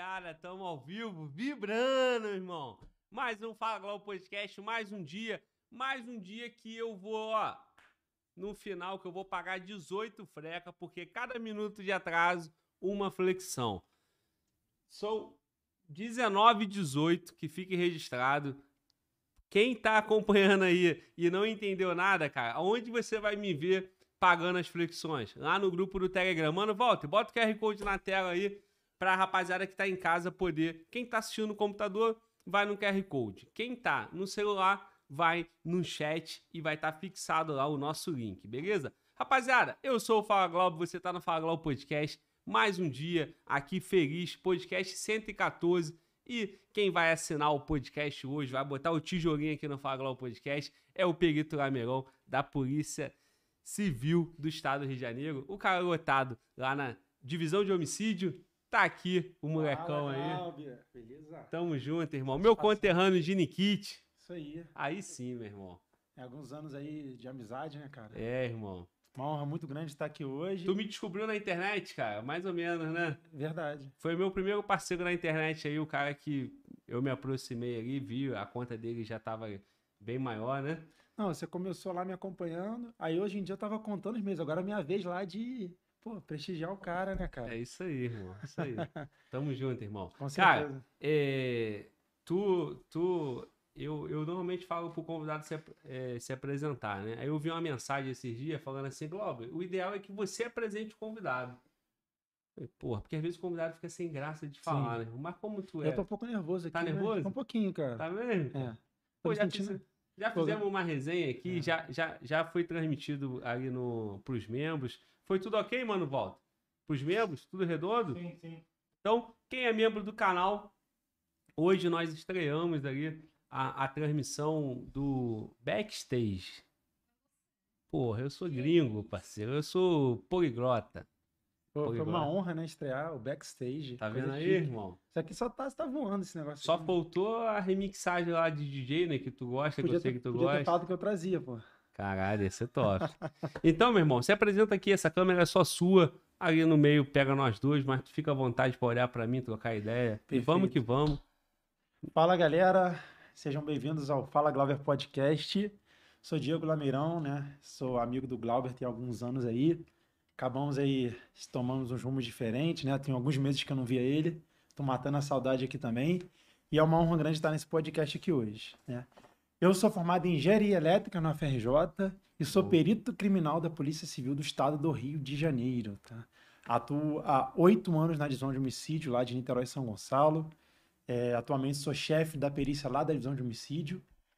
rapaziada, estamos ao vivo, vibrando, irmão. Mais um Fala Globo Podcast, mais um dia que eu vou, ó, no final que eu vou pagar 18 freca, porque cada minuto de atraso, uma flexão. São 19 e 18, que fique registrado. Quem tá acompanhando aí e não entendeu nada, cara, aonde você vai me ver pagando as flexões? Lá no grupo do Telegram. Mano, bota o QR Code na tela aí pra rapaziada que tá em casa poder. Quem tá assistindo no computador, vai no QR Code. Quem tá no celular, vai no chat e vai estar fixado lá o nosso link, beleza? Rapaziada, eu sou o Fala Globo, você tá no Fala Globo Podcast. Mais um dia aqui feliz, podcast 114. E quem vai assinar o podcast hoje, vai botar o tijolinho aqui no Fala Globo Podcast, é o Perito Lameirão, da Polícia Civil do Estado do Rio de Janeiro. O cara lotado lá na Divisão de Homicídio. Tá aqui o molecão aí. Beleza? Tamo junto, irmão. Meu conterrâneo de Nikit. Isso aí. Aí sim, meu irmão. É alguns anos aí de amizade, né, cara? É, irmão. Uma honra muito grande estar aqui hoje. Tu me descobriu na internet, cara, mais ou menos, né? Verdade. Foi meu primeiro parceiro na internet aí, o cara que eu me aproximei ali, vi, a conta dele já tava bem maior, né? Não, você começou lá me acompanhando, aí hoje em dia eu tava contando os meses, agora é minha vez lá de, prestigiar o cara, né, cara? É isso aí, irmão, isso aí. Tamo junto, irmão. Com certeza. Cara, eu normalmente falo pro convidado se apresentar, né? Aí eu vi uma mensagem esses dias falando assim, Globo, o ideal é que você apresente o convidado. Falei, porra, porque às vezes o convidado fica sem graça de falar, né? Mas como tu é? Eu tô um pouco nervoso aqui, Tá né? nervoso? Um pouquinho, cara. Tá mesmo? É. Pô, Tô me sentindo... já fizemos uma resenha aqui, já foi transmitido ali pros membros. Foi tudo ok, mano, Volta? Pros membros? Tudo redondo? Sim, sim. Então, quem é membro do canal, hoje nós estreamos ali a transmissão do Backstage. Porra, eu sou gringo, parceiro. Eu sou poliglota. Pô, foi uma honra, né, estrear o Backstage. Tá vendo aí, chique. irmão? Isso aqui só tá voando esse negócio. Só aqui, faltou a remixagem lá de DJ, né? Que tu gosta, que eu sei que tu podia ter gosta. falado que eu trazia, pô. Caralho, esse é top. Então, meu irmão, se apresenta aqui, essa câmera é só sua. Ali no meio pega nós dois, mas tu fica à vontade pra olhar pra mim, trocar ideia. Perfeito. E vamos que vamos. Fala, galera. Sejam bem-vindos ao Fala Glauber Podcast. Sou Diego Lameirão, né? Sou amigo do Glauber tem alguns anos aí. Acabamos aí, tomamos uns rumos diferentes, né? Tem alguns meses que eu não via ele. Tô matando a saudade aqui também. E é uma honra grande estar nesse podcast aqui hoje, né? Eu sou formado em Engenharia Elétrica na UFRJ e sou perito criminal da Polícia Civil do Estado do Rio de Janeiro, tá? Atuo há 8 anos na divisão de homicídio lá de Niterói e São Gonçalo. Atualmente sou chefe da perícia lá da divisão de homicídio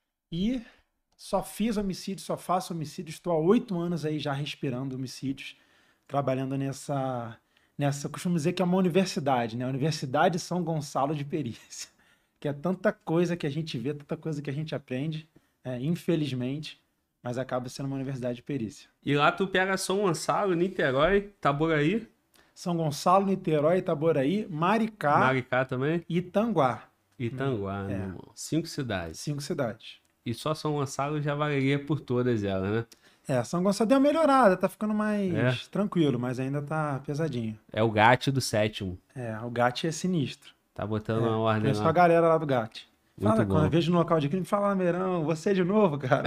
e só fiz homicídio, só faço homicídio. Estou há 8 anos aí já respirando homicídios, trabalhando nessa, costumo dizer que é uma universidade, né? Universidade São Gonçalo de Perícia, que é tanta coisa que a gente vê, tanta coisa que a gente aprende, infelizmente, mas acaba sendo uma universidade de perícia. E lá tu pega São Gonçalo, Niterói, Itaboraí. São Gonçalo, Niterói, Itaboraí, Maricá também. e Itanguá. Itanguá, meu irmão. 5 cidades. 5 cidades. E só São Gonçalo já valeria por todas elas, né? São Gonçalo deu uma melhorada, tá ficando mais tranquilo, mas ainda tá pesadinho. É o GAT do 7º. O GAT é sinistro. Tá botando uma ordem Conheço lá. a galera lá do GAT. Muito bom. Quando eu vejo no local de crime, fala, Lameirão, você de novo, cara.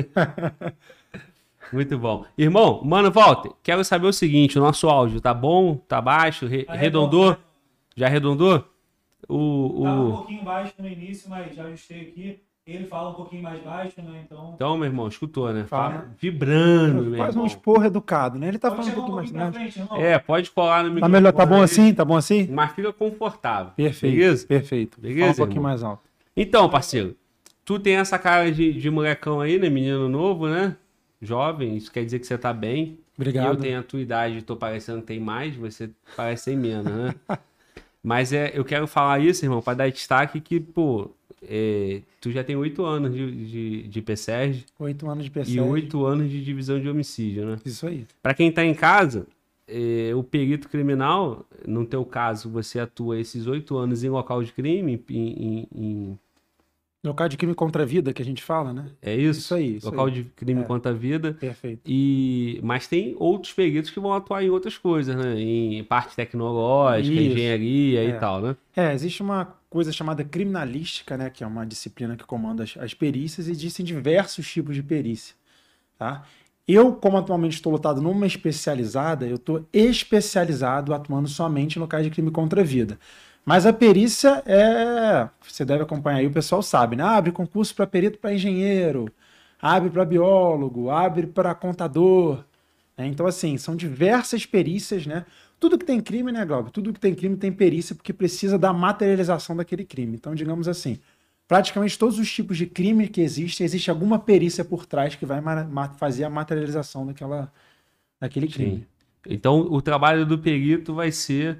Muito bom. Irmão, mano, Walter, quero saber o seguinte, o nosso áudio tá bom, tá baixo, arredondou? Já arredondou? Tava um pouquinho baixo no início, mas já ajustei aqui. Ele fala um pouquinho mais baixo, né? Então, meu irmão, escutou, né? Fala. Vibrando, meu Faz irmão. um esporro educado, né? Ele tá Pode falando um chegar pouquinho mais pra baixo. frente, irmão. Pode colar no microfone. Tá melhor, tá bom aí, assim? Tá bom assim? mas fica confortável. Perfeito, Beleza? perfeito. Beleza, Fala um pouquinho irmão? mais alto. Então, parceiro, tu tem essa cara de molecão aí, né? Menino novo, né? Jovem, isso quer dizer que você tá bem. Obrigado. E eu tenho a tua idade, tô parecendo que tem mais, você parece ter menos, né? Mas eu quero falar isso, irmão, pra dar destaque que, pô, tu já tem 8 anos de PSERG 8 anos de PC. e 8 anos de divisão de homicídio, né? Isso aí. Pra quem tá em casa, o perito criminal, no teu caso, você atua esses 8 anos em local de crime, Local de crime contra a vida que a gente fala, né? É isso? Isso aí. Isso Local aí. de crime É. contra a vida. Perfeito. Mas tem outros peritos que vão atuar em outras coisas, né? Em parte tecnológica, Isso. engenharia e É. tal, né? Existe uma coisa chamada criminalística, né? Que é uma disciplina que comanda as perícias e existem diversos tipos de perícia, tá? Eu, como atualmente estou lotado numa especializada, eu estou especializado atuando somente em locais de crime contra a vida. Mas a perícia você deve acompanhar aí, o pessoal sabe, né? Abre concurso para perito para engenheiro, abre para biólogo, abre para contador, né? Então, assim, são diversas perícias, né? Tudo que tem crime, né, Glauber? Tudo que tem crime tem perícia porque precisa da materialização daquele crime. Então, digamos assim, praticamente todos os tipos de crime que existem, existe alguma perícia por trás que vai fazer a materialização daquele crime. Sim. Então, o trabalho do perito vai ser,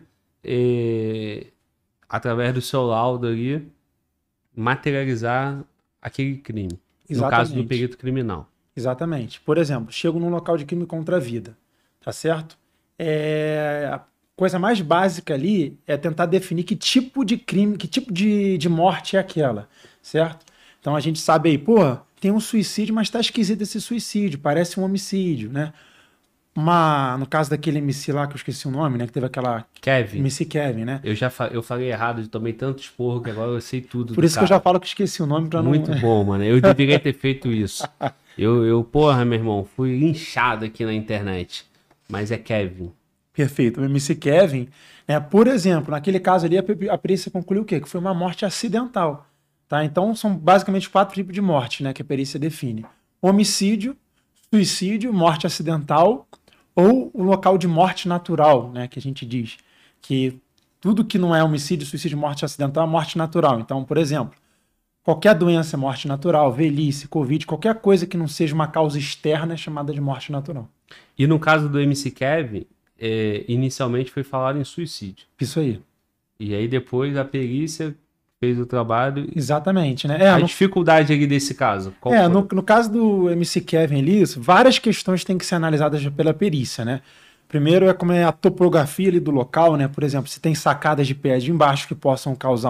através do seu laudo ali, materializar aquele crime. No caso do Exatamente. perito criminal. Exatamente. Por exemplo, chego num local de crime contra a vida, tá certo? A coisa mais básica ali é tentar definir que tipo de crime, que tipo de morte é aquela, certo? Então a gente sabe aí, pô, tem um suicídio, mas tá esquisito esse suicídio, parece um homicídio, né? No caso daquele MC lá, que eu esqueci o nome, né? Que teve aquela... Kevin, MC Kevin, né? eu falei errado, eu tomei tanto esporro que agora eu sei tudo Por do isso que eu cara. já falo que esqueci o nome pra não... Muito bom, mano. Eu deveria ter feito isso. Porra, meu irmão, fui linchado aqui na internet. Mas é Kevin. Perfeito. O MC Kevin, né? Por exemplo, naquele caso ali, a perícia concluiu o quê? Que foi uma morte acidental, tá? Então, são basicamente 4 tipos de morte, né? Que a perícia define. Homicídio, suicídio, morte acidental ou o local de morte natural, né? Que a gente diz que tudo que não é homicídio, suicídio, morte acidental é morte natural. Então, por exemplo, qualquer doença é morte natural, velhice, covid, qualquer coisa que não seja uma causa externa é chamada de morte natural. E no caso do MC Kevin, inicialmente foi falado em suicídio. Isso aí. E aí depois a perícia fez o trabalho. Exatamente, né? A dificuldade aqui desse caso. Qual foi? No caso do MC Kevin ali, várias questões têm que ser analisadas pela perícia, né? Primeiro como é a topografia ali do local, né? Por exemplo, se tem sacadas de pedra embaixo que possam causar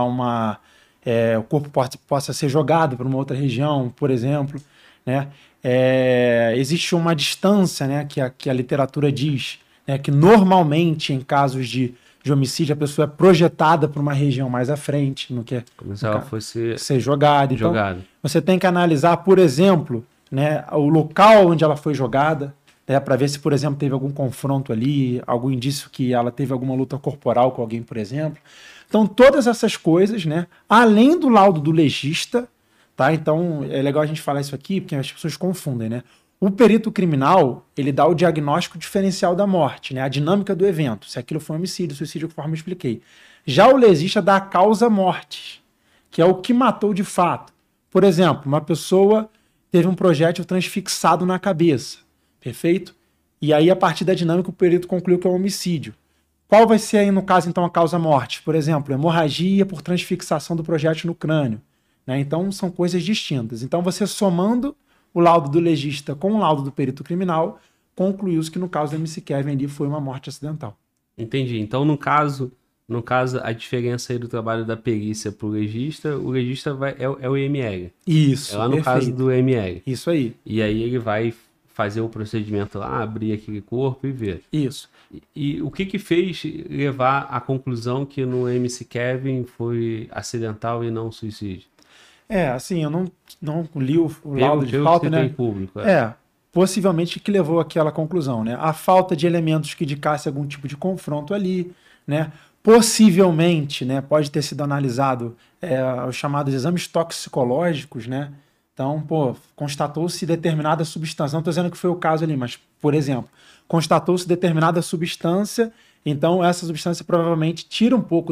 o corpo possa ser jogado para uma outra região, por exemplo, né? Existe uma distância, né? Que a literatura diz, né? Que normalmente em casos de homicídio, a pessoa é projetada para uma região mais à frente, não quer como se ela fosse ser jogada. Então, você tem que analisar, por exemplo, né, o local onde ela foi jogada, né, para ver se, por exemplo, teve algum confronto ali, algum indício que ela teve alguma luta corporal com alguém, por exemplo. Então, todas essas coisas, né, além do laudo do legista, tá? Então, é legal a gente falar isso aqui, porque as pessoas confundem, né? O perito criminal, ele dá o diagnóstico diferencial da morte, né? A dinâmica do evento, se aquilo foi um homicídio, suicídio, conforme eu expliquei. Já o legista dá a causa morte, que é o que matou de fato. Por exemplo, uma pessoa teve um projétil transfixado na cabeça, perfeito? E aí, a partir da dinâmica, o perito concluiu que é um homicídio. Qual vai ser aí, no caso, então, a causa morte? Por exemplo, hemorragia por transfixação do projétil no crânio, né? Então, são coisas distintas. Então, você somando o laudo do legista com o laudo do perito criminal, concluiu-se que no caso do MC Kevin ali foi uma morte acidental. Entendi. Então, no caso, a diferença aí do trabalho da perícia para o legista é o ML. Isso, é lá no caso do ML. Isso aí. E aí ele vai fazer o procedimento lá, abrir aquele corpo e ver. Isso. E o que fez levar à conclusão que no MC Kevin foi acidental e não suicídio? Assim, eu não li o laudo de falta, né? Público, possivelmente que levou àquela conclusão, né? A falta de elementos que indicassem algum tipo de confronto ali, né? Possivelmente, né? Pode ter sido analisado os chamados exames toxicológicos, né? Então, constatou-se determinada substância. Não estou dizendo que foi o caso ali, mas, por exemplo, constatou-se determinada substância. Então, essa substância provavelmente tira um pouco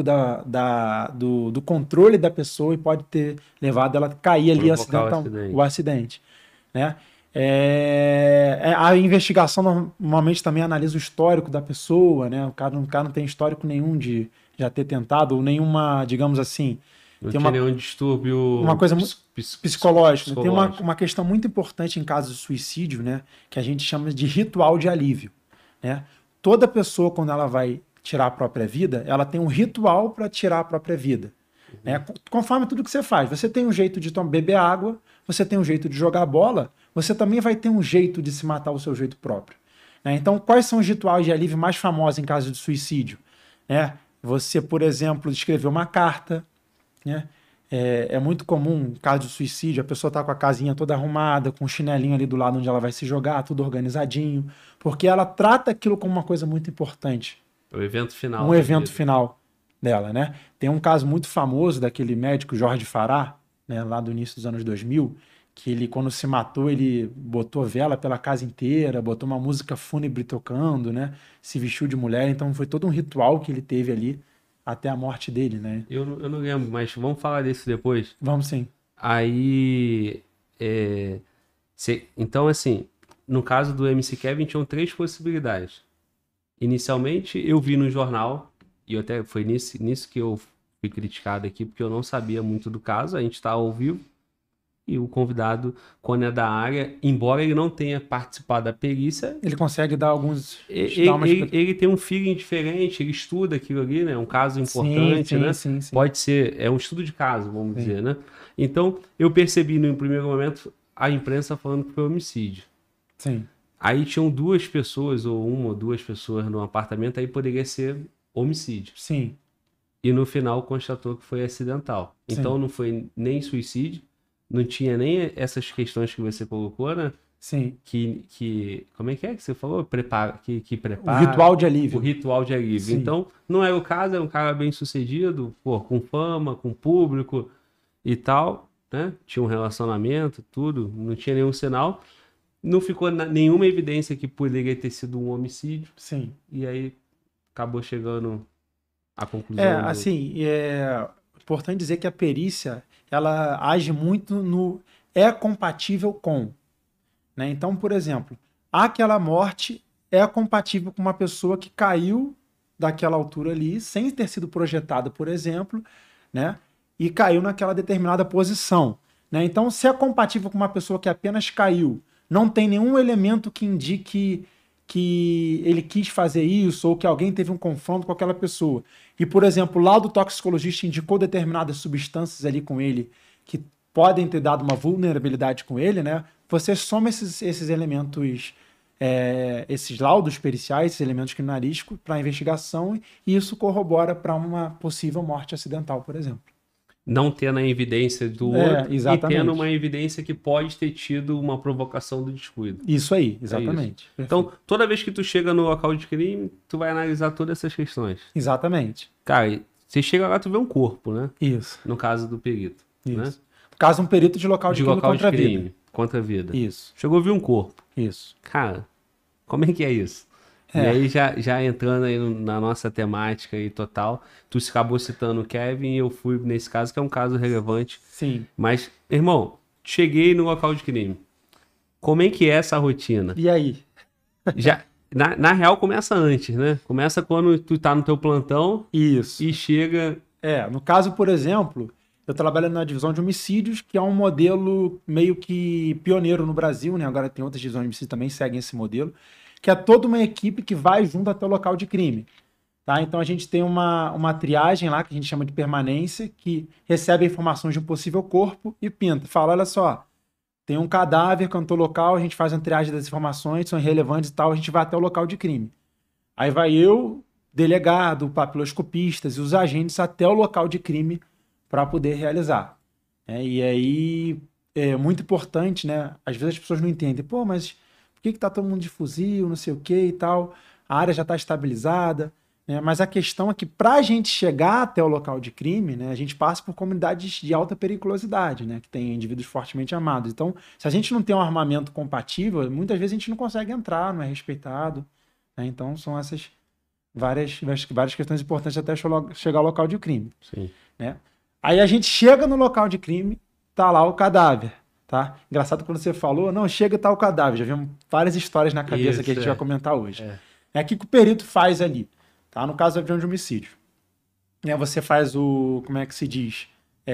do controle da pessoa e pode ter levado ela a cair ali o acidente. Né? A investigação normalmente também analisa o histórico da pessoa, né? O cara não tem histórico nenhum de já ter tentado, ou nenhuma, digamos assim... Não tem nenhum distúrbio uma coisa psicológica. Tem uma questão muito importante em casos de suicídio, né? Que a gente chama de ritual de alívio, né? Toda pessoa, quando ela vai tirar a própria vida, ela tem um ritual para tirar a própria vida. Né? Conforme tudo que você faz. Você tem um jeito de beber água, você tem um jeito de jogar bola, você também vai ter um jeito de se matar o seu jeito próprio. Né? Então, quais são os rituais de alívio mais famosos em caso de suicídio? Né? Você, por exemplo, escrever uma carta. Né? É muito comum, em caso de suicídio, a pessoa tá com a casinha toda arrumada, com um chinelinho ali do lado onde ela vai se jogar, tudo organizadinho, porque ela trata aquilo como uma coisa muito importante. O evento final. Um evento final dela, né? Tem um caso muito famoso daquele médico Jorge Fará, né, lá do início dos anos 2000, que ele, quando se matou, ele botou vela pela casa inteira, botou uma música fúnebre tocando, né? Se vestiu de mulher, então foi todo um ritual que ele teve ali até a morte dele, né? Eu não lembro, mas vamos falar disso depois. Vamos sim. Aí, então assim, no caso do MC Kevin, tinham 3 possibilidades. Inicialmente, eu vi no jornal, e até foi nisso que eu fui criticado aqui, porque eu não sabia muito do caso, a gente está ao vivo, e o convidado, quando é da área, embora ele não tenha participado da perícia... Ele consegue dar alguns... Ele tem um feeling diferente, ele estuda aquilo ali, né? Um caso importante, sim, né? Sim. Pode ser... É um estudo de caso, vamos dizer, né? Então, eu percebi no primeiro momento a imprensa falando que foi homicídio. Sim. Aí tinham 2 pessoas, ou 1 ou 2 pessoas no apartamento, aí poderia ser homicídio. Sim. E no final constatou que foi acidental. Então, Sim. não foi nem suicídio, não tinha nem essas questões que você colocou, né? Sim. Como é que você falou? Prepara. O ritual de alívio. O ritual de alívio. Sim. Então, não era o caso, era um cara bem sucedido, pô, com fama, com público e tal, né? Tinha um relacionamento, tudo, não tinha nenhum sinal. Não ficou nenhuma evidência que poderia ter sido um homicídio. Sim. E aí acabou chegando à conclusão. Assim, é importante dizer que a perícia, ela age muito no é compatível com. Né? Então, por exemplo, aquela morte é compatível com uma pessoa que caiu daquela altura ali, sem ter sido projetada, por exemplo, né? E caiu naquela determinada posição. Né? Então, se é compatível com uma pessoa que apenas caiu, não tem nenhum elemento que indique que ele quis fazer isso ou que alguém teve um confronto com aquela pessoa. E, por exemplo, lá do toxicologista indicou determinadas substâncias ali com ele que podem ter dado uma vulnerabilidade com ele, né? Você soma esses elementos, esses laudos periciais, esses elementos criminalísticos para a investigação e isso corrobora para uma possível morte acidental, por exemplo. Não tendo a evidência do outro exatamente. E tendo uma evidência que pode ter tido uma provocação do descuido. Isso aí, exatamente. Isso. Então, toda vez que tu chega no local de crime, tu vai analisar todas essas questões. Exatamente. Cara, você chega lá, tu vê um corpo, né? Isso. No caso do perito. Isso. Né? No caso, um perito de local de crime contra a vida. Contra a vida. Isso. Chegou a ver um corpo. Isso. Cara, como é que é isso? E aí, já entrando aí na nossa temática aí total, tu acabou citando o Kevin e eu fui nesse caso, que é um caso relevante. Sim. Mas, irmão, cheguei no local de crime. Como é que é essa rotina? E aí? Já, na real, começa antes, né? Começa quando tu tá no teu plantão. Isso. E chega... No caso, por exemplo, eu trabalho na divisão de homicídios, que é um modelo meio que pioneiro no Brasil, né? Agora tem outras divisões de homicídios que também seguem esse modelo, que é toda uma equipe que vai junto até o local de crime. Tá? Então a gente tem uma triagem lá, que a gente chama de permanência, que recebe informações de um possível corpo e pinta. Fala, olha só, tem um cadáver que é no teu local, a gente faz uma triagem das informações, são irrelevantes e tal, a gente vai até o local de crime. Aí vai eu, delegado, papiloscopistas e os agentes até o local de crime para poder realizar. E aí é muito importante, né? Às vezes as pessoas não entendem, pô, mas por que tá todo mundo de fuzil, não sei o que e tal, a área já está estabilizada, né? Mas a questão é que para a gente chegar até o local de crime, né, a gente passa por comunidades de alta periculosidade, né, que tem indivíduos fortemente armados. Então, se a gente não tem um armamento compatível, muitas vezes a gente não consegue entrar, não é respeitado. Né? Então, são essas várias questões importantes até chegar ao local de crime. Sim. Né? Aí a gente chega no local de crime, tá lá o cadáver. Tá? Engraçado quando você falou, não, chega e tá o cadáver. Já vimos várias histórias na cabeça que a gente vai comentar hoje. É aqui que o perito faz ali, tá? No caso de homicídio. Você faz como é que se diz?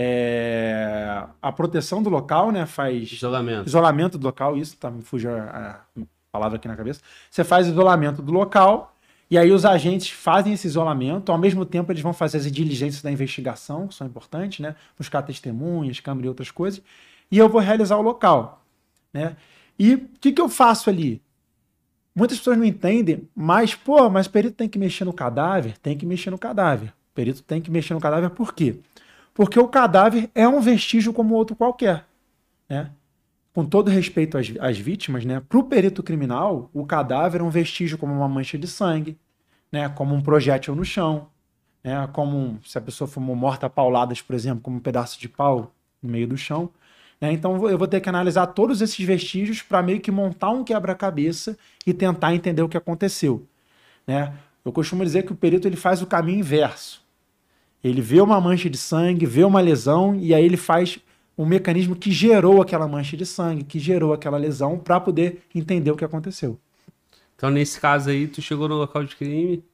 A proteção do local, né? Faz isolamento do local, isso, tá? Me fugiu a palavra aqui na cabeça. Você faz isolamento do local E aí os agentes fazem esse isolamento, ao mesmo tempo eles vão fazer as diligências da investigação, que são importantes, né? Buscar testemunhas, câmera e outras coisas, e eu vou realizar o local, né? E o que eu faço ali? Muitas pessoas não entendem, mas o perito tem que mexer no cadáver? Tem que mexer no cadáver. O perito tem que mexer no cadáver por quê? Porque o cadáver é um vestígio como outro qualquer, né? Com todo respeito às vítimas, né? Para o perito criminal, o cadáver é um vestígio como uma mancha de sangue, né? Como um projétil no chão, né? Se a pessoa for morta a pauladas, por exemplo, como um pedaço de pau no meio do chão, né? Então eu vou ter que analisar todos esses vestígios para meio que montar um quebra-cabeça e tentar entender o que aconteceu, né? Eu costumo dizer que o perito ele faz o caminho inverso. Ele vê uma mancha de sangue, vê uma lesão e aí ele faz um mecanismo que gerou aquela mancha de sangue, que gerou aquela lesão para poder entender o que aconteceu. Então, nesse caso aí, tu chegou no local de crime,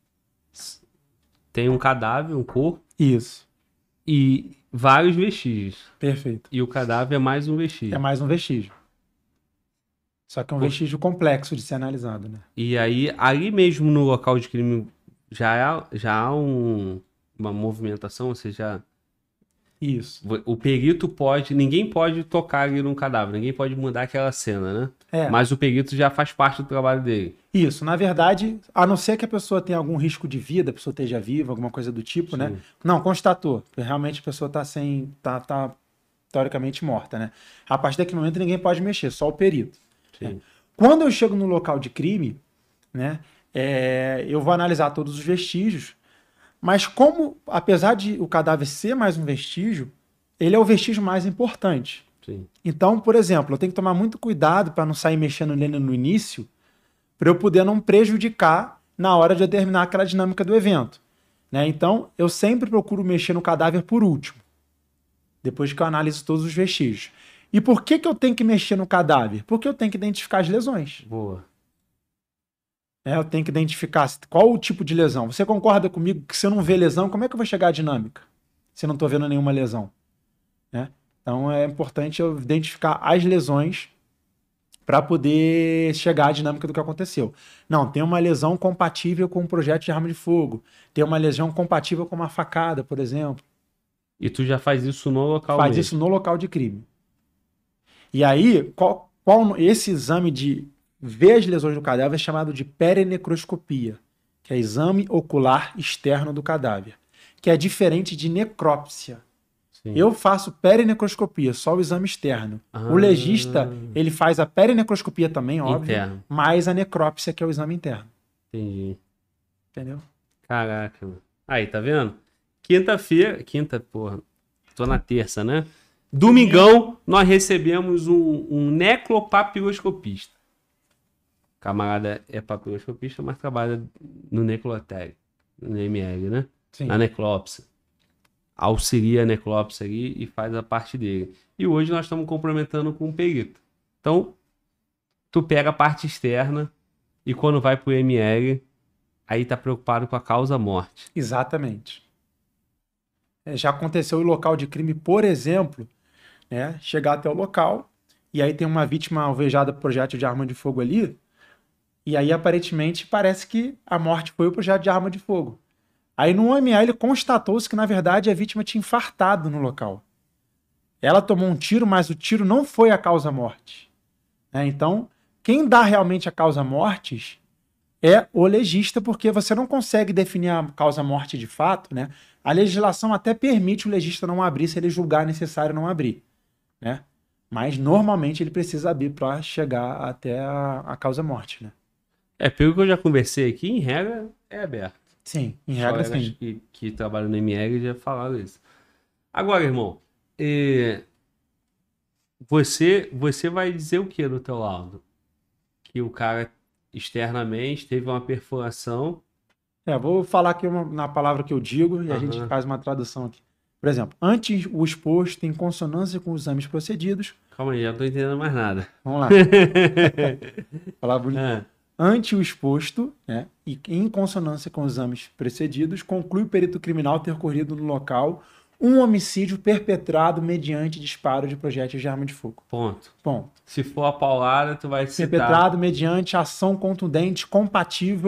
tem um cadáver, um corpo. Isso. E vários vestígios. Perfeito. E o cadáver é mais um vestígio. É mais um vestígio. Só que é um vestígio complexo de ser analisado, né? E aí, ali mesmo no local de crime, já há uma movimentação, ou seja... Isso. O perito pode... Ninguém pode tocar ali num cadáver, ninguém pode mudar aquela cena, né? É. Mas o perito já faz parte do trabalho dele. Isso. Na verdade, a não ser que a pessoa tenha algum risco de vida, a pessoa esteja viva, alguma coisa do tipo, né? Não, constatou. Realmente a pessoa tá teoricamente morta, né? A partir daquele momento ninguém pode mexer, só o perito. Né? Quando eu chego no local de crime, né? Eu vou analisar todos os vestígios, mas apesar de o cadáver ser mais um vestígio, ele é o vestígio mais importante. Sim. Então, por exemplo, eu tenho que tomar muito cuidado para não sair mexendo nele no início, para eu poder não prejudicar na hora de determinar aquela dinâmica do evento, né? Então, eu sempre procuro mexer no cadáver por último, depois que eu analiso todos os vestígios. E por que eu tenho que mexer no cadáver? Porque eu tenho que identificar as lesões. Boa. Eu tenho que identificar qual o tipo de lesão. Você concorda comigo que se eu não ver lesão, como é que eu vou chegar à dinâmica? Se eu não estou vendo nenhuma lesão, né? Então é importante eu identificar as lesões para poder chegar à dinâmica do que aconteceu. Não, tem uma lesão compatível com um projétil de arma de fogo. Tem uma lesão compatível com uma facada, por exemplo. E tu já faz isso no local Faz mesmo. isso no local de crime. E aí, esse exame de ver as lesões do cadáver é chamado de perenecroscopia, que é exame ocular externo do cadáver, que é diferente de necrópsia. Sim. Eu faço perenecroscopia, só o exame externo. O legista, ele faz a perenecroscopia também, óbvio, interno. Mas a necrópsia, que é o exame interno. Entendi. Entendeu? Caraca, mano. Aí, tá vendo? Tô na terça, né? Domingão, nós recebemos um necropapiloscopista. O camarada é papiloscopista, mas trabalha no necrotério, no ML, né? Sim. Na necrópsia. Auxilia a necrópsia ali e faz a parte dele. E hoje nós estamos complementando com um perito. Então, tu pega a parte externa e quando vai pro ML, aí tá preocupado com a causa-morte. Exatamente. Já aconteceu em local de crime, por exemplo, né, chegar até o local e aí tem uma vítima alvejada por projétil de arma de fogo ali e aí aparentemente parece que a morte foi o projétil de arma de fogo. Aí no OML constatou-se que na verdade a vítima tinha infartado no local. Ela tomou um tiro, mas o tiro não foi a causa-morte. Então, quem dá realmente a causa-mortes é o legista, porque você não consegue definir a causa-morte de fato, né? A legislação até permite o legista não abrir se ele julgar necessário não abrir, né? Mas normalmente ele precisa abrir para chegar até a causa-morte, né? Pelo que eu já conversei aqui, em regra é aberto. Sim, em regra sim. Que trabalham no ML já falaram isso. Agora, irmão, você vai dizer o que no teu laudo? Que o cara externamente teve uma perfuração. Vou falar aqui na palavra que eu digo e a gente faz uma tradução aqui. Por exemplo, ante o exposto em consonância com os exames procedidos... Calma aí, já não tô entendendo mais nada. Vamos lá. Falar bonito. Ante o exposto, né, e em consonância com os exames precedidos, conclui o perito criminal ter ocorrido no local um homicídio perpetrado mediante disparo de projéteis de arma de fogo. Ponto. Ponto. Se for a paulada, tu vai citar... Perpetrado mediante ação contundente compatível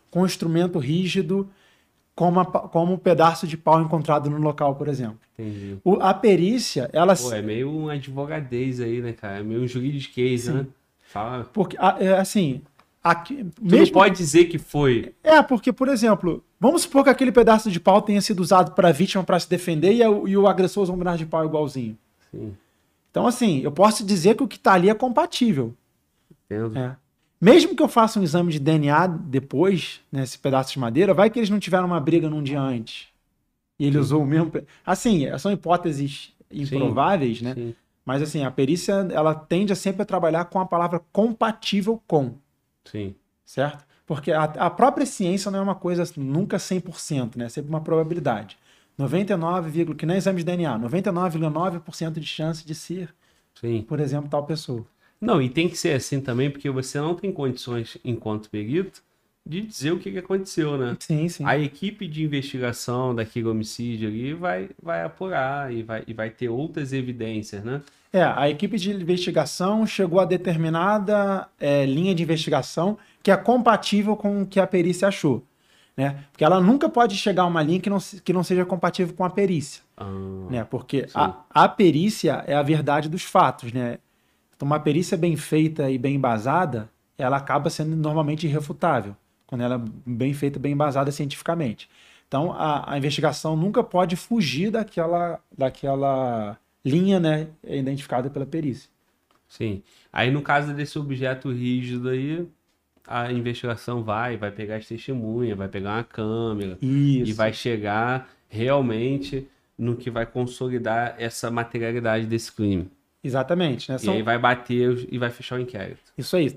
com instrumento rígido, como um pedaço de pau encontrado no local, por exemplo. Entendi. A perícia, ela... Pô, é meio um advogadez aí, né, cara? É meio um juridiquês, Sim. né? Fala. Porque, assim... Aqui, Tu não pode dizer que foi. Porque, por exemplo, vamos supor que aquele pedaço de pau tenha sido usado para a vítima para se defender e o agressor usou um pedaço de pau igualzinho. Sim. Então, assim, eu posso dizer que o que está ali é compatível. Entendo. Mesmo que eu faça um exame de DNA depois, nesse pedaço de madeira, vai que eles não tiveram uma briga num dia antes. E ele usou o mesmo... Assim, são hipóteses improváveis, né? Sim. Mas, assim, a perícia, ela tende a sempre a trabalhar com a palavra compatível com. Sim. Certo? Porque a própria ciência não é uma coisa nunca 100%, né? É sempre uma probabilidade. 99, que nem exame de DNA, 99,9% de chance de ser, Sim. por exemplo, tal pessoa. Não, e tem que ser assim também, porque você não tem condições, enquanto perito, de dizer o que aconteceu, né? Sim, sim. A equipe de investigação daquele homicídio ali vai apurar e vai ter outras evidências, né? A equipe de investigação chegou a determinada linha de investigação que é compatível com o que a perícia achou, né? Porque ela nunca pode chegar a uma linha que não seja compatível com a perícia, né? Porque a perícia é a verdade dos fatos, né? Então, uma perícia bem feita e bem embasada, ela acaba sendo normalmente irrefutável, quando ela é bem feita, bem embasada cientificamente. Então, a investigação nunca pode fugir daquela linha, né, identificada pela perícia. Sim. Aí, no caso desse objeto rígido aí, a investigação vai pegar as testemunhas, vai pegar uma câmera. Isso. E vai chegar realmente no que vai consolidar essa materialidade desse crime. Exatamente. Né? E aí vai bater e vai fechar o inquérito. Isso aí.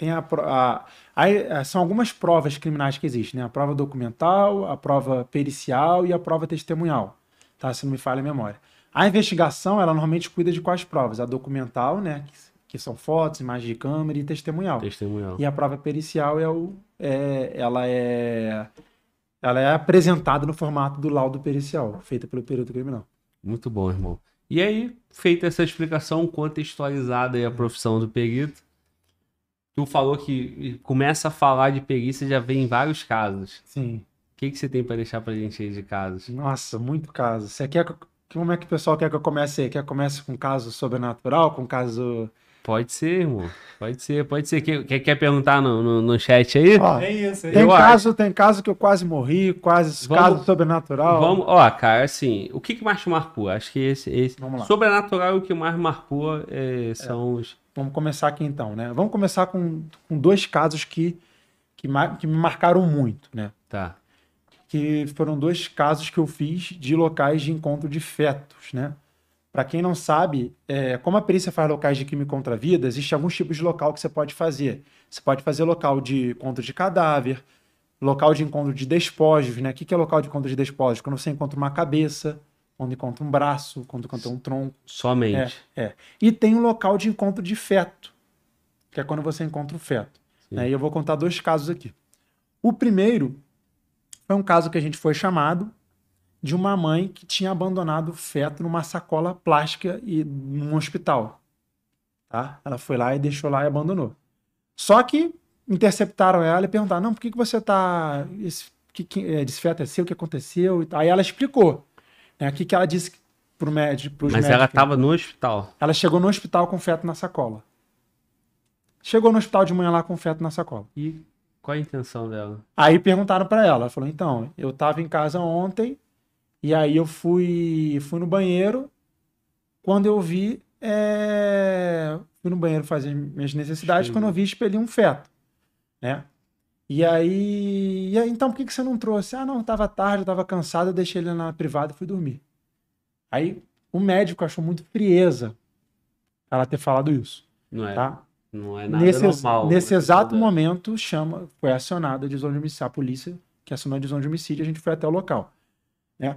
São algumas provas criminais que existem, né? A prova documental, a prova pericial e a prova testemunhal, tá? Se não me falha a memória. A investigação, ela normalmente cuida de quais provas? A documental, né? Que são fotos, imagens de câmera e testemunhal. E a prova pericial ela é apresentada no formato do laudo pericial, feita pelo perito criminal. Muito bom, irmão. E aí, feita essa explicação contextualizada aí a profissão do perito, tu falou que começa a falar de perícia já vem em vários casos. Sim. O que você tem para deixar pra gente aí de casos? Nossa, muito caso. Como é que o pessoal quer que eu comece aí? Quer que eu comece com caso sobrenatural, com caso... Pode ser, irmão. Pode ser. Quer perguntar no chat aí? É isso. Tem caso que eu quase morri, caso sobrenatural. Vamos, cara, assim, o que mais te marcou? Acho que esse Vamos lá. Sobrenatural, o que mais marcou são os... Vamos começar aqui então, né? Vamos começar com dois casos que me marcaram muito, né? Tá. Que foram dois casos que eu fiz de locais de encontro de fetos, né? Para quem não sabe, como a perícia faz locais de crime contra a vida, existe alguns tipos de local que você pode fazer. Você pode fazer local de encontro de cadáver, local de encontro de despojos, né? O que é local de encontro de despojos? Quando você encontra uma cabeça, quando encontra um braço, quando encontra um tronco. Somente. E tem um local de encontro de feto, que é quando você encontra o feto. Né? E eu vou contar dois casos aqui. O primeiro foi um caso que a gente foi chamado de uma mãe que tinha abandonado o feto numa sacola plástica e num hospital. Tá? Ela foi lá e deixou lá e abandonou. Só que interceptaram ela e perguntaram, não, por que você está... Esse feto é seu, o que aconteceu? Aí ela explicou. Né? O que ela disse para os médicos. Mas ela estava no hospital. Ela chegou no hospital com o feto na sacola. Chegou no hospital de manhã lá com o feto na sacola. E qual a intenção dela? Aí perguntaram para ela. Ela falou, então, eu estava em casa ontem e aí eu fui no banheiro. Quando eu vi, fui no banheiro fazer minhas necessidades. Quando eu vi, expeli um feto, né? E aí, então por que você não trouxe? Ah, não, estava tarde, estava cansado, eu deixei ele na privada e fui dormir. Aí o médico achou muito frieza ela ter falado isso. Não é, tá? Não é nada normal. Nesse exato momento, foi acionada a divisão de homicídio, a polícia que acionou a divisão de homicídio, a gente foi até o local, né?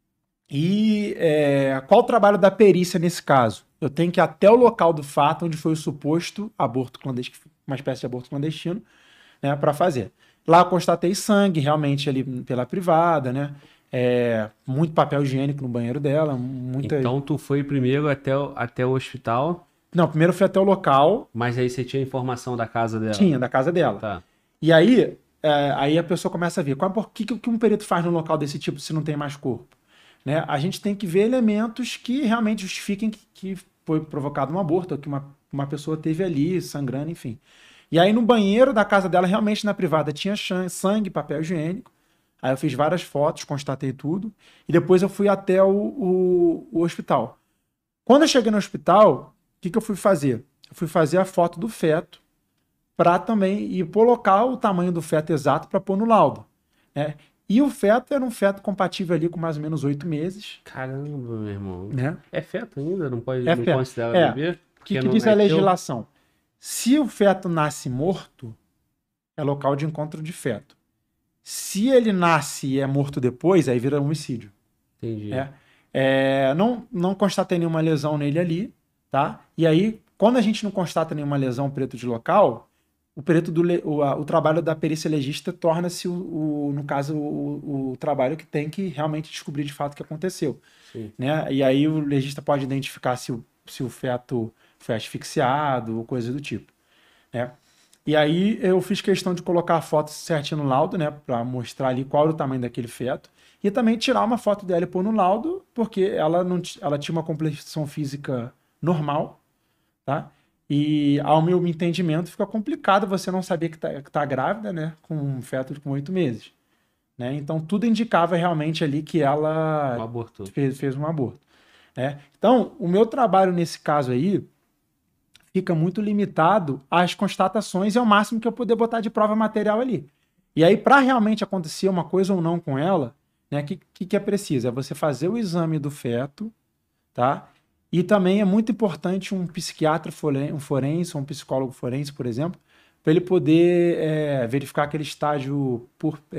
E qual o trabalho da perícia nesse caso? Eu tenho que ir até o local do fato onde foi o suposto aborto clandestino, uma espécie de aborto clandestino, né, para fazer. Lá eu constatei sangue, realmente ali pela privada, né? Muito papel higiênico no banheiro dela. Então tu foi primeiro até o hospital? Não, primeiro eu fui até o local. Mas aí você tinha informação da casa dela? Tinha, da casa dela. Tá. E aí, aí a pessoa começa a ver por que um perito faz no local desse tipo se não tem mais corpo? Né? A gente tem que ver elementos que realmente justifiquem que foi provocado um aborto, ou que uma pessoa teve ali sangrando, enfim. E aí no banheiro da casa dela, realmente na privada, tinha sangue, papel higiênico. Aí eu fiz várias fotos, constatei tudo. E depois eu fui até o hospital. Quando eu cheguei no hospital, o que eu fui fazer? Eu fui fazer a foto do feto para também colocar o tamanho do feto exato para pôr no laudo. Né? E o feto era um feto compatível ali com mais ou menos 8 meses. Caramba, meu irmão. Né? É feto ainda? Não pode É não feto. considera bebê? O que diz a legislação? Se o feto nasce morto, é local de encontro de feto. Se ele nasce e é morto depois, aí vira homicídio. Entendi. Não constatei nenhuma lesão nele ali, tá? E aí, quando a gente não constata nenhuma lesão preto de local, o trabalho da perícia legista torna-se, no caso, o trabalho que tem que realmente descobrir de fato o que aconteceu. Sim. Né? E aí o legista pode identificar se o feto foi asfixiado ou coisa do tipo. Né? E aí eu fiz questão de colocar a foto certinho no laudo, né, para mostrar ali qual era o tamanho daquele feto, e também tirar uma foto dela e pôr no laudo, porque ela tinha uma complexão física normal, tá? E ao meu entendimento fica complicado você não saber que tá grávida, né, com um feto com 8 meses. Né? Então tudo indicava realmente ali que ela fez um aborto. Né? Então o meu trabalho nesse caso aí fica muito limitado às constatações e ao máximo que eu poder botar de prova material ali. E aí, para realmente acontecer uma coisa ou não com ela, né, que é preciso? É você fazer o exame do feto, tá? E também é muito importante um psiquiatra forense, um psicólogo forense, por exemplo, para ele poder verificar aquele estágio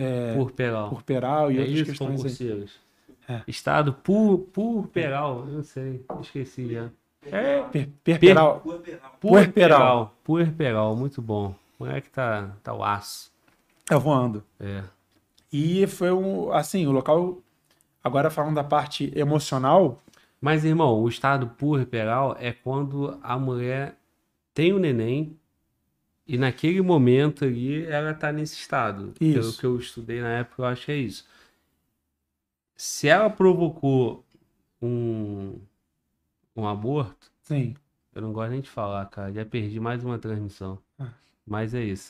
purpural e outras questões aí. Estado purpural, eu não sei, esqueci já. Puerperal, muito bom. Como é que tá o aço? Tá voando. E foi o local, agora falando da parte emocional. Mas, irmão, o estado puerperal é quando a mulher tem o neném e naquele momento ali ela tá nesse estado. Isso. Pelo que eu estudei na época, eu acho que é isso. Se ela provocou um aborto, sim. Eu não gosto nem de falar, cara. Já perdi mais uma transmissão. Mas é isso.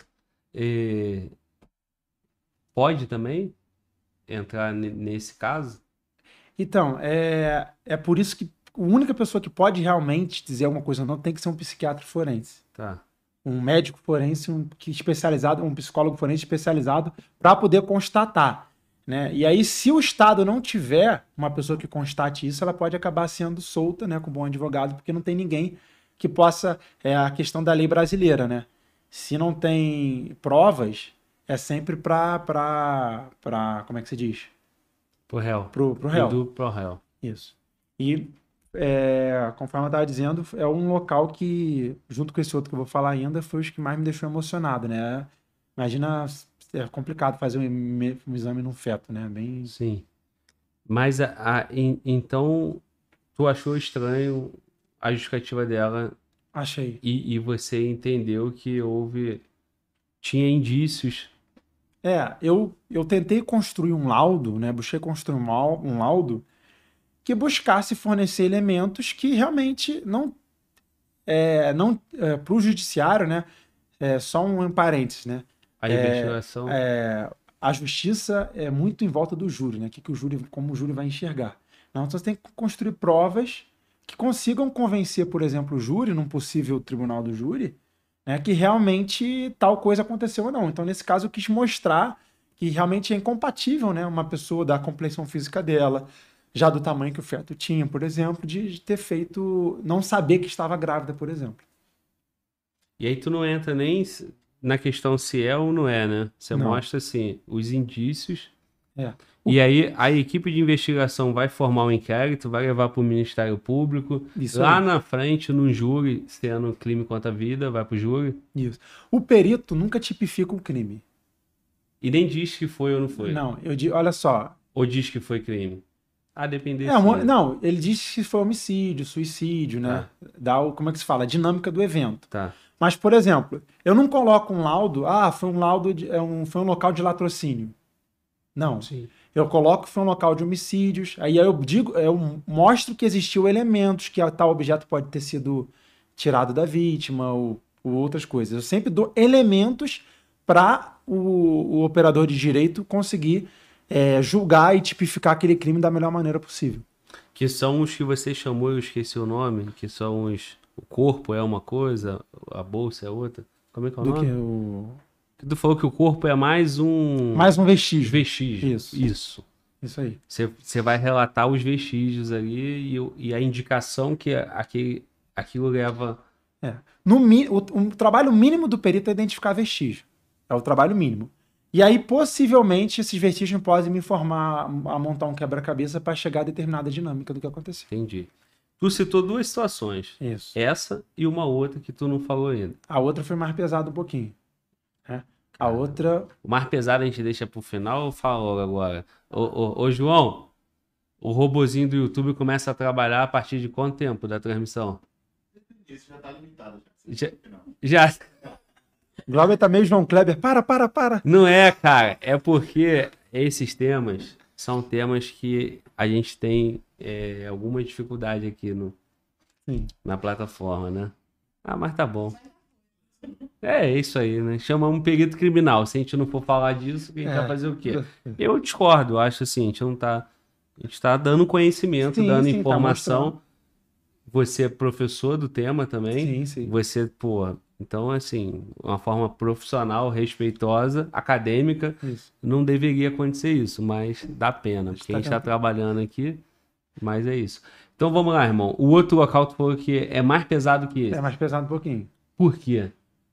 Pode também entrar nesse caso? Então, é por isso que a única pessoa que pode realmente dizer alguma coisa não tem que ser um psiquiatra forense. Tá. Um médico forense, um psicólogo forense especializado para poder constatar. Né? E aí, se o Estado não tiver uma pessoa que constate isso, ela pode acabar sendo solta, né, com um bom advogado, porque não tem ninguém que possa... É a questão da lei brasileira, né? Se não tem provas, é sempre para como é que se diz? Pro réu. Pro réu. Pro réu. Isso. E, conforme eu estava dizendo, é um local que, junto com esse outro que eu vou falar ainda, foi os que mais me deixou emocionado, né? Imagina, é complicado fazer um exame num feto, né? Bem... Sim. Mas, então, tu achou estranho a justificativa dela? Achei. E você entendeu que tinha indícios. Eu tentei construir um laudo, né? Busquei construir um laudo que buscasse fornecer elementos que realmente não para o judiciário, né? Só um parênteses, né? A investigação. A justiça é muito em volta do júri, né? Como o júri vai enxergar. Então você tem que construir provas que consigam convencer, por exemplo, o júri, num possível tribunal do júri, né, que realmente tal coisa aconteceu ou não. Então, nesse caso, eu quis mostrar que realmente é incompatível, né, uma pessoa da complexão física dela, já do tamanho que o feto tinha, por exemplo, de ter feito... não saber que estava grávida, por exemplo. E aí tu não entra nem na questão se é ou não é, né? Você Não. mostra, assim, os indícios. E aí a equipe de investigação vai formar um inquérito, vai levar para o Ministério Público. Isso lá aí. na frente, no júri, sendo crime contra a vida, vai para o júri. Isso. O perito nunca tipifica um crime. E nem diz que foi ou não foi. Não, eu digo, olha só. Ou diz que foi crime. A depender Não, ele diz que foi homicídio, suicídio, né? Como é que se fala? A dinâmica do evento. Tá. Mas, por exemplo, eu não coloco um laudo, foi um laudo, foi um local de latrocínio. Não. Sim. Eu coloco que foi um local de homicídios, aí eu mostro que existiu elementos que tal objeto pode ter sido tirado da vítima ou outras coisas. Eu sempre dou elementos para o operador de direito conseguir julgar e tipificar aquele crime da melhor maneira possível. Que são os que você chamou, eu esqueci o nome, que são os... O corpo é uma coisa, a bolsa é outra. Como é que é o nome? Tu falou que o corpo é mais um... Mais um vestígio. Vestígio. Isso aí. Você vai relatar os vestígios ali e a indicação que aquilo leva... O trabalho mínimo do perito é identificar vestígio. É o trabalho mínimo. E aí, possivelmente, esses vestígios podem me informar a montar um quebra-cabeça para chegar a determinada dinâmica do que aconteceu. Entendi. Tu citou 2 situações. Isso. Essa e uma outra que tu não falou ainda. A outra foi mais pesada um pouquinho. A outra... O mais pesado a gente deixa pro final ou fala logo agora? Ô, João, o robozinho do YouTube começa a trabalhar a partir de quanto tempo da transmissão? Isso já tá limitado. Já. Glauber tá meio João Kleber. Para. Não é, cara. É porque esses temas são temas que a gente tem alguma dificuldade aqui na plataforma, né? Mas tá bom. É isso aí, né? Chama um perito criminal. Se a gente não for falar disso, a gente vai fazer o quê? Eu discordo. Eu acho assim, a gente não tá... A gente tá dando conhecimento, dando informação. Tá, você é professor do tema também. Sim. Você, então, assim, uma forma profissional, respeitosa, acadêmica, não deveria acontecer isso, mas dá pena, porque a gente tá trabalhando aqui, mas é isso. Então, vamos lá, irmão. O outro local tu falou que é mais pesado que esse. É mais pesado um pouquinho. Por quê?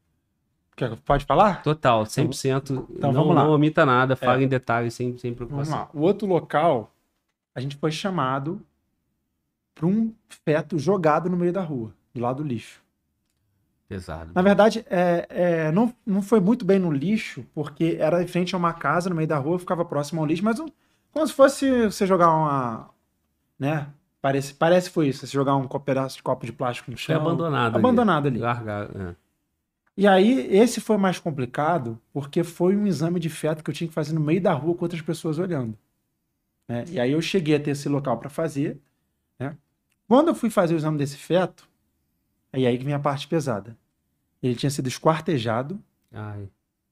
Pode falar? Total, 100%. Então vamos lá. Não omita nada, fala em detalhes, sem preocupação. Vamos lá. O outro local, a gente foi chamado para um feto jogado no meio da rua, do lado do lixo. Pesado. Na verdade, não foi muito bem no lixo, porque era em frente a uma casa no meio da rua, ficava próximo ao lixo, mas como se fosse você jogar uma... né? Parece foi isso, você jogar um pedaço de copo de plástico no chão. Foi abandonado. Abandonado ali. Largado, E aí, esse foi mais complicado, porque foi um exame de feto que eu tinha que fazer no meio da rua com outras pessoas olhando. Né? E aí eu cheguei a ter esse local para fazer. Né? Quando eu fui fazer o exame desse feto, aí que vem a parte pesada. Ele tinha sido esquartejado. Ai.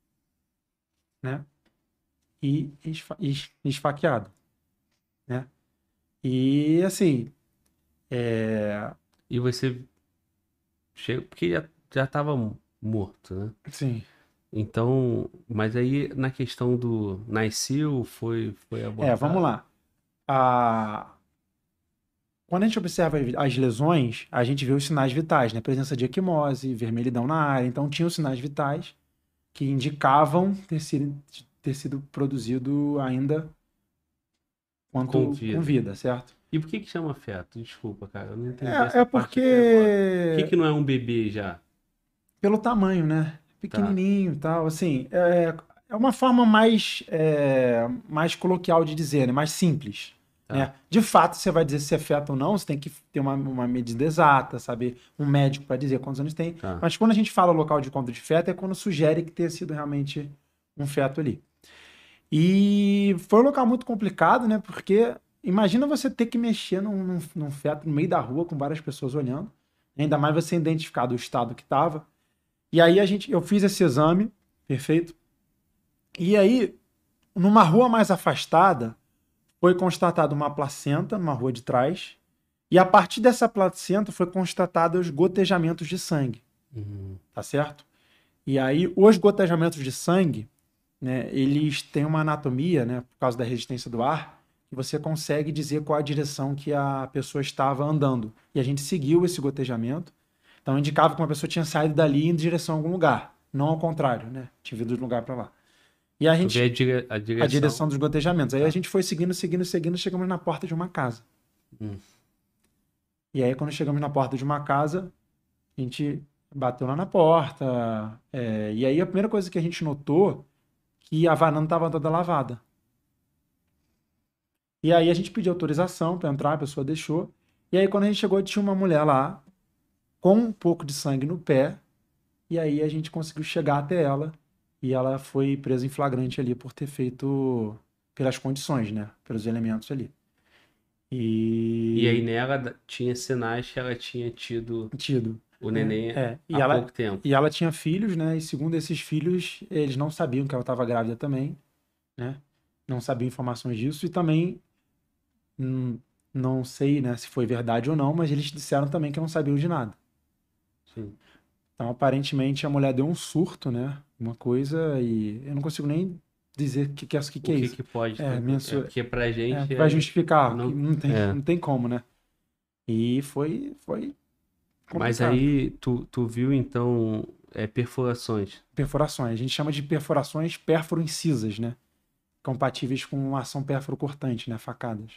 Né? E esfaqueado. Né? E assim... E você... Porque já estava morto, né? Sim. Então, mas aí na questão do nasceu, foi abortado. Vamos lá. Quando a gente observa as lesões, a gente vê os sinais vitais, né? Presença de equimose, vermelhidão na área. Então, tinha os sinais vitais que indicavam ter sido produzido ainda com vida, certo? E por que chama feto? Desculpa, cara, eu não entendi porque... Por que não é um bebê já? Pelo tamanho, né? Pequenininho e tal, assim... É uma forma mais coloquial de dizer, né? Mais simples. Tá. Né? De fato, você vai dizer se é feto ou não, você tem que ter uma medida exata, saber um médico para dizer quantos anos tem. Tá. Mas quando a gente fala local de encontro de feto, é quando sugere que tenha sido realmente um feto ali. E foi um local muito complicado, né? Porque imagina você ter que mexer num feto no meio da rua com várias pessoas olhando. Ainda mais você identificar do estado que estava. E aí eu fiz esse exame, perfeito? E aí, numa rua mais afastada, foi constatada uma placenta, numa rua de trás, e a partir dessa placenta foi constatado os gotejamentos de sangue. Tá certo? E aí, os gotejamentos de sangue, né, eles têm uma anatomia, né, por causa da resistência do ar, que você consegue dizer qual a direção que a pessoa estava andando. E a gente seguiu esse gotejamento, então indicava que uma pessoa tinha saído dali em direção a algum lugar, não ao contrário, né, tinha vindo de um lugar para lá. E a gente... a direção dos gotejamentos. Aí a gente foi seguindo, chegamos na porta de uma casa. E aí, quando chegamos na porta de uma casa, a gente bateu lá na porta. E aí, a primeira coisa que a gente notou que a varanda estava toda lavada. E aí, a gente pediu autorização para entrar, a pessoa deixou. E aí, quando a gente chegou, tinha uma mulher lá com um pouco de sangue no pé E aí a gente conseguiu chegar até ela e ela foi presa em flagrante ali por ter feito pelas condições, né? Pelos elementos ali. E aí nela tinha sinais que ela tinha tido o neném há pouco tempo. E ela tinha filhos, né? E segundo esses filhos, eles não sabiam que ela estava grávida também, né? Não sabiam informações disso e também não sei, né, se foi verdade ou não, mas eles disseram também que não sabiam de nada. Sim. Então, aparentemente, a mulher deu um surto, né? Uma coisa e eu não consigo nem dizer o que é isso. O que pode ter? Porque pra gente... Vai justificar, não, não tem como, né? E foi complicado. Mas aí tu viu, então, perfurações. Perfurações. A gente chama de perfurações pérfuro-incisas, né? Compatíveis com uma ação pérfuro-cortante, né? Facadas.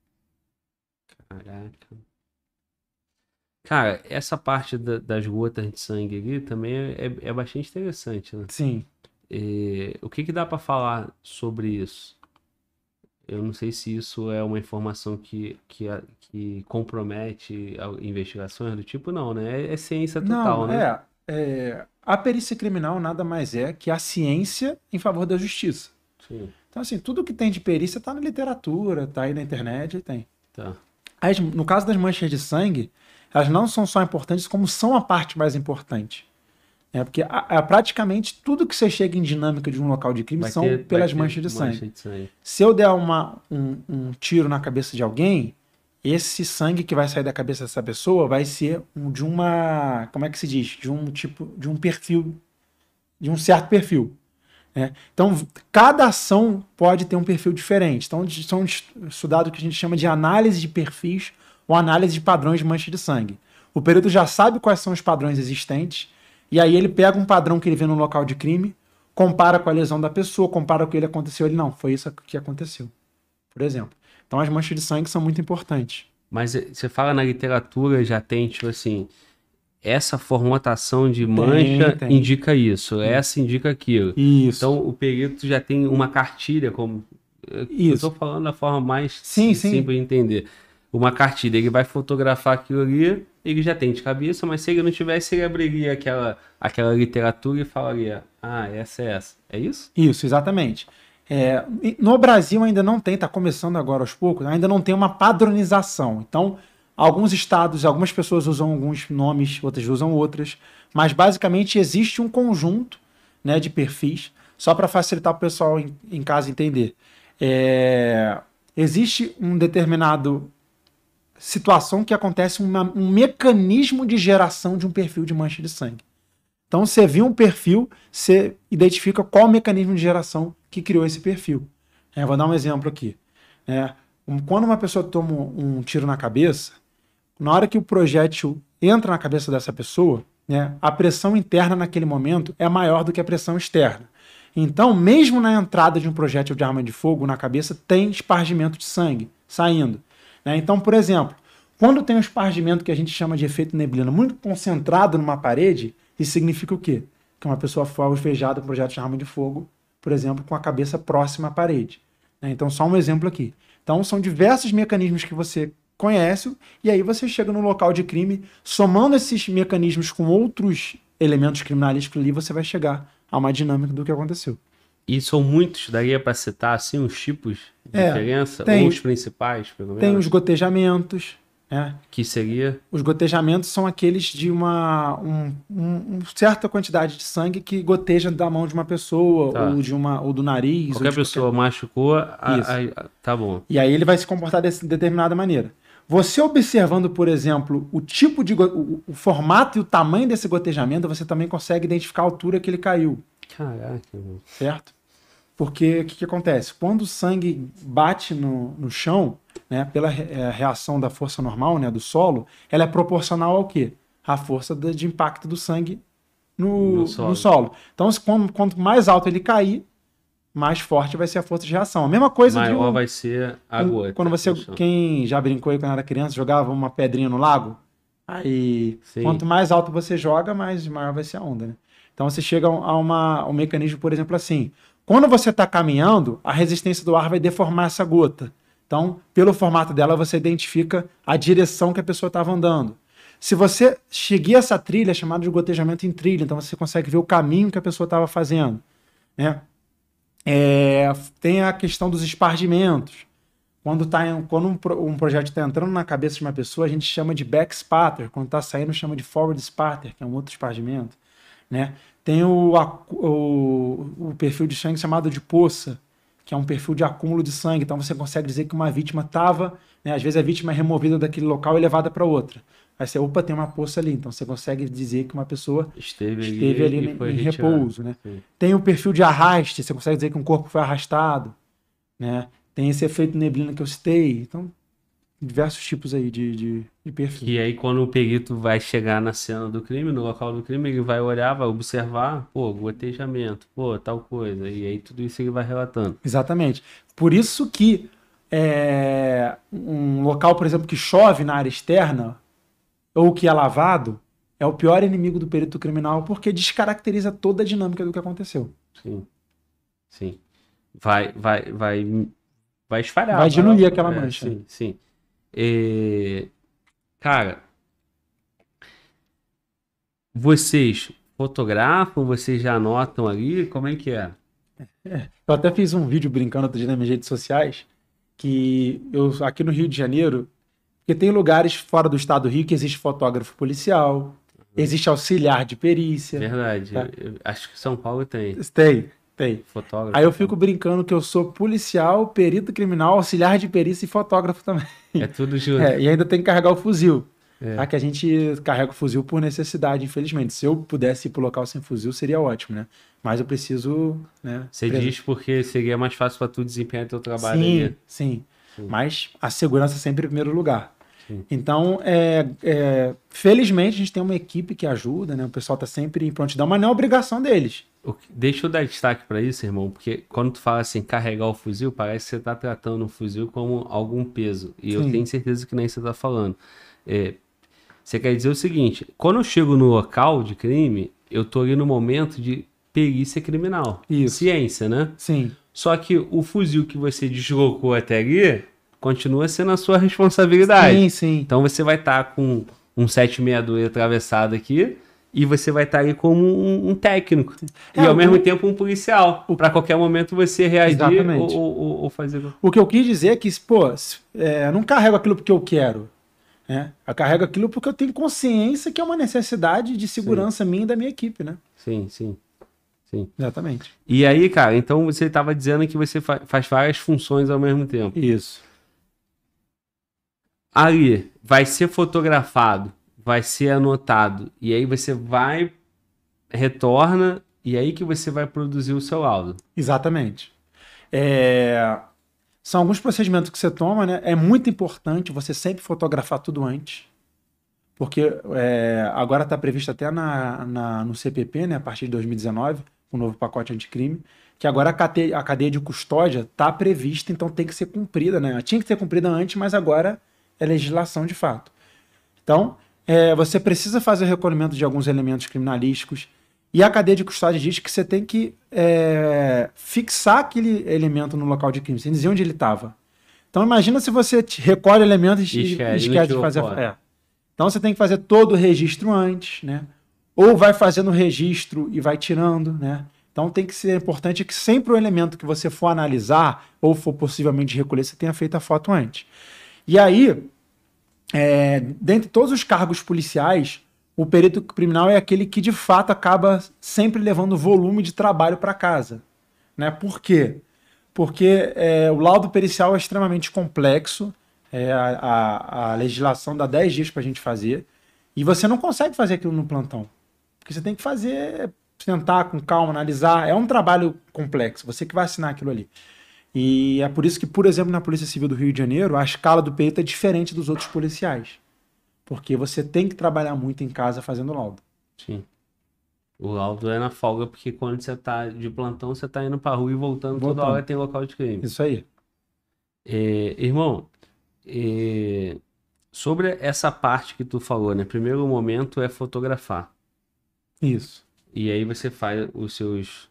Caraca. Cara, essa parte das gotas de sangue ali também é bastante interessante, né? Sim. O que dá pra falar sobre isso? Eu não sei se isso é uma informação que compromete investigações do tipo, não, né? É ciência total, né? A perícia criminal nada mais é que a ciência em favor da justiça. Sim. Então, assim, tudo que tem de perícia tá na literatura, tá aí na internet, tem. Tá. No caso das manchas de sangue, elas não são só importantes, como são a parte mais importante. Porque praticamente tudo que você chega em dinâmica de um local de crime são pelas manchas de sangue. Se eu der um tiro na cabeça de alguém, esse sangue que vai sair da cabeça dessa pessoa vai ser de uma, como é que se diz? De um perfil, de um certo perfil. Então, cada ação pode ter um perfil diferente. Então, são estudados o que a gente chama de análise de perfis ou análise de padrões de mancha de sangue. O perito já sabe quais são os padrões existentes, e aí ele pega um padrão que ele vê no local de crime, compara com a lesão da pessoa, compara com o que ele aconteceu, ele não, foi isso que aconteceu, por exemplo. Então as manchas de sangue são muito importantes. Mas você fala na literatura, já tem, tipo assim, essa formatação de mancha indica isso, essa indica aquilo. Isso. Então o perito já tem uma cartilha, como... Isso. Eu estou falando da forma mais simples de entender. Uma cartilha, ele vai fotografar aquilo ali, ele já tem de cabeça, mas se ele não tivesse, ele abriria aquela literatura e falaria, essa é essa. É isso? Isso, exatamente. No Brasil ainda não tem, está começando agora aos poucos, ainda não tem uma padronização. Então, alguns estados, algumas pessoas usam alguns nomes, outras usam outras, mas basicamente existe um conjunto, né, de perfis, só para facilitar para o pessoal em casa entender. Existe um determinado situação que acontece um mecanismo de geração de um perfil de mancha de sangue. Então, você viu um perfil, você identifica qual o mecanismo de geração que criou esse perfil. Vou dar um exemplo aqui. Quando uma pessoa toma um tiro na cabeça, na hora que o projétil entra na cabeça dessa pessoa, a pressão interna naquele momento é maior do que a pressão externa. Então, mesmo na entrada de um projétil de arma de fogo na cabeça, tem espargimento de sangue saindo. Então, por exemplo, quando tem um espargimento que a gente chama de efeito neblina muito concentrado numa parede, isso significa o quê? Que uma pessoa foi alvejada por um projétil de arma de fogo, por exemplo, com a cabeça próxima à parede. Então, só um exemplo aqui. Então, são diversos mecanismos que você conhece e aí você chega no local de crime, somando esses mecanismos com outros elementos criminalísticos ali, você vai chegar a uma dinâmica do que aconteceu. E são muitos, daria para citar assim, os tipos de diferença? Ou os principais, pelo menos? Tem os gotejamentos. Que seria? Os gotejamentos são aqueles de uma certa quantidade de sangue que goteja da mão de uma pessoa ou do nariz. Qualquer pessoa machucou, tá bom. E aí ele vai se comportar de determinada maneira. Você observando, por exemplo, o tipo de o formato e o tamanho desse gotejamento, você também consegue identificar a altura que ele caiu. Caraca, meu. Certo? Porque o que acontece? Quando o sangue bate no chão, pela reação da força normal, do solo, ela é proporcional ao quê? À força de impacto do sangue no solo. Então, quanto mais alto ele cair, mais forte vai ser a força de reação. A mesma coisa maior vai ser a gota. Quando quem já brincou aí quando era criança, jogava uma pedrinha no lago, aí quanto mais alto você joga, maior vai ser a onda, né? Então você chega a um mecanismo, por exemplo, assim. Quando você está caminhando, a resistência do ar vai deformar essa gota. Então, pelo formato dela, você identifica a direção que a pessoa estava andando. se você seguir essa trilha, é chamado de gotejamento em trilha, então você consegue ver o caminho que a pessoa estava fazendo, né? Tem a questão dos espargimentos. Quando um projeto está entrando na cabeça de uma pessoa, a gente chama de back spatter. Quando está saindo, chama de forward spatter, que é um outro espargimento, né? Tem o perfil de sangue chamado de poça, que é um perfil de acúmulo de sangue. Então você consegue dizer que uma vítima estava, né? Às vezes a vítima é removida daquele local e levada para outra. Aí você, opa, tem uma poça ali. Então você consegue dizer que uma pessoa esteve ali em repouso, né? Tem o perfil de arraste, você consegue dizer que um corpo foi arrastado, né? Tem esse efeito neblina que eu citei. Então, diversos tipos aí de perfil. E aí, quando o perito vai chegar na cena do crime, no local do crime, ele vai olhar, vai observar, pô, gotejamento, pô, tal coisa. E aí tudo isso ele vai relatando. Exatamente. Por isso que um local, por exemplo, que chove na área externa ou que é lavado, é o pior inimigo do perito criminal porque descaracteriza toda a dinâmica do que aconteceu. Sim. Sim. Vai espalhar. Vai diluir aquela mancha. Sim, sim. Cara, vocês fotografam, vocês já anotam ali? Como é que é? Eu até fiz um vídeo brincando outro dia nas minhas redes sociais que eu, aqui no Rio de Janeiro, porque tem lugares fora do estado do Rio que existe fotógrafo policial, existe auxiliar de perícia. Verdade. Tá? Eu acho que São Paulo tem. Tem. Fotógrafo. Aí eu fico brincando que eu sou policial, perito criminal, auxiliar de perícia e fotógrafo também. É tudo junto. E ainda tem que carregar o fuzil. Tá? Que a gente carrega o fuzil por necessidade, infelizmente. Se eu pudesse ir pro local sem fuzil, seria ótimo, né? Mas eu preciso, né? Você diz porque seria mais fácil para tu desempenhar teu trabalho ali. Sim. Mas a segurança sempre em primeiro lugar. Sim. Então, felizmente, a gente tem uma equipe que ajuda, né? O pessoal tá sempre em prontidão, mas não é obrigação deles. Deixa eu dar destaque para isso, irmão, porque quando tu fala assim, carregar o fuzil, parece que você tá tratando o fuzil como algum peso. E eu tenho certeza que nem você tá falando. Você quer dizer o seguinte, quando eu chego no local de crime, eu tô ali no momento de perícia criminal. Isso. Ciência, né? Sim. Só que o fuzil que você deslocou até ali continua sendo a sua responsabilidade. Sim. Então você vai estar com um 762 atravessado aqui e você vai estar ali como um técnico. E ao mesmo tempo um policial. Para qualquer momento você reagir ou fazer... O que eu quis dizer é que, eu não carrego aquilo porque eu quero. Né? Eu carrego aquilo porque eu tenho consciência que é uma necessidade de segurança minha e da minha equipe, né? Sim. Exatamente. E aí, cara, então você estava dizendo que você faz várias funções ao mesmo tempo. Isso. Ali, vai ser fotografado, vai ser anotado, e aí você retorna, e aí que você vai produzir o seu laudo. Exatamente. São alguns procedimentos que você toma, né? É muito importante você sempre fotografar tudo antes, porque agora está previsto até no CPP, né? A partir de 2019, o novo pacote anticrime, que agora a cadeia de custódia está prevista, então tem que ser cumprida, né? Tinha que ser cumprida antes, mas agora é legislação de fato. Então, você precisa fazer o recolhimento de alguns elementos criminalísticos e a cadeia de custódia diz que você tem que fixar aquele elemento no local de crime, sem dizer onde ele estava. Então, imagina se você recolhe elementos e esquece de fazer... Então, você tem que fazer todo o registro antes, né? Ou vai fazendo o registro e vai tirando, né? Então, tem que ser importante que sempre o elemento que você for analisar ou for possivelmente recolher, você tenha feito a foto antes. E aí, dentre todos os cargos policiais, o perito criminal é aquele que, de fato, acaba sempre levando volume de trabalho para casa. Né? Por quê? Porque o laudo pericial é extremamente complexo, a legislação dá 10 dias para a gente fazer, e você não consegue fazer aquilo no plantão. Porque você tem que sentar com calma, analisar. É um trabalho complexo, você que vai assinar aquilo ali. E é por isso que, por exemplo, na Polícia Civil do Rio de Janeiro, a escala do perito é diferente dos outros policiais. Porque você tem que trabalhar muito em casa fazendo laudo. Sim. O laudo é na folga, porque quando você tá de plantão, você tá indo pra rua e voltando. Toda hora tem local de crime. Isso aí. Irmão, sobre essa parte que tu falou, né? Primeiro momento é fotografar. Isso. E aí você faz os seus...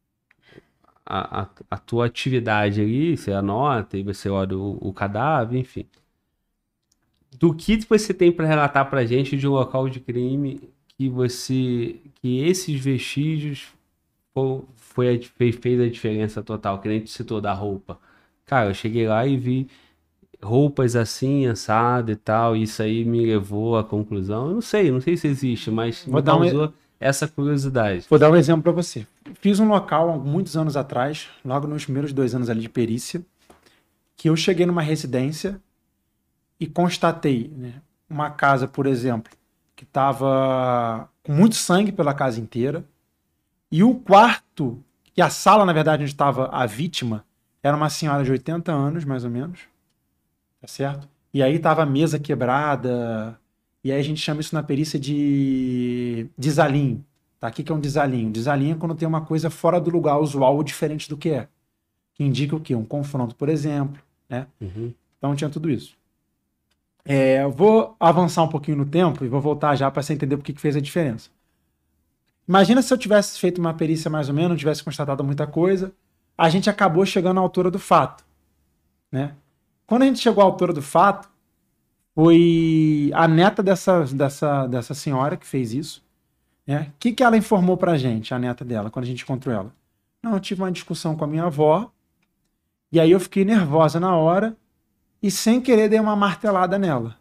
A tua atividade ali, você anota e você olha o cadáver, enfim. do que você tem para relatar pra gente de um local de crime que esses vestígios fez a diferença total, que nem tu citou da roupa. Cara, eu cheguei lá e vi roupas assim, assado e tal, e isso aí me levou à conclusão. Eu não sei se existe, mas me causou essa curiosidade. Vou dar um exemplo para você. Fiz um local há muitos anos atrás, logo nos primeiros 2 anos ali de perícia, que eu cheguei numa residência e constatei, né, uma casa, por exemplo, que estava com muito sangue pela casa inteira, e o quarto, e a sala, na verdade, onde estava a vítima, era uma senhora de 80 anos, mais ou menos, tá certo? E aí estava a mesa quebrada, e aí a gente chama isso na perícia de desalinho, tá? O que é um desalinho? Desalinho é quando tem uma coisa fora do lugar usual ou diferente do que é. Que indica o quê? Um confronto, por exemplo, né? Uhum. Então tinha tudo isso. Eu vou avançar um pouquinho no tempo e vou voltar já para você entender por que fez a diferença. Imagina se eu tivesse feito uma perícia mais ou menos, tivesse constatado muita coisa, a gente acabou chegando à altura do fato, né? Quando a gente chegou à altura do fato, foi a neta dessa senhora que fez isso, né? O que ela informou pra gente, a neta dela, quando a gente encontrou ela? Não, eu tive uma discussão com a minha avó, e aí eu fiquei nervosa na hora, e sem querer dei uma martelada nela.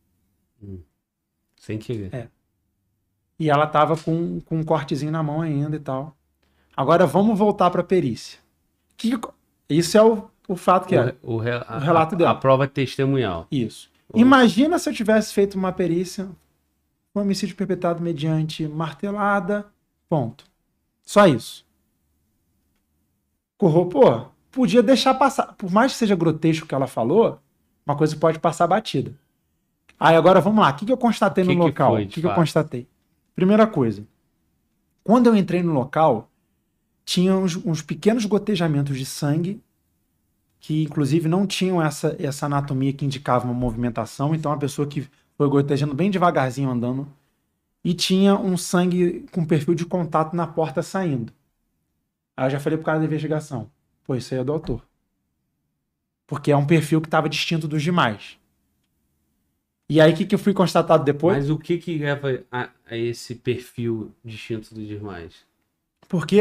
Sem querer. E ela tava com um cortezinho na mão ainda e tal. Agora vamos voltar pra perícia. Isso é o fato que O relato dela. A prova testemunhal. Isso. Imagina se eu tivesse feito uma perícia, um homicídio perpetrado mediante martelada, ponto. Só isso. Pô, podia deixar passar. Por mais que seja grotesco o que ela falou, uma coisa pode passar batida. Aí agora vamos lá. O que eu constatei no local? O que eu constatei? Primeira coisa. Quando eu entrei no local, tinha uns pequenos gotejamentos de sangue que, inclusive, não tinham essa anatomia que indicava uma movimentação. Então, a pessoa que foi gotejando bem devagarzinho andando. E tinha um sangue com perfil de contato na porta saindo. Aí eu já falei pro cara da investigação. Pô, isso aí é do autor. Porque é um perfil que estava distinto dos demais. E aí, o que eu fui constatado depois? Mas o que leva a esse perfil distinto dos demais? Porque,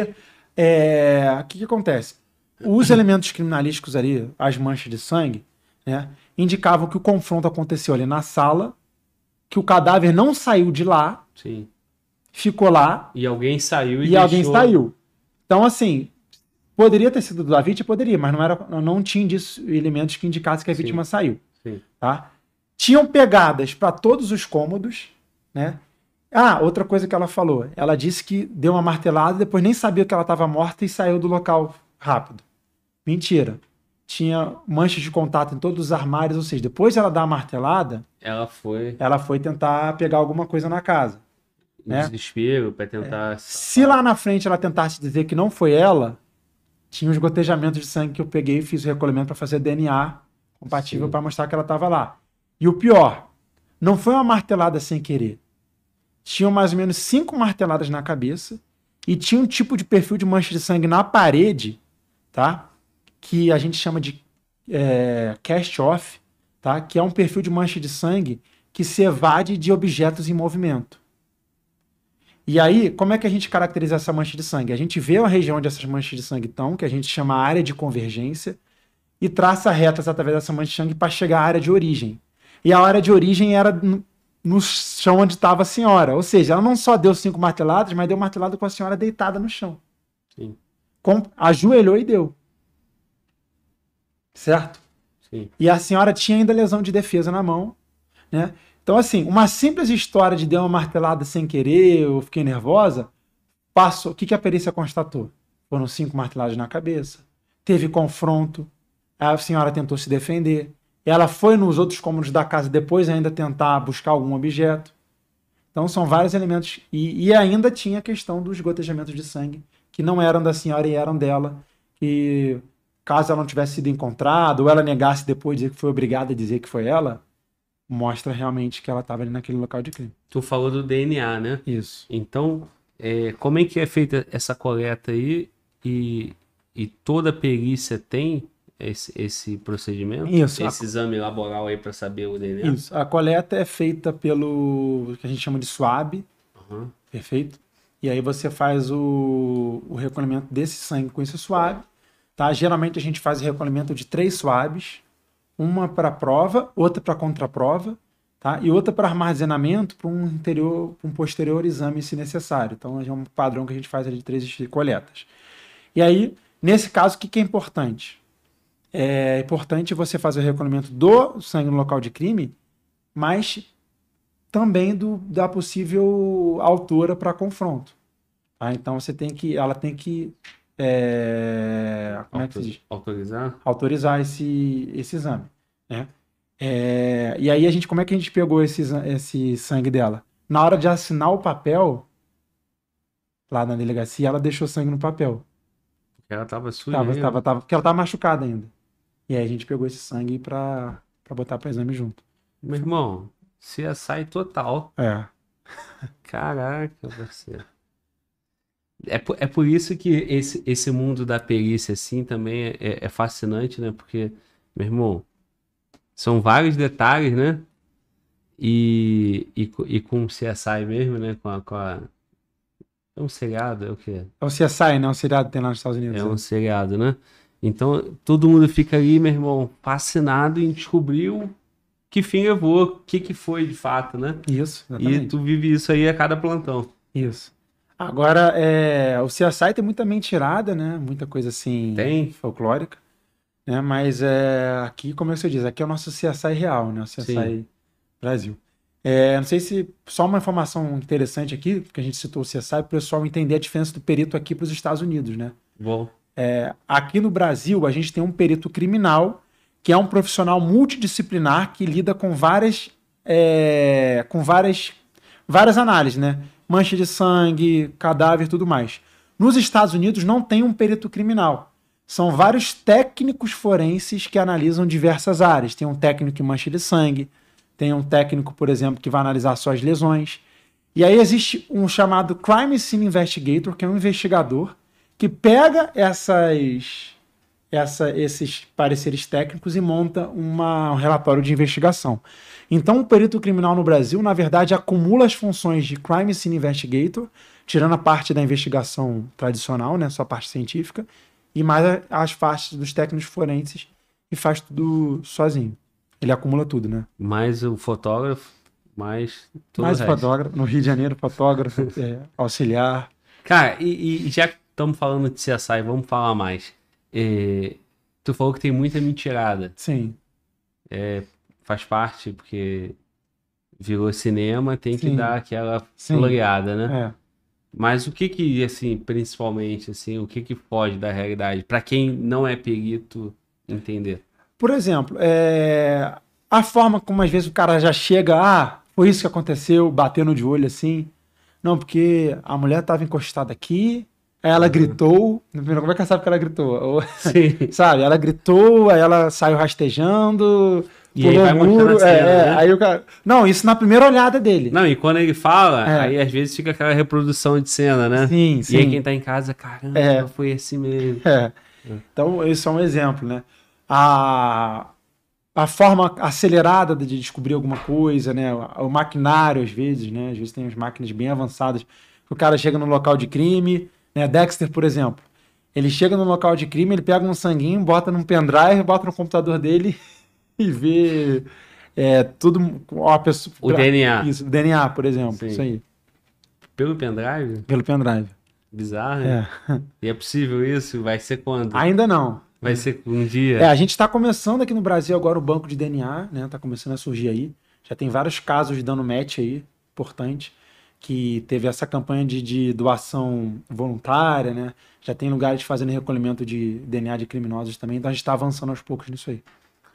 o que acontece? Os elementos criminalísticos ali, as manchas de sangue, né, indicavam que o confronto aconteceu ali na sala, que o cadáver não saiu de lá, sim, ficou lá. E alguém saiu e alguém saiu. Então, assim, poderia ter sido da vítima, poderia, mas não tinha elementos que indicassem que a vítima saiu. Sim. Tá? Tinham pegadas para todos os cômodos, né? Ah, outra coisa que ela falou. Ela disse que deu uma martelada, depois nem sabia que ela estava morta e saiu do local rápido. Mentira. Tinha manchas de contato em todos os armários, ou seja, depois de ela dar a martelada, ela foi tentar pegar alguma coisa na casa. Né? Desespero para tentar... Se lá na frente ela tentasse dizer que não foi ela, tinha os gotejamentos de sangue que eu peguei e fiz o recolhimento para fazer DNA compatível para mostrar que ela estava lá. E o pior, não foi uma martelada sem querer. Tinham mais ou menos 5 marteladas na cabeça e tinha um tipo de perfil de mancha de sangue na parede, tá? Que a gente chama de cast-off, tá? Que é um perfil de mancha de sangue que se evade de objetos em movimento. E aí, como é que a gente caracteriza essa mancha de sangue? A gente vê a região onde essas manchas de sangue estão, que a gente chama área de convergência, e traça retas através dessa mancha de sangue para chegar à área de origem. E a área de origem era no chão onde estava a senhora. Ou seja, ela não só deu 5 marteladas, mas deu martelada com a senhora deitada no chão. Sim. Ajoelhou e deu. Certo? Sim. E a senhora tinha ainda lesão de defesa na mão, né? Então, assim, uma simples história de deu uma martelada sem querer, eu fiquei nervosa, passou. O que a perícia constatou? Foram 5 marteladas na cabeça, teve confronto, a senhora tentou se defender, ela foi nos outros cômodos da casa depois ainda tentar buscar algum objeto. Então, são vários elementos. E ainda tinha a questão dos gotejamentos de sangue, que não eram da senhora e eram dela, e caso ela não tivesse sido encontrada, ou ela negasse depois, dizer que foi obrigada a dizer que foi ela, mostra realmente que ela estava ali naquele local de crime. Tu falou do DNA, né? Isso. Então, como é que é feita essa coleta aí? E toda perícia tem esse procedimento? Isso. Esse exame laboral aí para saber o DNA? Isso. A coleta é feita pelo que a gente chama de swab, Uhum. perfeito? E aí você faz o recolhimento desse sangue com esse swab, tá? Geralmente a gente faz o recolhimento de 3 swabs, uma para prova, outra para contraprova, tá? E outra para armazenamento para um posterior exame, se necessário. Então é um padrão que a gente faz ali de 3 coletas. E aí, nesse caso, o que é importante? É importante você fazer o recolhimento do sangue no local de crime, mas também da possível autora para confronto. Tá? Então ela tem que como é que se diz? Autorizar esse exame, né? E aí como é que a gente pegou esse sangue dela? Na hora de assinar o papel, lá na delegacia, ela deixou sangue no papel. Porque ela tava suja porque ela tava machucada ainda. E aí a gente pegou esse sangue pra botar para exame junto. Meu irmão, CSI total. Caraca, parceiro. É por isso que esse mundo da perícia, assim, também é fascinante, né? Porque, meu irmão, são vários detalhes, né? E com o CSI mesmo, né? É um seriado, é o quê? É o CSI, né? Um seriado que tem lá nos Estados Unidos. É um seriado, né? Então, todo mundo fica ali, meu irmão, fascinado em descobrir o que fim levou, o que foi de fato, né? Isso, exatamente. E tu vive isso aí a cada plantão. Isso. Agora, o CSI tem muita mentirada, né? Muita coisa assim folclórica, né? Mas aqui, como você diz, aqui é o nosso CSI real, né? O CSI Sim. Brasil. Não sei se só uma informação interessante aqui, porque a gente citou o CSI, para o pessoal entender a diferença do perito aqui para os Estados Unidos, né? Bom. Aqui no Brasil, a gente tem um perito criminal, que é um profissional multidisciplinar que lida com várias análises, né? Mancha de sangue, cadáver e tudo mais. Nos Estados Unidos não tem um perito criminal. São vários técnicos forenses que analisam diversas áreas. Tem um técnico em mancha de sangue, tem um técnico, por exemplo, que vai analisar só as lesões. E aí existe um chamado Crime Scene Investigator, que é um investigador que pega esses pareceres técnicos e monta um relatório de investigação. Então, o perito criminal no Brasil, na verdade, acumula as funções de Crime Scene Investigator, tirando a parte da investigação tradicional, né, só a parte científica, e mais as partes dos técnicos forenses, e faz tudo sozinho. Ele acumula tudo, né? Mais o fotógrafo, mais tudo mais o o resto. fotógrafo, no Rio de Janeiro, fotógrafo, auxiliar. Cara, e já que estamos falando de CSI, vamos falar mais. Tu falou que tem muita mentirada. Sim. Faz parte, porque virou cinema, tem que Sim. dar aquela Sim. floreada, né? Mas o que assim, principalmente, assim, o que foge da realidade? Pra quem não é perito entender. Por exemplo, a forma como às vezes o cara já chega, foi isso que aconteceu, batendo de olho assim. Não, porque a mulher estava encostada aqui, aí ela gritou. Como é que ela sabe que ela gritou? Sim. Sabe, ela gritou, aí ela saiu rastejando, E pulou aí vai o muro. mostrando a cena, né? Aí o cara... Não, isso na primeira olhada dele. Não, e quando ele fala, aí às vezes fica aquela reprodução de cena, né? Sim, E sim. aí quem tá em casa, caramba, foi assim mesmo. Então, isso é um exemplo, né? A forma acelerada de descobrir alguma coisa, né? O maquinário, às vezes, né? Às vezes tem umas máquinas bem avançadas. O cara chega no local de crime, né? Dexter, por exemplo. Ele chega no local de crime, ele pega um sanguinho, bota num pendrive, bota no computador dele e vê tudo... a pessoa, O DNA. Isso, o DNA, por exemplo. Sim. Isso aí. Pelo pendrive? Pelo pendrive. Bizarro, né? E é possível isso? Vai ser quando? Ainda não. Vai ser um dia? A gente está começando aqui no Brasil agora o banco de DNA, né? Tá começando a surgir aí. Já tem vários casos dando match aí, importante, que teve essa campanha de doação voluntária, né? Já tem lugares fazendo recolhimento de DNA de criminosos também, então a gente está avançando aos poucos nisso aí.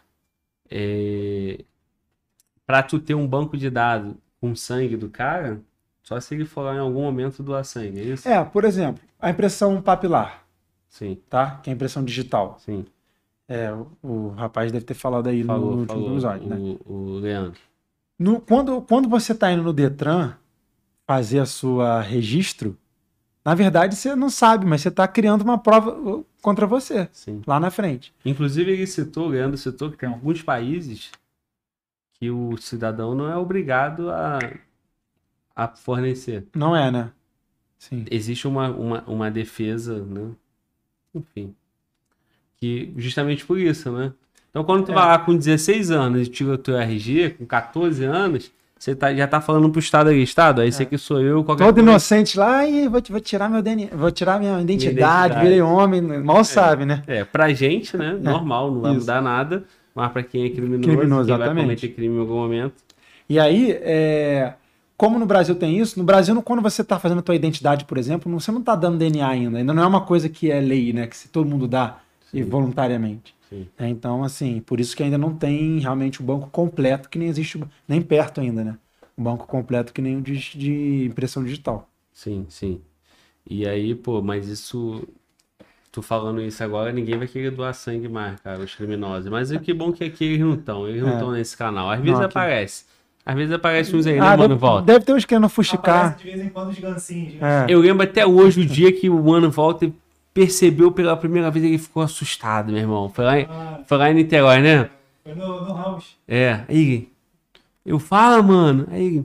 Para tu ter um banco de dados com sangue do cara, só se ele for lá em algum momento doar sangue, é isso? Por exemplo, a impressão papilar. Sim. Tá? Que é a impressão digital. Sim. O rapaz deve ter falado aí no último episódio, né? O Leandro. Quando você está indo no Detran fazer a sua registro, na verdade você não sabe, mas você está criando uma prova. contra você, Sim. lá na frente. Inclusive, o Leandro citou que tem alguns países que o cidadão não é obrigado a fornecer. Não é, né? Sim. Existe uma defesa, né? Enfim. Que justamente por isso, né? Então, quando tu vai lá com 16 anos e tira o teu RG, com 14 anos, você já tá falando pro Estado ali, Estado, aí esse aqui sou eu, qualquer Todo coisa. inocente lá, ai, vou tirar meu DNA, vou tirar minha identidade, identidade. virei homem, mal sabe, né? Pra gente, né? Normal, não vai isso. mudar nada. Mas pra quem é criminoso, Criminoso, quem vai exatamente. cometer crime em algum momento. E aí, como no Brasil tem isso, no Brasil, quando você está fazendo a tua identidade, por exemplo, você não está dando DNA ainda não é uma coisa que é lei, né? Que se todo mundo dá e voluntariamente. Sim. Então, assim, por isso que ainda não tem realmente o banco completo, que nem existe, nem perto ainda, né? Um banco completo que nem o de impressão digital. Sim, sim. E aí, pô, mas isso... Tu falando isso agora, ninguém vai querer doar sangue mais, cara, os criminosos. Mas que bom que aqui eles não estão nesse canal. Às vezes Não, aparece. Às vezes aparece uns aí, né, mano, volta. Deve ter uns querendo fuxicar. Aparece de vez em quando os gancinhos. Eu lembro até hoje o dia que o mano volta e percebeu pela primeira vez, ele ficou assustado, meu irmão. Foi lá em Niterói, né? Foi no Ramos. Aí eu falo, mano. Aí.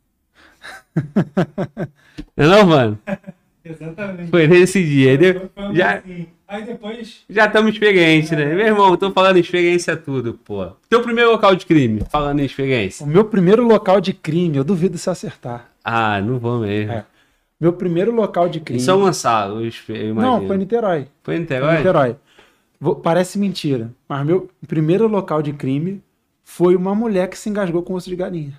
Não, mano? Exatamente. Foi nesse dia. Foi Já, assim. Aí depois. já estamos experientes, né? Meu irmão, tô falando em experiência tudo, pô. Teu primeiro local de crime, falando em experiência. O meu primeiro local de crime, eu duvido se acertar. Ah, não vou mesmo. Meu primeiro local de crime. Em São Gonçalo, eu imagino. Não, foi em Niterói. Foi em Foi Niterói? em Niterói. Parece mentira, mas meu primeiro local de crime foi uma mulher que se engasgou com osso de galinha.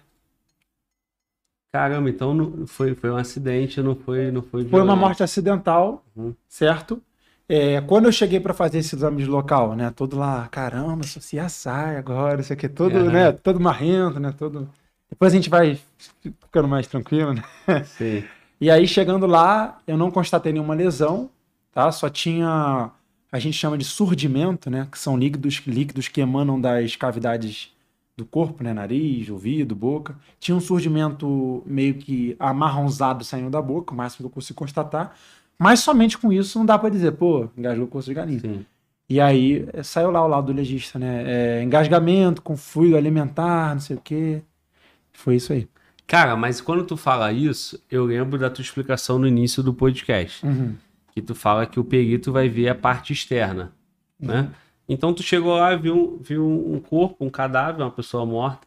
Caramba, então foi um acidente, não foi Foi uma violento. morte acidental, certo? Quando eu cheguei para fazer esse exame de local, né? Todo lá, caramba, sou CSI agora, isso aqui, todo, né? Todo marrento, né? Todo. Depois a gente vai ficando mais tranquilo, né? Sim. E aí, chegando lá, eu não constatei nenhuma lesão, tá? Só tinha, a gente chama de surdimento, né? Que são líquidos que emanam das cavidades do corpo, né? Nariz, ouvido, boca. Tinha um surdimento meio que amarronzado saindo da boca, o máximo que eu consigo constatar. Mas somente com isso não dá pra dizer, pô, engasgou com osso de galinha. Sim. E aí, saiu lá o lado do legista, né? Engasgamento com fluido alimentar, não sei o quê. Foi isso aí. Cara, mas quando tu fala isso, eu lembro da tua explicação no início do podcast. Que tu fala que o perito vai ver a parte externa, né? Então tu chegou lá, viu um corpo, um cadáver, uma pessoa morta,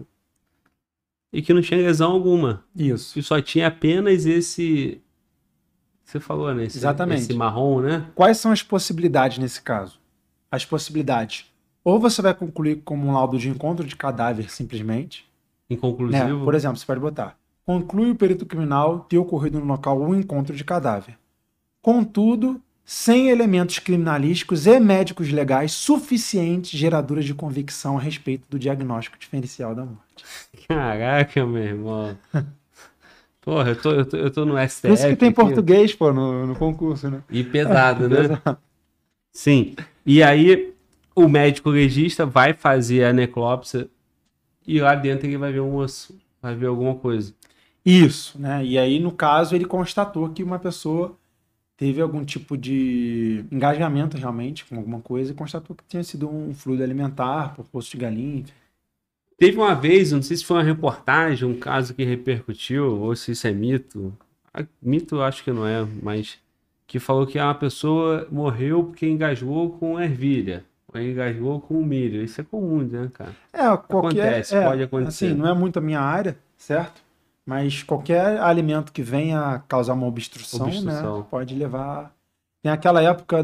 e que não tinha lesão alguma. Isso. E só tinha apenas esse... Você falou, né? Exatamente. Esse marrom, né? Quais são as possibilidades nesse caso? As possibilidades. Ou você vai concluir como um laudo de encontro de cadáver simplesmente, Inconclusivo. né? Por exemplo, você pode botar: conclui o perito criminal ter ocorrido no local um encontro de cadáver. Contudo, sem elementos criminalísticos e médicos legais suficientes geradores de convicção a respeito do diagnóstico diferencial da morte. Caraca, meu irmão. Porra, eu tô no STF. Por isso que tem aqui. português, pô, no concurso, né? E pesado, né? Exato. Sim. E aí, o médico legista vai fazer a necrópsia e lá dentro ele vai ver um osso, vai ver alguma coisa. Isso, né? E aí, no caso, ele constatou que uma pessoa teve algum tipo de engasgamento realmente com alguma coisa e constatou que tinha sido um fluido alimentar por osso de galinha. Teve uma vez, não sei se foi uma reportagem, um caso que repercutiu, ou se isso é mito. Mito eu acho que não é, mas que falou que uma pessoa morreu porque engasgou com ervilha, ou engasgou com milho. Isso é comum, né, cara? Acontece, pode acontecer. Assim, não é muito a minha área, certo? Mas qualquer alimento que venha causar uma obstrução, né, pode levar... Tem aquela época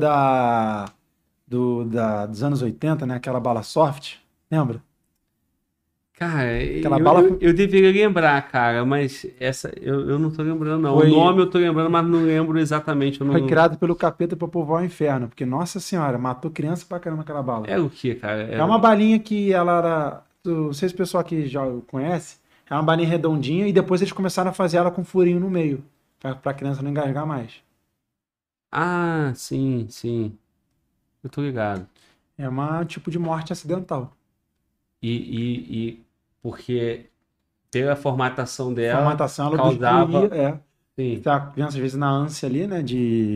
dos anos 80, né, aquela bala soft, lembra? Cara, Aquela bala... eu deveria lembrar, cara, mas essa eu não tô lembrando, não. Foi... O nome eu tô lembrando, mas não lembro exatamente. Foi criado pelo capeta pra povoar o inferno, porque, nossa senhora, matou criança pra caramba aquela bala. É o que, cara? É uma balinha que ela era... Não sei se o pessoal aqui já conhece. É uma balinha redondinha e depois eles começaram a fazer ela com furinho no meio, pra criança não engasgar mais. Ah, sim, sim. Eu tô ligado. É um tipo de morte acidental. E porque pela formatação dela, Formatação, ela causava... obstruía, Sim. Tá, às vezes na ânsia ali, né, de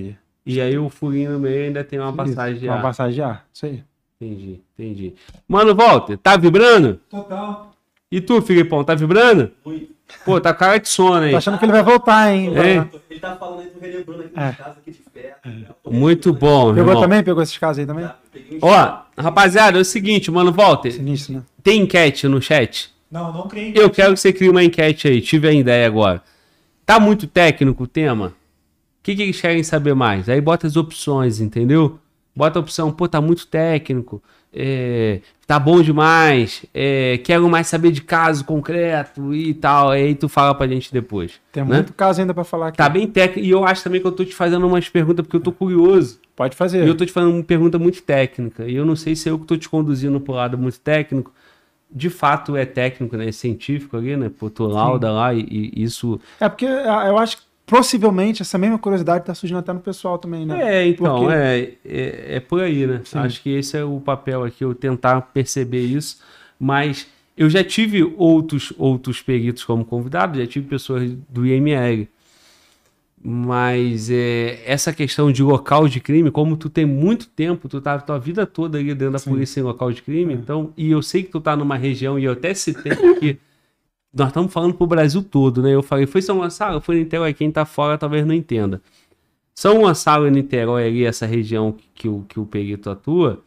E aí o furinho no meio ainda tem uma passagem de Uma ar. passagem de ar. Isso aí. Entendi. Mano, Walter, tá vibrando? Total. E tu, Filipão, tá vibrando? Muito. Pô, tá cara de sono aí. Tô achando que ele vai voltar, hein? É. Ele tá falando aí, tô relembrando aqui nos casos aqui de ferro. Muito bom, Pegou irmão. também? Pegou esses casos aí também? Peguei um Ó, rapaziada, é o seguinte, mano, Walter, Sinistro, né? tem enquete no chat? Não criei. Eu quero que você crie uma enquete aí, tive a ideia agora. Tá muito técnico o tema? O que eles querem saber mais? Aí bota as opções, entendeu? Bota a opção, pô, tá muito técnico, tá bom demais, quero mais saber de caso concreto e tal. Aí tu fala pra gente depois. Tem né? muito caso ainda pra falar aqui. Tá bem técnico, e eu acho também que eu tô te fazendo umas perguntas porque eu tô curioso. Pode E fazer. eu tô te fazendo uma pergunta muito técnica. E eu não sei se é eu que tô te conduzindo pro lado muito técnico. De fato é técnico, né? É científico ali, né? Pô, tu lauda lá e isso... É porque eu acho que possivelmente essa mesma curiosidade tá surgindo até no pessoal também, né? Então, Porque- é por aí, né? Sim. Acho que esse é o papel aqui, eu tentar perceber isso. Mas eu já tive outros peritos como convidado, já tive pessoas do IML. Mas essa questão de local de crime, como tu tem muito tempo, tu tá a tua vida toda ali dentro da Sim. polícia em local de crime, então, e eu sei que tu tá numa região, e eu até citei aqui, nós estamos falando pro Brasil todo, né? Eu falei, foi São Gonçalo, foi Niterói, quem tá fora talvez não entenda. São Gonçalo e Niterói ali, essa região que o perito atua,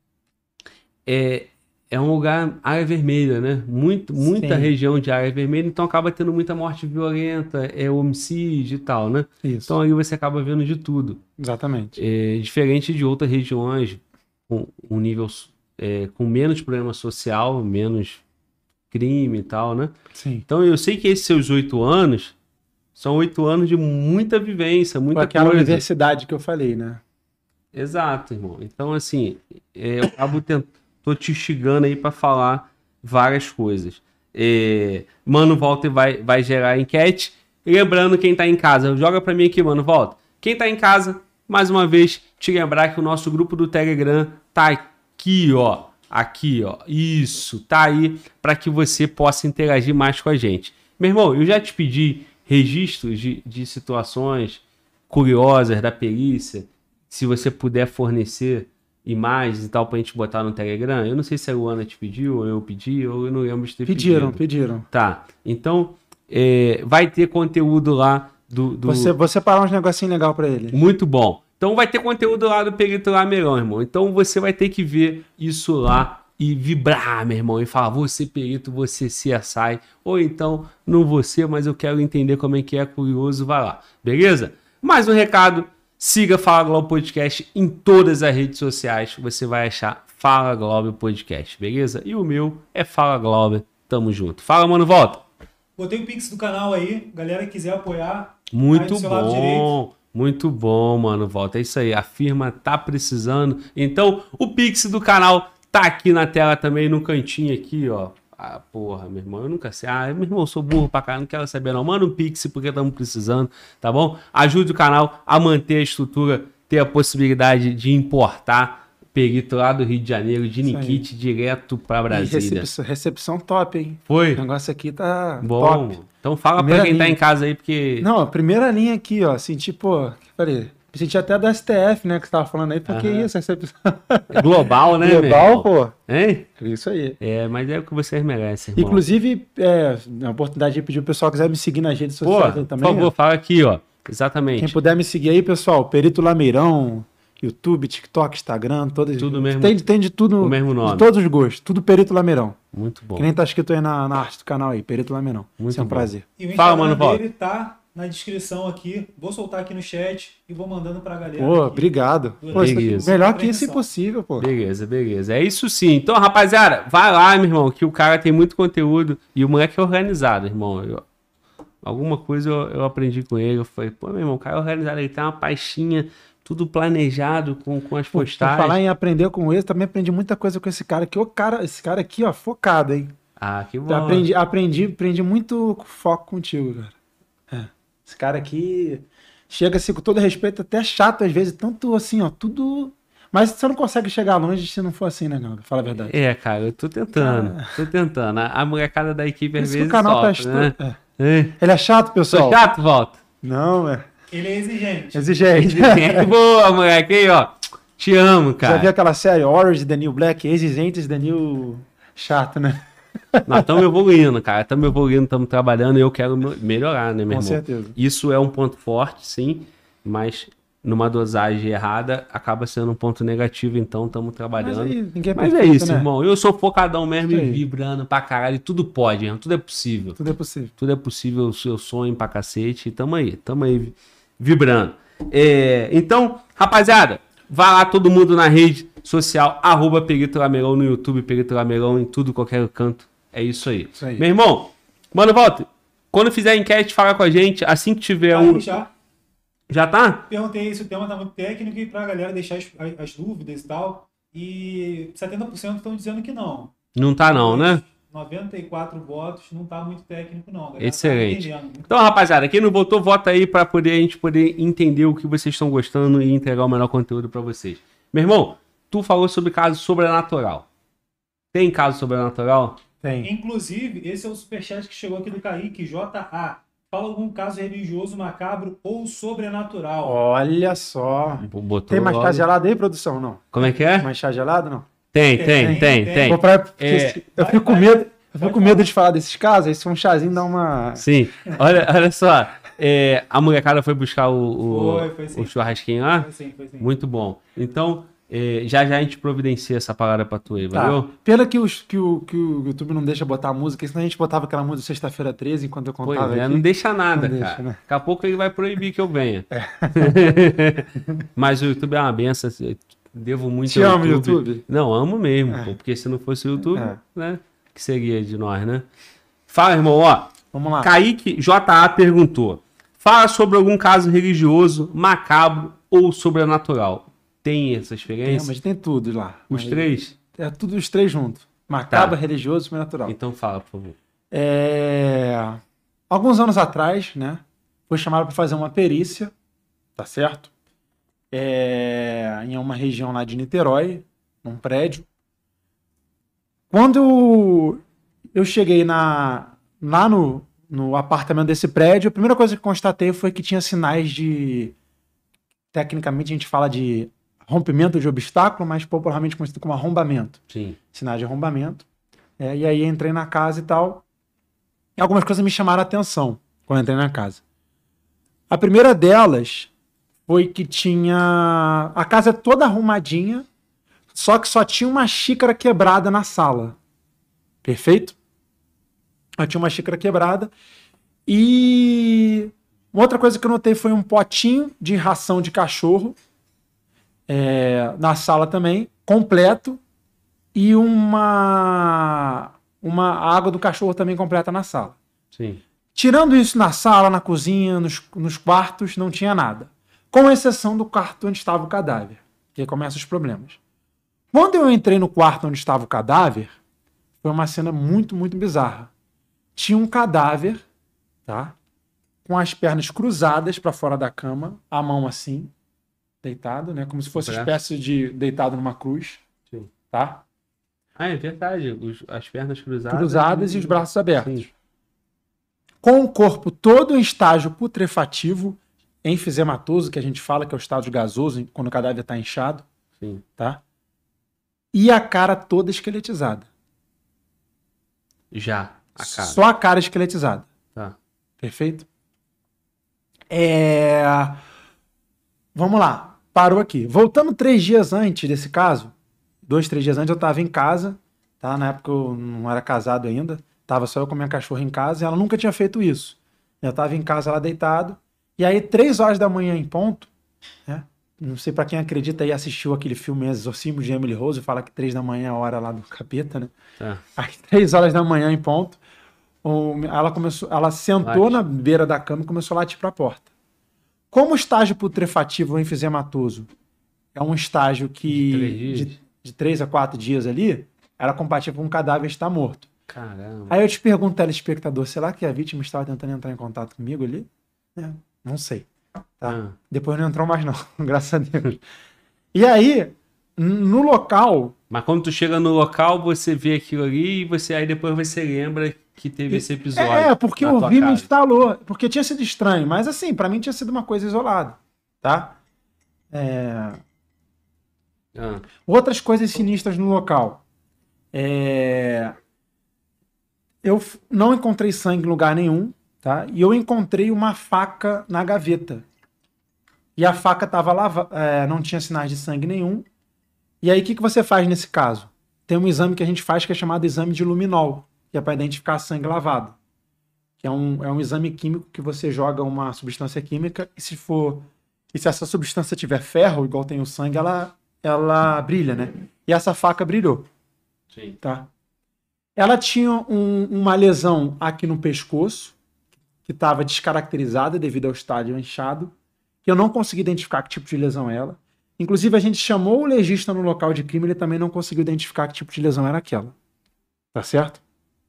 é um lugar, área vermelha, né? Muita Sim. região de área vermelha, então acaba tendo muita morte violenta, homicídio e tal, né? Isso. Então aí você acaba vendo de tudo. Exatamente. Diferente de outras regiões com um nível com menos problema social, menos crime e tal, né? Sim. Então eu sei que esses seus 8 anos são 8 anos de muita vivência, Foi muita aquela coisa. universidade que eu falei, né? Exato, irmão. Então, assim, eu acabo tô te instigando aí pra falar várias coisas. Mano, Walter vai gerar enquete. E lembrando, quem tá em casa, joga pra mim aqui, Mano, Walter. Quem tá em casa, mais uma vez, te lembrar que o nosso grupo do Telegram tá aqui, ó. Aqui, ó. Isso, tá aí pra que você possa interagir mais com a gente. Meu irmão, eu já te pedi registros de situações curiosas da perícia. Se você puder fornecer imagens e tal pra gente botar no Telegram. Eu não sei se a Luana te pediu, ou eu pedi, ou eu não lembro de ter pedido. Pediram. Tá. Então, vai ter conteúdo lá do... Vou separar uns negocinhos legais pra ele. Muito bom. Então vai ter conteúdo lá do Perito Lameirão, irmão. Então você vai ter que ver isso lá e vibrar, meu irmão, e falar, você perito, você CSI, ou então, não você, mas eu quero entender como é que é, curioso, vai lá. Beleza? Mais um recado, siga Fala Globo Podcast em todas as redes sociais, você vai achar Fala Globo Podcast, beleza? E o meu é Fala Globo, tamo junto. Fala, mano, volta. Botei o Pix do canal aí, galera que quiser apoiar. Muito do seu lado direito. bom, muito bom, mano, volta. É isso aí, a firma tá precisando. Então, o Pix do canal tá aqui na tela também, no cantinho aqui, ó. Ah, porra, meu irmão, eu nunca sei. Meu irmão, eu sou burro pra caralho, não quero saber não. Manda um Pix porque estamos precisando, tá bom? Ajude o canal a manter a estrutura, ter a possibilidade de importar perito lá do Rio de Janeiro, de Nikit, direto pra Brasília. Recepção top, hein? Foi? O negócio aqui tá Bom. top. Então fala Primeira pra quem tá linha. em casa aí, porque... Não, a primeira linha aqui, ó, senti, pô, falei, senti até da STF, né, que você tava falando aí, porque Aham. isso, recepção Global, né, meu global, irmão? pô. Hein? Isso aí. Mas é o que vocês merecem, irmão. Inclusive, na oportunidade de pedir o pessoal que quiser me seguir nas redes Pô, sociais aí por também. favor, ó. fala aqui, ó. Exatamente. Quem puder me seguir aí, pessoal, Perito Lameirão, YouTube, TikTok, Instagram, todas. Tudo mesmo. Tem de tudo, O mesmo nome. de todos os gostos, tudo Perito Lameirão. Muito bom. Que nem tá escrito aí na arte do canal aí, Perito Lameirão. Muito Isso é um bom. prazer. E o Fala, Instagram mano, volta. dele tá na descrição aqui. Vou soltar aqui no chat e vou mandando pra galera. Pô, aqui. obrigado. Durante Pô, isso aqui- Beleza. melhor a que isso transmissão. impossível, pô. Beleza, beleza. É isso sim. Então, rapaziada, vai lá, meu irmão, que o cara tem muito conteúdo e o moleque é organizado, irmão. Alguma coisa eu aprendi com ele. Eu falei, pô, meu irmão, o cara é organizado, ele tem uma pastinha, tudo planejado com as Pô, por postagens. falar em aprender com ele, também aprendi muita coisa com esse cara aqui. Esse cara aqui, ó, focado, hein? Que bom. Aprendi muito foco contigo, cara. Esse cara aqui chega-se com todo respeito, até chato às vezes, tanto assim, ó, tudo. Mas você não consegue chegar longe se não for assim, né, galera? Fala a verdade. Cara, eu tô tentando. Tô tentando. A molecada da equipe Por às isso que vezes o canal sofre, tá né? Ele é chato, pessoal. Sou chato, volta. Não, Ele é exigente. Exigente. Boa, moleque. Aí, ó. Te amo, Já viu cara. aquela série Orange is the New Black? Exigentes the New... Chato, né? Nós estamos evoluindo, cara. Estamos evoluindo, estamos trabalhando e eu quero melhorar, né, meu Com irmão? certeza. Isso é um ponto forte, sim, mas numa dosagem errada acaba sendo um ponto negativo, então estamos Mas trabalhando. aí, ninguém Mas é perfeito, isso, né? irmão. Eu sou focadão mesmo Isso e aí. vibrando pra caralho. E tudo pode, irmão. Tudo é possível. Tudo é possível. Tudo é possível. Eu sonho pra cacete. E tamo aí vibrando. Então, rapaziada, vai lá todo mundo na rede social, @Perito Lameirão no YouTube, Perito Lameirão em tudo, qualquer canto. É isso aí. Isso aí. Meu irmão, mano, Walter, quando fizer a enquete, fala com a gente. Assim que tiver Aí já Já tá? perguntei se o tema tá muito técnico e pra galera deixar as dúvidas e tal. E 70% estão dizendo que não. Não tá não, né? 94 votos, não tá muito técnico não. A galera Excelente. Tá entendendo. Então, rapaziada, quem não votou, vota aí pra a gente poder entender o que vocês estão gostando e entregar o melhor conteúdo pra vocês. Meu irmão, tu falou sobre caso sobrenatural. Tem caso sobrenatural? Tem. Inclusive, esse é o superchat que chegou aqui do Kaique, JA. Fala algum caso religioso, macabro ou sobrenatural. Olha só. Botou Tem mais chá logo. gelado aí, produção? Não. Como é que é? Mais chá gelado, não? Tem. Vou pra... Eu Vai, fico com vai. medo. Eu fico com medo de falar desses casos, aí se um chazinho dá uma... Sim. Olha só. A molecada foi buscar Foi sim. o churrasquinho lá. Foi sim. Muito bom. Então, já a gente providencia essa parada pra tu aí, valeu? Tá. Pena que o YouTube não deixa botar a música, senão a gente botava aquela música Sexta-feira 13 enquanto eu Pois contava é, aqui. não deixa nada, Não deixa, cara. né? Daqui a pouco ele vai proibir que eu venha. Mas o YouTube é uma benção. Eu devo muito Te ao amo, YouTube? Não, amo mesmo, pô, porque se não fosse o YouTube, É. né? Que seria de nós, né? Fala, irmão, ó. Vamos lá. Kaique JA perguntou: fala sobre algum caso religioso, macabro ou sobrenatural. Tem essa Tem, experiência? mas tem tudo lá. Os Mas três? É tudo os três juntos. Macabro, Tá. religioso e sobrenatural. Então fala, por favor. Alguns anos atrás, né? Fui chamado para fazer uma perícia, tá certo? Em uma região lá de Niterói, num prédio. Quando eu cheguei lá no apartamento desse prédio, a primeira coisa que constatei foi que tinha sinais de... Tecnicamente a gente fala de rompimento de obstáculo, mas popularmente conhecido como arrombamento. Sim. Sinais de arrombamento. E aí entrei na casa e tal. E algumas coisas me chamaram a atenção quando entrei na casa. A primeira delas foi que tinha... A casa toda arrumadinha, só que só tinha uma xícara quebrada na sala. Perfeito? Só tinha uma xícara quebrada. E uma outra coisa que eu notei foi um potinho de ração de cachorro na sala também, completo. E uma água do cachorro também completa na sala. Sim. Tirando isso na sala, na cozinha, nos quartos, não tinha nada. Com exceção do quarto onde estava o cadáver. Que aí começam os problemas. Quando eu entrei no quarto onde estava o cadáver, foi uma cena muito, muito bizarra. Tinha um cadáver, tá? Com as pernas cruzadas para fora da cama, a mão assim, deitado, né? Como se fosse uma espécie de deitado numa cruz. Sim. Tá? Ah, é verdade. As pernas cruzadas. Cruzadas e os braços abertos. Sim. Com o corpo todo em estágio putrefativo, enfisematoso, que a gente fala que é o estágio gasoso, quando o cadáver está inchado, Sim. tá? E a cara toda esqueletizada. Já. A cara. Só a cara esqueletizada. Tá. Perfeito? Vamos lá. Parou aqui. Voltando 3 dias antes desse caso, 2, 3 dias antes eu estava em casa, tá? Na época eu não era casado ainda, tava só eu com a minha cachorra em casa e ela nunca tinha feito isso. Eu estava em casa lá deitado, e aí 3 horas da manhã em ponto, né? Não sei para quem acredita aí, assistiu aquele filme Exorcismo de Emily Rose, fala que 3 da manhã é a hora lá do capeta, né? Tá. Às 3 horas da manhã em ponto, ela sentou Late. na beira da cama e começou a latir para a porta. Como o estágio putrefativo ou enfisematoso é um estágio que de 3 a 4 dias ali, era compatível com um cadáver estar morto. Caramba. Aí eu te pergunto, telespectador, será que a vítima estava tentando entrar em contato comigo ali? Não sei. Tá? Depois não entrou mais não, graças a Deus. E aí, no local... Mas quando tu chega no local, você vê aquilo ali e aí depois você lembra que teve esse episódio. Porque na o tua Vi me casa. instalou, porque tinha sido estranho, mas assim, pra mim tinha sido uma coisa isolada, tá? Ah, Outras coisas sinistras no local. Eu não encontrei sangue em lugar nenhum, tá? E eu encontrei uma faca na gaveta. E a faca tava não tinha sinais de sangue nenhum. E aí, o que você faz nesse caso? Tem um exame que a gente faz que é chamado exame de luminol, que é para identificar sangue lavado. Que é um exame químico que você joga uma substância química e se essa substância tiver ferro, igual tem o sangue, ela brilha, né? E essa faca brilhou, sim. tá? Ela tinha uma lesão aqui no pescoço, que estava descaracterizada devido ao estádio inchado, que eu não consegui identificar que tipo de lesão era. Inclusive, a gente chamou o legista no local de crime, ele também não conseguiu identificar que tipo de lesão era aquela. Tá certo?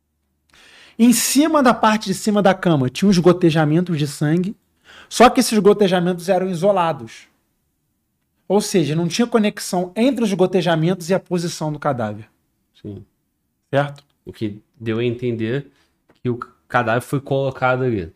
Em cima da parte de cima da cama tinha uns gotejamentos de sangue, só que esses gotejamentos eram isolados. Ou seja, não tinha conexão entre os gotejamentos e a posição do cadáver. Sim. Certo? O que deu a entender que o cadáver foi colocado ali.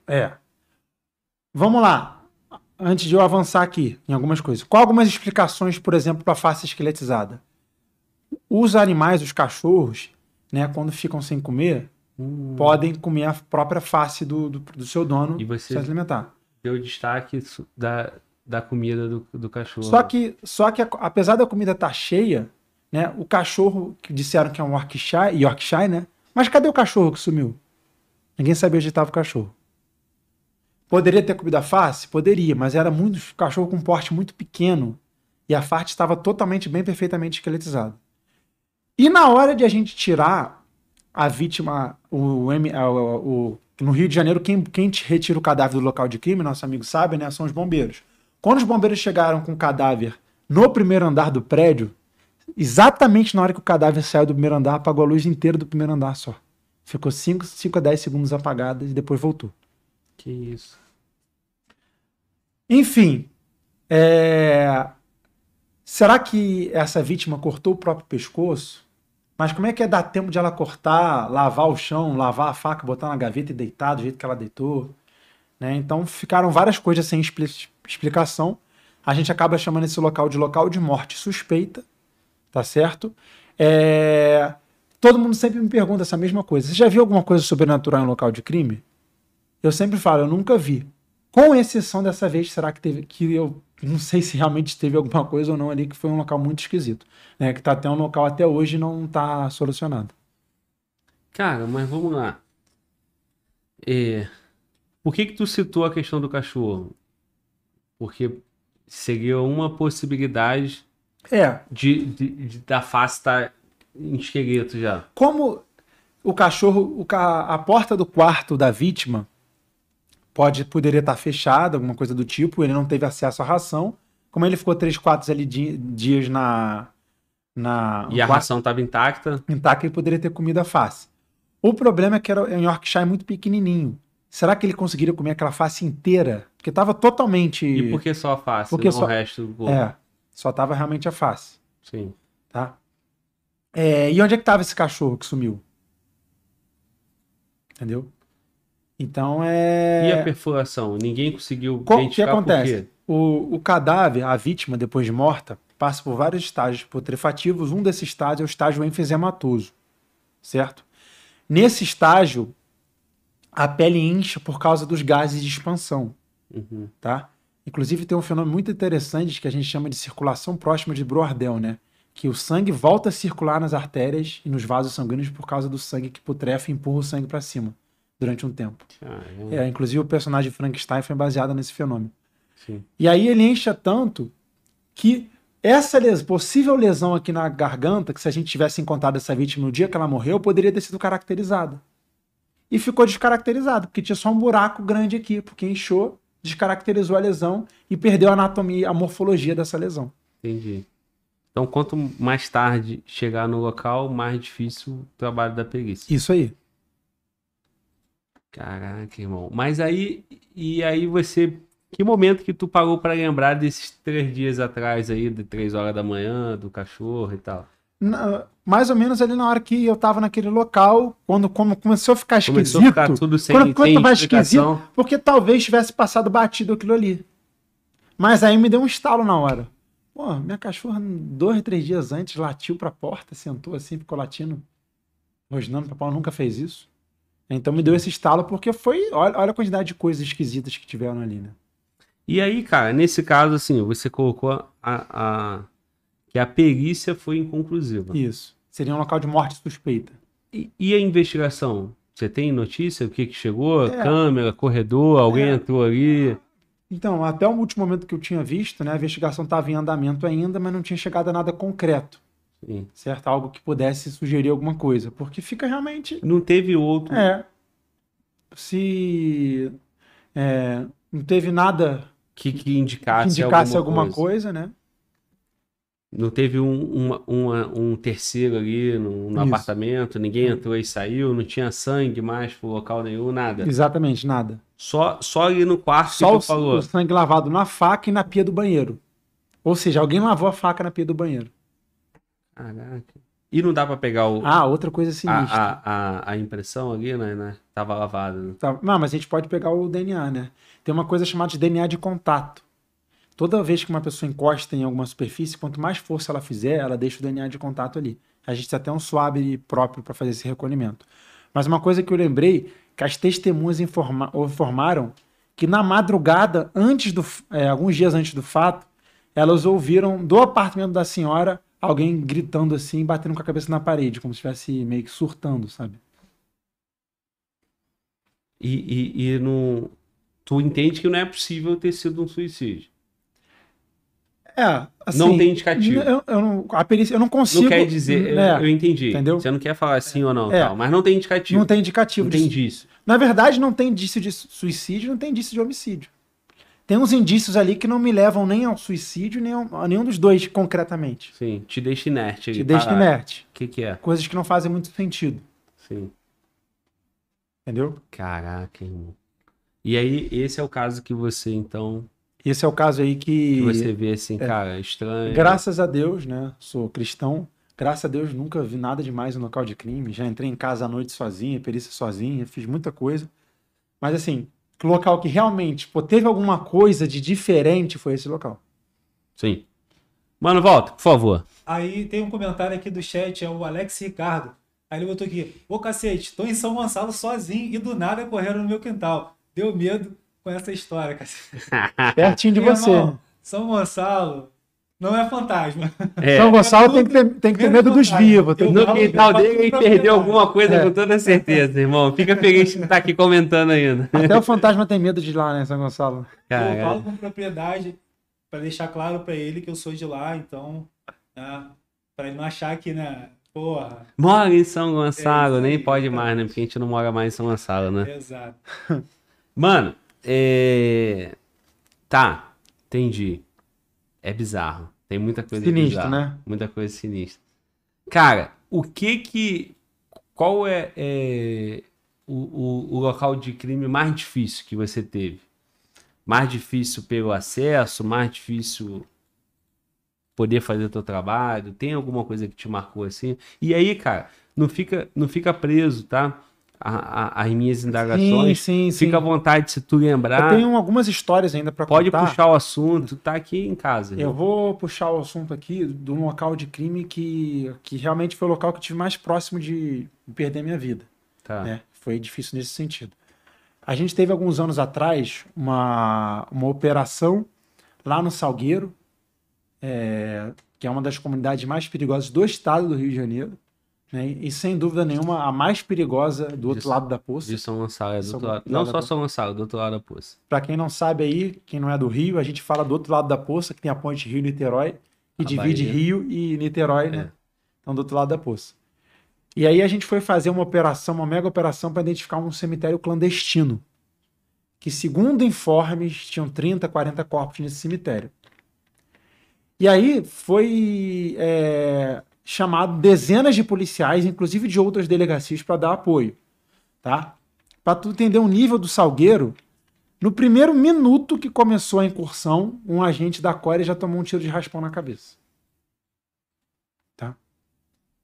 Vamos lá. Antes de eu avançar aqui em algumas coisas. Qual algumas explicações, por exemplo, para a face esqueletizada? Os animais, os cachorros, né, quando ficam sem comer, podem comer a própria face do seu dono E você se alimentar. deu destaque da comida do cachorro. Só que apesar da comida estar cheia, né, o cachorro, que disseram que é um Yorkshire, né? Mas cadê o cachorro que sumiu? Ninguém sabia onde estava o cachorro. Poderia ter comido a face? Poderia, mas era um cachorro com porte muito pequeno e a face estava totalmente, bem perfeitamente esqueletizada. E na hora de a gente tirar a vítima, no Rio de Janeiro, quem retira o cadáver do local de crime, nosso amigo sabe, né, são os bombeiros. Quando os bombeiros chegaram com o cadáver no primeiro andar do prédio, exatamente na hora que o cadáver saiu do primeiro andar, apagou a luz inteira do primeiro andar só. Ficou 5 a 10 segundos apagada e depois voltou. Que isso. Enfim, será que essa vítima cortou o próprio pescoço? Mas como é que dar tempo de ela cortar, lavar o chão, lavar a faca, botar na gaveta e deitar do jeito que ela deitou? Né? Então ficaram várias coisas sem explicação. A gente acaba chamando esse local de morte suspeita, tá certo? Todo mundo sempre me pergunta essa mesma coisa. Você já viu alguma coisa sobrenatural em local de crime? Eu sempre falo, eu nunca vi. Com exceção dessa vez, será que teve, que eu não sei se realmente teve alguma coisa ou não ali, que foi um local muito esquisito. Né? Que tá até um local até hoje e não tá solucionado. Cara, mas vamos lá. Por que tu citou a questão do cachorro? Porque seria uma possibilidade da face estar em esqueleto já. Como o cachorro, a porta do quarto da vítima poderia estar fechada, alguma coisa do tipo, ele não teve acesso à ração. Como ele ficou 3, 4 dias e a ração estava intacta? Intacta, ele poderia ter comido a face. O problema é que era um Yorkshire muito pequenininho. Será que ele conseguiria comer aquela face inteira? Porque estava totalmente... E por que só a face? Porque não o resto do corpo? Só estava realmente a face. Sim. Tá? E onde é que estava esse cachorro que sumiu? Entendeu? Então E a perfuração? Ninguém conseguiu identificar. O que acontece? Por quê? O cadáver, a vítima, depois de morta, passa por vários estágios putrefativos. Um desses estágios é o estágio enfisematoso. Certo? Nesse estágio, a pele incha por causa dos gases de expansão. Uhum. Tá? Inclusive, tem um fenômeno muito interessante que a gente chama de circulação próxima de Brodel, né? Que o sangue volta a circular nas artérias e nos vasos sanguíneos por causa do sangue que putrefa e empurra o sangue para cima durante um tempo. Inclusive, o personagem Frankenstein foi baseado nesse fenômeno. Sim. E aí ele incha tanto que essa possível lesão aqui na garganta, que se a gente tivesse encontrado essa vítima no dia que ela morreu, poderia ter sido caracterizada. E ficou descaracterizado, porque tinha só um buraco grande aqui, porque inchou, descaracterizou a lesão e perdeu a anatomia, a morfologia dessa lesão. Entendi. Então, quanto mais tarde chegar no local, mais difícil o trabalho da perícia. Isso aí. Caraca, irmão. Mas aí, você... Que momento que tu parou pra lembrar desses 3 dias atrás aí, de 3 horas da manhã, do cachorro e tal? Mais ou menos ali na hora que eu tava naquele local, quando começou a ficar esquisito. Começou a ficar tudo sem quando vai explicação. esquisito, porque talvez tivesse passado batido aquilo ali. Mas aí me deu um estalo na hora. Pô, minha cachorra, 2, 3 dias antes, latiu pra porta, sentou assim, ficou latindo, rosnando, papai nunca fez isso. Então me deu esse estalo, porque olha a quantidade de coisas esquisitas que tiveram ali, né? E aí, cara, nesse caso, assim, você colocou que a perícia foi inconclusiva. Isso. Seria um local de morte suspeita. E a investigação? Você tem notícia? O que chegou? Câmera, corredor, alguém entrou ali? Então, até o último momento que eu tinha visto, né, a investigação estava em andamento ainda, mas não tinha chegado a nada concreto. Sim. Certo? Algo que pudesse sugerir alguma coisa. Porque fica realmente... Não teve outro... não teve nada... Que indicasse alguma coisa, né? Não teve um terceiro ali no apartamento, ninguém entrou e saiu, não tinha sangue mais pro local nenhum, nada. Exatamente, nada. Só ali no quarto só que tu falou. O sangue lavado na faca e na pia do banheiro. Ou seja, alguém lavou a faca na pia do banheiro. Caraca. E não dá pra pegar outra coisa sinistra. A impressão ali, né? Tava lavada. Né? Não, mas a gente pode pegar o DNA, né? Tem uma coisa chamada de DNA de contato. Toda vez que uma pessoa encosta em alguma superfície, quanto mais força ela fizer, ela deixa o DNA de contato ali. A gente tem até um swab próprio para fazer esse recolhimento. Mas uma coisa que eu lembrei, que as testemunhas informaram que na madrugada, alguns dias antes do fato, elas ouviram do apartamento da senhora alguém gritando assim, batendo com a cabeça na parede, como se estivesse meio que surtando, sabe? E não... Tu entende que não é possível ter sido um suicídio? Assim... Não tem indicativo. A perícia, eu não consigo... Não quer dizer... eu entendi. Entendeu? Você não quer falar sim ou não, tal, mas não tem indicativo. Não tem indicativo. Não tem indício. Na verdade, não tem indício de suicídio, não tem indício de homicídio. Tem uns indícios ali que não me levam nem ao suicídio, nem a nenhum dos dois, concretamente. Sim, te deixa inerte. Te deixa inerte. O que é? Coisas que não fazem muito sentido. Sim. Entendeu? Caraca, irmão. E aí, esse é o caso que você, então... Esse é o caso aí que você vê assim, cara, estranho. Graças a Deus, né? Sou cristão. Graças a Deus, nunca vi nada demais no local de crime. Já entrei em casa à noite sozinha, perícia sozinha, fiz muita coisa. Mas assim... o local que realmente teve alguma coisa de diferente foi esse local. Sim. Mano, volta, por favor. Aí tem um comentário aqui do chat, é o Alex Ricardo. Aí ele botou aqui: ô cacete, tô em São Gonçalo sozinho e do nada correram no meu quintal. Deu medo com essa história, cacete. Pertinho de você. Irmão, São Gonçalo não é fantasma. São Gonçalo tem que ter medo dos vivos. No quintal dele ele perdeu alguma coisa com toda certeza, irmão. Fica feliz de estar aqui comentando ainda. Até o fantasma tem medo de ir lá, né, São Gonçalo? Eu falo com propriedade para deixar claro para ele que eu sou de lá, então, né, para ele não achar que, né, porra... Mora em São Gonçalo, nem pode mais, né, porque a gente não mora mais em São Gonçalo, né? Exato. Mano, tá, entendi. É bizarro. Tem muita coisa sinistra, bizarra, né? Muita coisa sinistra. Cara, qual é o local de crime mais difícil que você teve? Mais difícil pelo acesso? Mais difícil poder fazer o teu trabalho? Tem alguma coisa que te marcou assim? E aí, cara, não fica preso, tá? As minhas indagações. Sim. Fica à vontade se tu lembrar. Eu tenho algumas histórias ainda para contar. Pode puxar o assunto, tá aqui em casa. Eu vou puxar o assunto aqui de um local de crime que realmente foi o local que eu tive mais próximo de perder minha vida. Tá. Né? Foi difícil nesse sentido. A gente teve alguns anos atrás uma operação lá no Salgueiro, que é uma das comunidades mais perigosas do estado do Rio de Janeiro. Né? E sem dúvida nenhuma a mais perigosa do outro lado da poça. De São Gonçalo, do outro lado. Não só São Gonçalo, do outro lado da poça. Para quem não sabe aí, quem não é do Rio, a gente fala do outro lado da poça, que tem a ponte Rio-Niterói, que divide Bahia. Rio e Niterói, né? Então do outro lado da poça. E aí a gente foi fazer uma mega operação para identificar um cemitério clandestino, que segundo informes tinham 30, 40 corpos nesse cemitério. E aí foi... chamado dezenas de policiais, inclusive de outras delegacias, para dar apoio, tá? Para tu entender o nível do Salgueiro, no primeiro minuto que começou a incursão, um agente da Core já tomou um tiro de raspão na cabeça. Tá?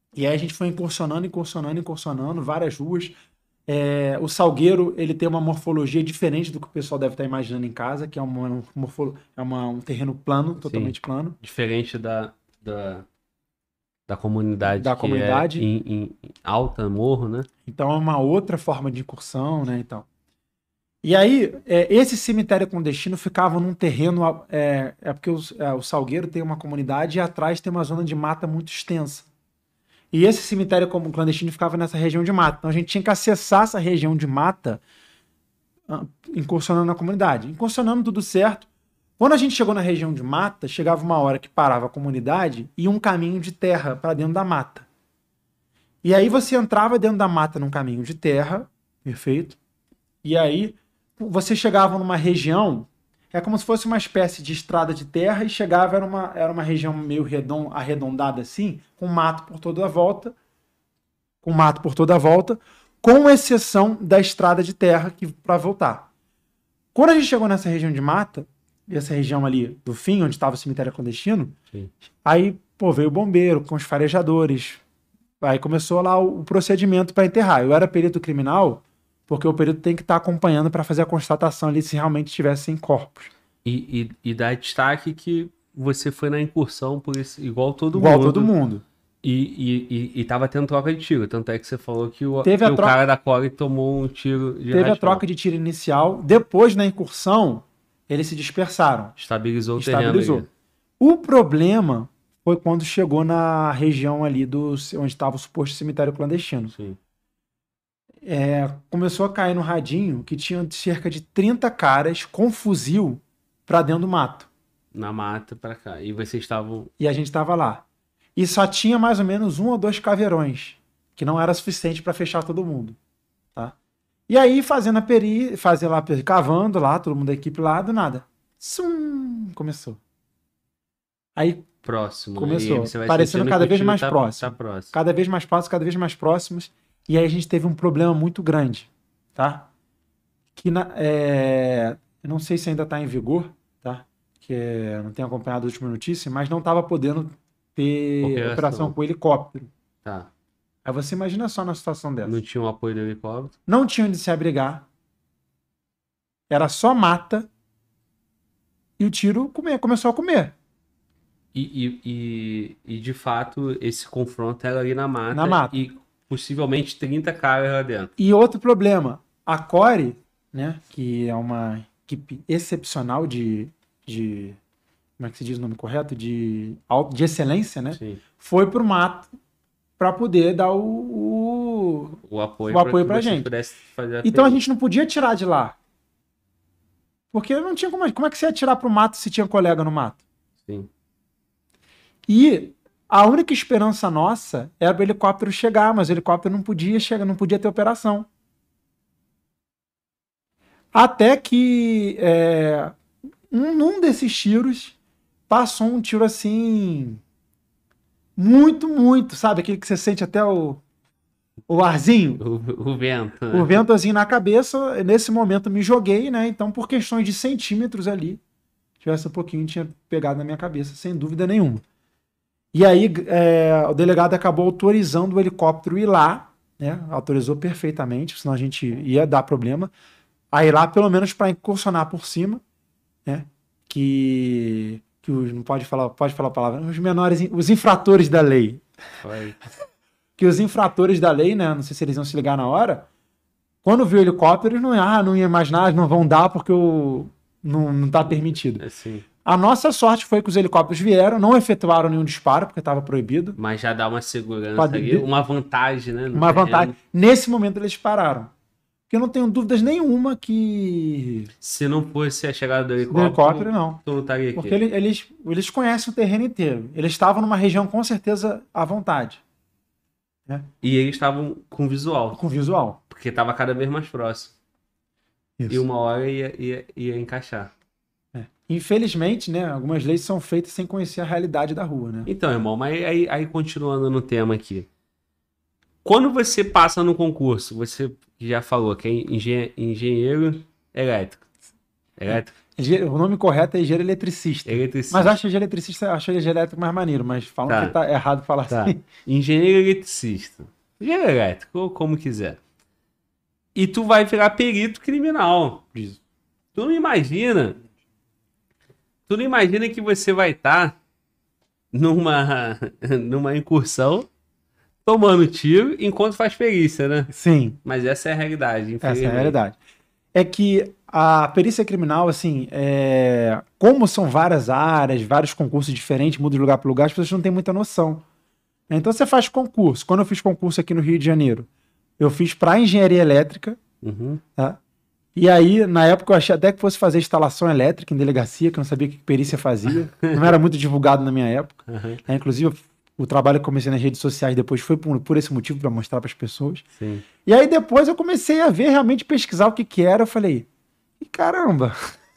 E aí a gente foi incursionando, várias ruas. O Salgueiro, ele tem uma morfologia diferente do que o pessoal deve estar imaginando em casa, que é um terreno plano, totalmente plano. Diferente da comunidade Da que comunidade. é em alta, morro, né? Então é uma outra forma de incursão, né, então. E aí, esse cemitério clandestino ficava num terreno, porque o Salgueiro tem uma comunidade e atrás tem uma zona de mata muito extensa. E esse cemitério clandestino ficava nessa região de mata. Então a gente tinha que acessar essa região de mata incursionando na comunidade. Incursionando tudo certo. Quando a gente chegou na região de mata, chegava uma hora que parava a comunidade e um caminho de terra para dentro da mata. E aí você entrava dentro da mata num caminho de terra, perfeito? E aí você chegava numa região, é como se fosse uma espécie de estrada de terra e chegava, era uma região meio arredondada assim, com mato por toda a volta, com exceção da estrada de terra para voltar. Quando a gente chegou nessa região de mata, essa região ali do fim, onde estava o cemitério clandestino, Sim. Aí veio o bombeiro com os farejadores, aí começou lá o procedimento para enterrar. Eu era perito criminal, porque o perito tem que estar acompanhando para fazer a constatação ali se realmente tivessem corpos. E dá destaque que você foi na incursão por isso, igual todo mundo. E tava tendo troca de tiro. Tanto é que você falou que o cara da Core tomou um tiro de Teve a troca de tiro inicial. Depois, na incursão, eles se dispersaram. Estabilizou o terreno. O problema foi quando chegou na região ali onde estava o suposto cemitério clandestino. Sim. Começou a cair no radinho que tinha cerca de 30 caras com fuzil pra dentro do mato. Na mata pra cá. E vocês estavam... E a gente estava lá. E só tinha mais ou menos 1 ou 2 caveirões, que não era suficiente para fechar todo mundo. Tá? E aí, cavando lá, todo mundo da equipe lá, do nada. Começou. Aí próximo. começou, parecendo cada vez mais próximo. Cada vez mais próximos. E aí a gente teve um problema muito grande, tá? Que eu não sei se ainda está em vigor, tá? Que não tenho acompanhado a última notícia, mas não estava podendo ter operação com helicóptero. Tá. Aí você imagina só na situação dessa. Não tinha um apoio do helicóptero? Não tinha onde se abrigar. Era só mata. E o tiro começou a comer. E de fato, esse confronto era ali na mata. Na mata. E possivelmente 30 caras lá dentro. E outro problema. A Core, né, que é uma equipe excepcional de como é que se diz o nome correto? De excelência, né? Sim. Foi pro mato para poder dar o apoio pra gente. Então a gente não podia tirar de lá. Porque não tinha como é que você ia tirar pro mato se tinha colega no mato? Sim. E a única esperança nossa era o helicóptero chegar, mas o helicóptero não podia chegar, não podia ter operação. Até que num desses tiros passou um tiro assim muito, sabe? Aquele que você sente até o arzinho. O vento. Né? O ventozinho na cabeça. Nesse momento me joguei, né? Então por questões de centímetros ali, tivesse um pouquinho, tinha pegado na minha cabeça, sem dúvida nenhuma. E aí o delegado acabou autorizando o helicóptero ir lá, né? Autorizou perfeitamente, senão a gente ia dar problema. A ir lá pelo menos para incursionar por cima, né? Que não pode falar a palavra, os infratores da lei. Foi. Que os infratores da lei, né? Não sei se eles iam se ligar na hora. Quando viu o helicóptero, eles não ia imaginar, não vão dar porque não está permitido. Assim. A nossa sorte foi que os helicópteros vieram, não efetuaram nenhum disparo, porque estava proibido. Mas já dá uma segurança ali, uma vantagem, né? Uma vantagem. Nesse momento eles pararam. Porque eu não tenho dúvidas nenhuma que... Se não fosse a chegada do helicóptero, não. Tu não estaria aqui. Porque eles conhecem o terreno inteiro. Eles estavam numa região com certeza à vontade. Né? E eles estavam com visual. Com visual. Porque estava cada vez mais próximo. Isso. E uma hora ia encaixar. Infelizmente, né, algumas leis são feitas sem conhecer a realidade da rua, né? Então, irmão, mas aí continuando no tema aqui. Quando você passa no concurso, você já falou que é engenheiro elétrico. O nome correto é engenheiro eletricista. Eletricista. Mas eu acho que engenheiro eletricista, acho engenheiro elétrico mais maneiro, mas falam que tá errado falar Tá. assim. Engenheiro eletricista. Engenheiro elétrico, ou como quiser. E tu vai virar perito criminal. Isso. Tu não imagina que você vai estar numa incursão tomando tiro enquanto faz perícia, né? Sim, Mas essa é a realidade, essa é a infelizmente. realidade. É que a perícia criminal, assim, como são várias áreas, vários concursos diferentes, muda de lugar para lugar, as pessoas não têm muita noção. Então você faz concurso. Quando eu fiz concurso aqui no Rio de Janeiro, eu fiz para engenharia elétrica, Uhum. tá? E aí, na época, eu achei até que fosse fazer instalação elétrica em delegacia, que eu não sabia o que perícia fazia. Não era muito divulgado na minha época. Uhum. Inclusive, o trabalho que eu comecei nas redes sociais depois foi por esse motivo, para mostrar para as pessoas. Sim. E aí depois eu comecei a ver, realmente pesquisar o que que era. Eu falei, e caramba!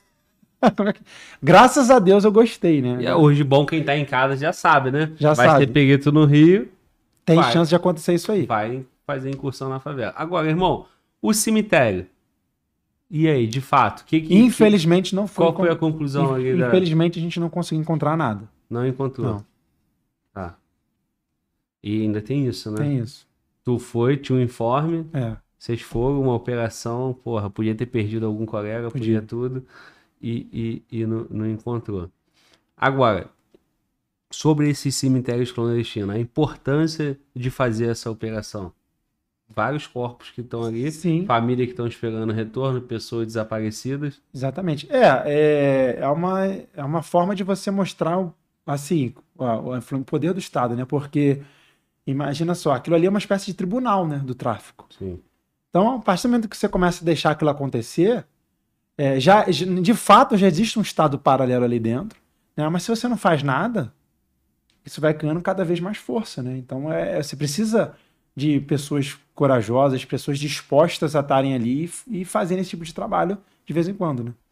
Graças a Deus eu gostei, né? E hoje, bom, quem tá em casa já sabe, né? Já vai sabe. ter perito no Rio, Tem vai. chance de acontecer isso aí. vai fazer incursão na favela. Agora, irmão, o cemitério. E aí, de fato, Infelizmente não foi. qual foi a conclusão ali da... Infelizmente a gente não conseguiu encontrar nada. Não encontrou. Não. Tá. E ainda tem isso, né? Tem isso. Tu foi, tinha um informe, É. vocês foram, uma operação, porra, podia ter perdido algum colega, podia Podia. tudo, e não encontrou. Agora, sobre esses cemitérios clandestinos, a importância de fazer essa operação. Vários corpos que estão ali, Sim. família que estão esperando retorno, pessoas desaparecidas. Exatamente. É uma forma de você mostrar, assim, o poder do Estado, né? Porque, imagina só, aquilo ali é uma espécie de tribunal, né? Do tráfico. Sim. Então, a partir do momento que você começa a deixar aquilo acontecer, de fato já existe um Estado paralelo ali dentro, né? Mas se você não faz nada, isso vai ganhando cada vez mais força, né? Então, você precisa de pessoas corajosas, pessoas dispostas a estarem ali e fazerem esse tipo de trabalho de vez em quando, né?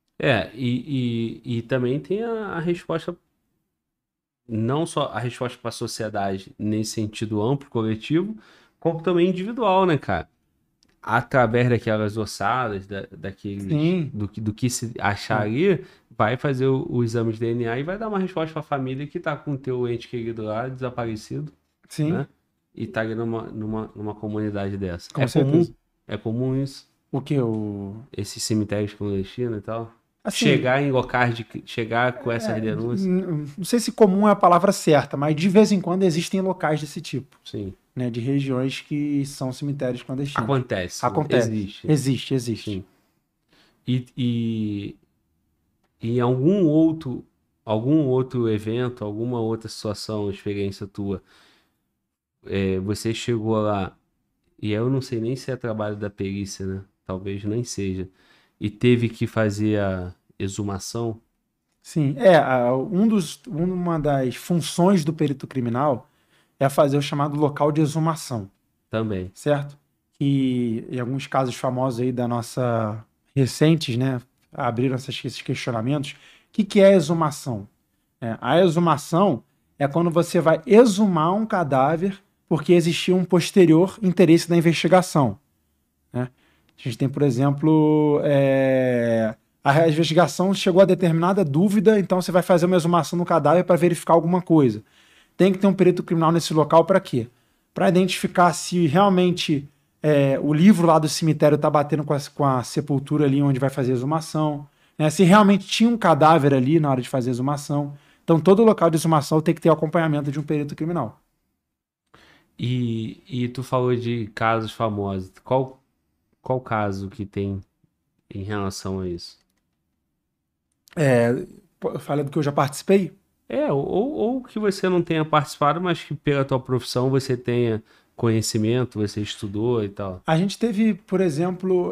E também tem a resposta, não só a resposta para a sociedade nesse sentido amplo, coletivo, como também individual, né, cara? Através daquelas ossadas, daqueles, Sim. do que se achar ali, vai fazer o exame de DNA e vai dar uma resposta para a família que tá com o teu ente querido lá, desaparecido, Sim. né? E tá ali numa comunidade dessa. Com certeza. É comum isso, O que? esses cemitérios clandestinos e tal. Assim, Chegar em locais chegar com essas denúncias. não sei se comum é a palavra certa, mas de vez em quando existem locais desse tipo, Sim. né? De regiões que são cemitérios clandestinos. Acontece. Acontece. Existe. Existe. Sim. E em algum outro evento, alguma outra situação, experiência tua, você chegou lá, e eu não sei nem se é trabalho da perícia, né? Talvez nem seja. E teve que fazer a exumação. Sim, uma das funções do perito criminal é fazer o chamado local de exumação, Também. certo? E em alguns casos famosos aí da nossa recentes, né, abriram esses questionamentos. O que é a exumação? A exumação é quando você vai exumar um cadáver porque existia um posterior interesse da investigação, né? A gente tem, por exemplo, a investigação chegou a determinada dúvida, então você vai fazer uma exumação no cadáver para verificar alguma coisa. Tem que ter um perito criminal nesse local para quê? Para identificar se realmente o livro lá do cemitério está batendo com a sepultura ali onde vai fazer a exumação, né? Se realmente tinha um cadáver ali na hora de fazer a exumação. Então, todo local de exumação tem que ter o acompanhamento de um perito criminal. E tu falou de casos famosos. Qual caso que tem em relação a isso? Eu falei do que eu já participei? Ou que você não tenha participado, mas que pela tua profissão você tenha conhecimento, você estudou e tal. A gente teve, por exemplo,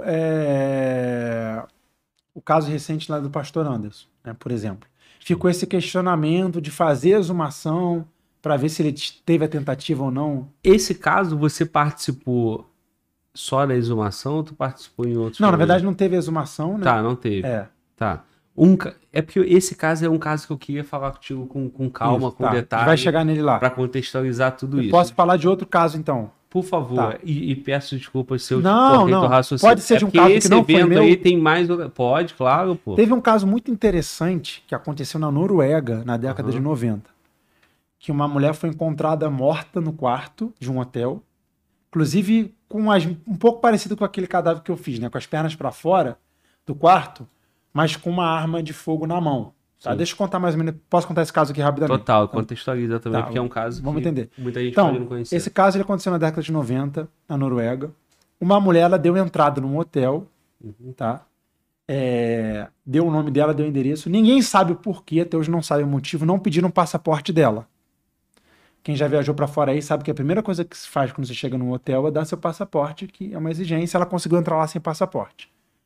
o caso recente lá do pastor Anderson, né, por exemplo. Ficou esse questionamento de fazer a exumação para ver se ele teve a tentativa ou não. Esse caso você participou só da exumação ou tu participou em outros? Não, na também? verdade não teve exumação, né? Tá, não teve. Tá. É porque esse caso é um caso que eu queria falar contigo com calma, Isso, com tá. A gente detalhe, vai chegar nele lá. para contextualizar tudo Eu isso. posso falar de outro caso, então. Por favor, Tá. e peço desculpas se eu Não, cortei não. teu raciocínio. Pode ser de um porque caso que esse não foi evento meu. aí tem mais... Pode, claro, pô. Teve um caso muito interessante que aconteceu na Noruega na década Aham. de 90. Que uma mulher foi encontrada morta no quarto de um hotel. Inclusive, um pouco parecido com aquele cadáver que eu fiz, né? Com as pernas para fora do quarto, mas com uma arma de fogo na mão. Tá? Sim. Deixa eu contar mais ou menos. Posso contar esse caso aqui rapidamente? Total, contextualiza também, Tá, porque é um caso vamos que entender. muita gente pode não Então, conhecer. esse caso ele aconteceu na década de 90, na Noruega. Uma mulher, ela deu entrada num hotel, tá? Deu o nome dela, deu o endereço. Ninguém sabe o porquê, até hoje não sabe o motivo, não pediram o passaporte dela. Quem já viajou pra fora aí sabe que a primeira coisa que se faz quando você chega num hotel é dar seu passaporte, que é uma exigência. Ela conseguiu entrar lá sem passaporte.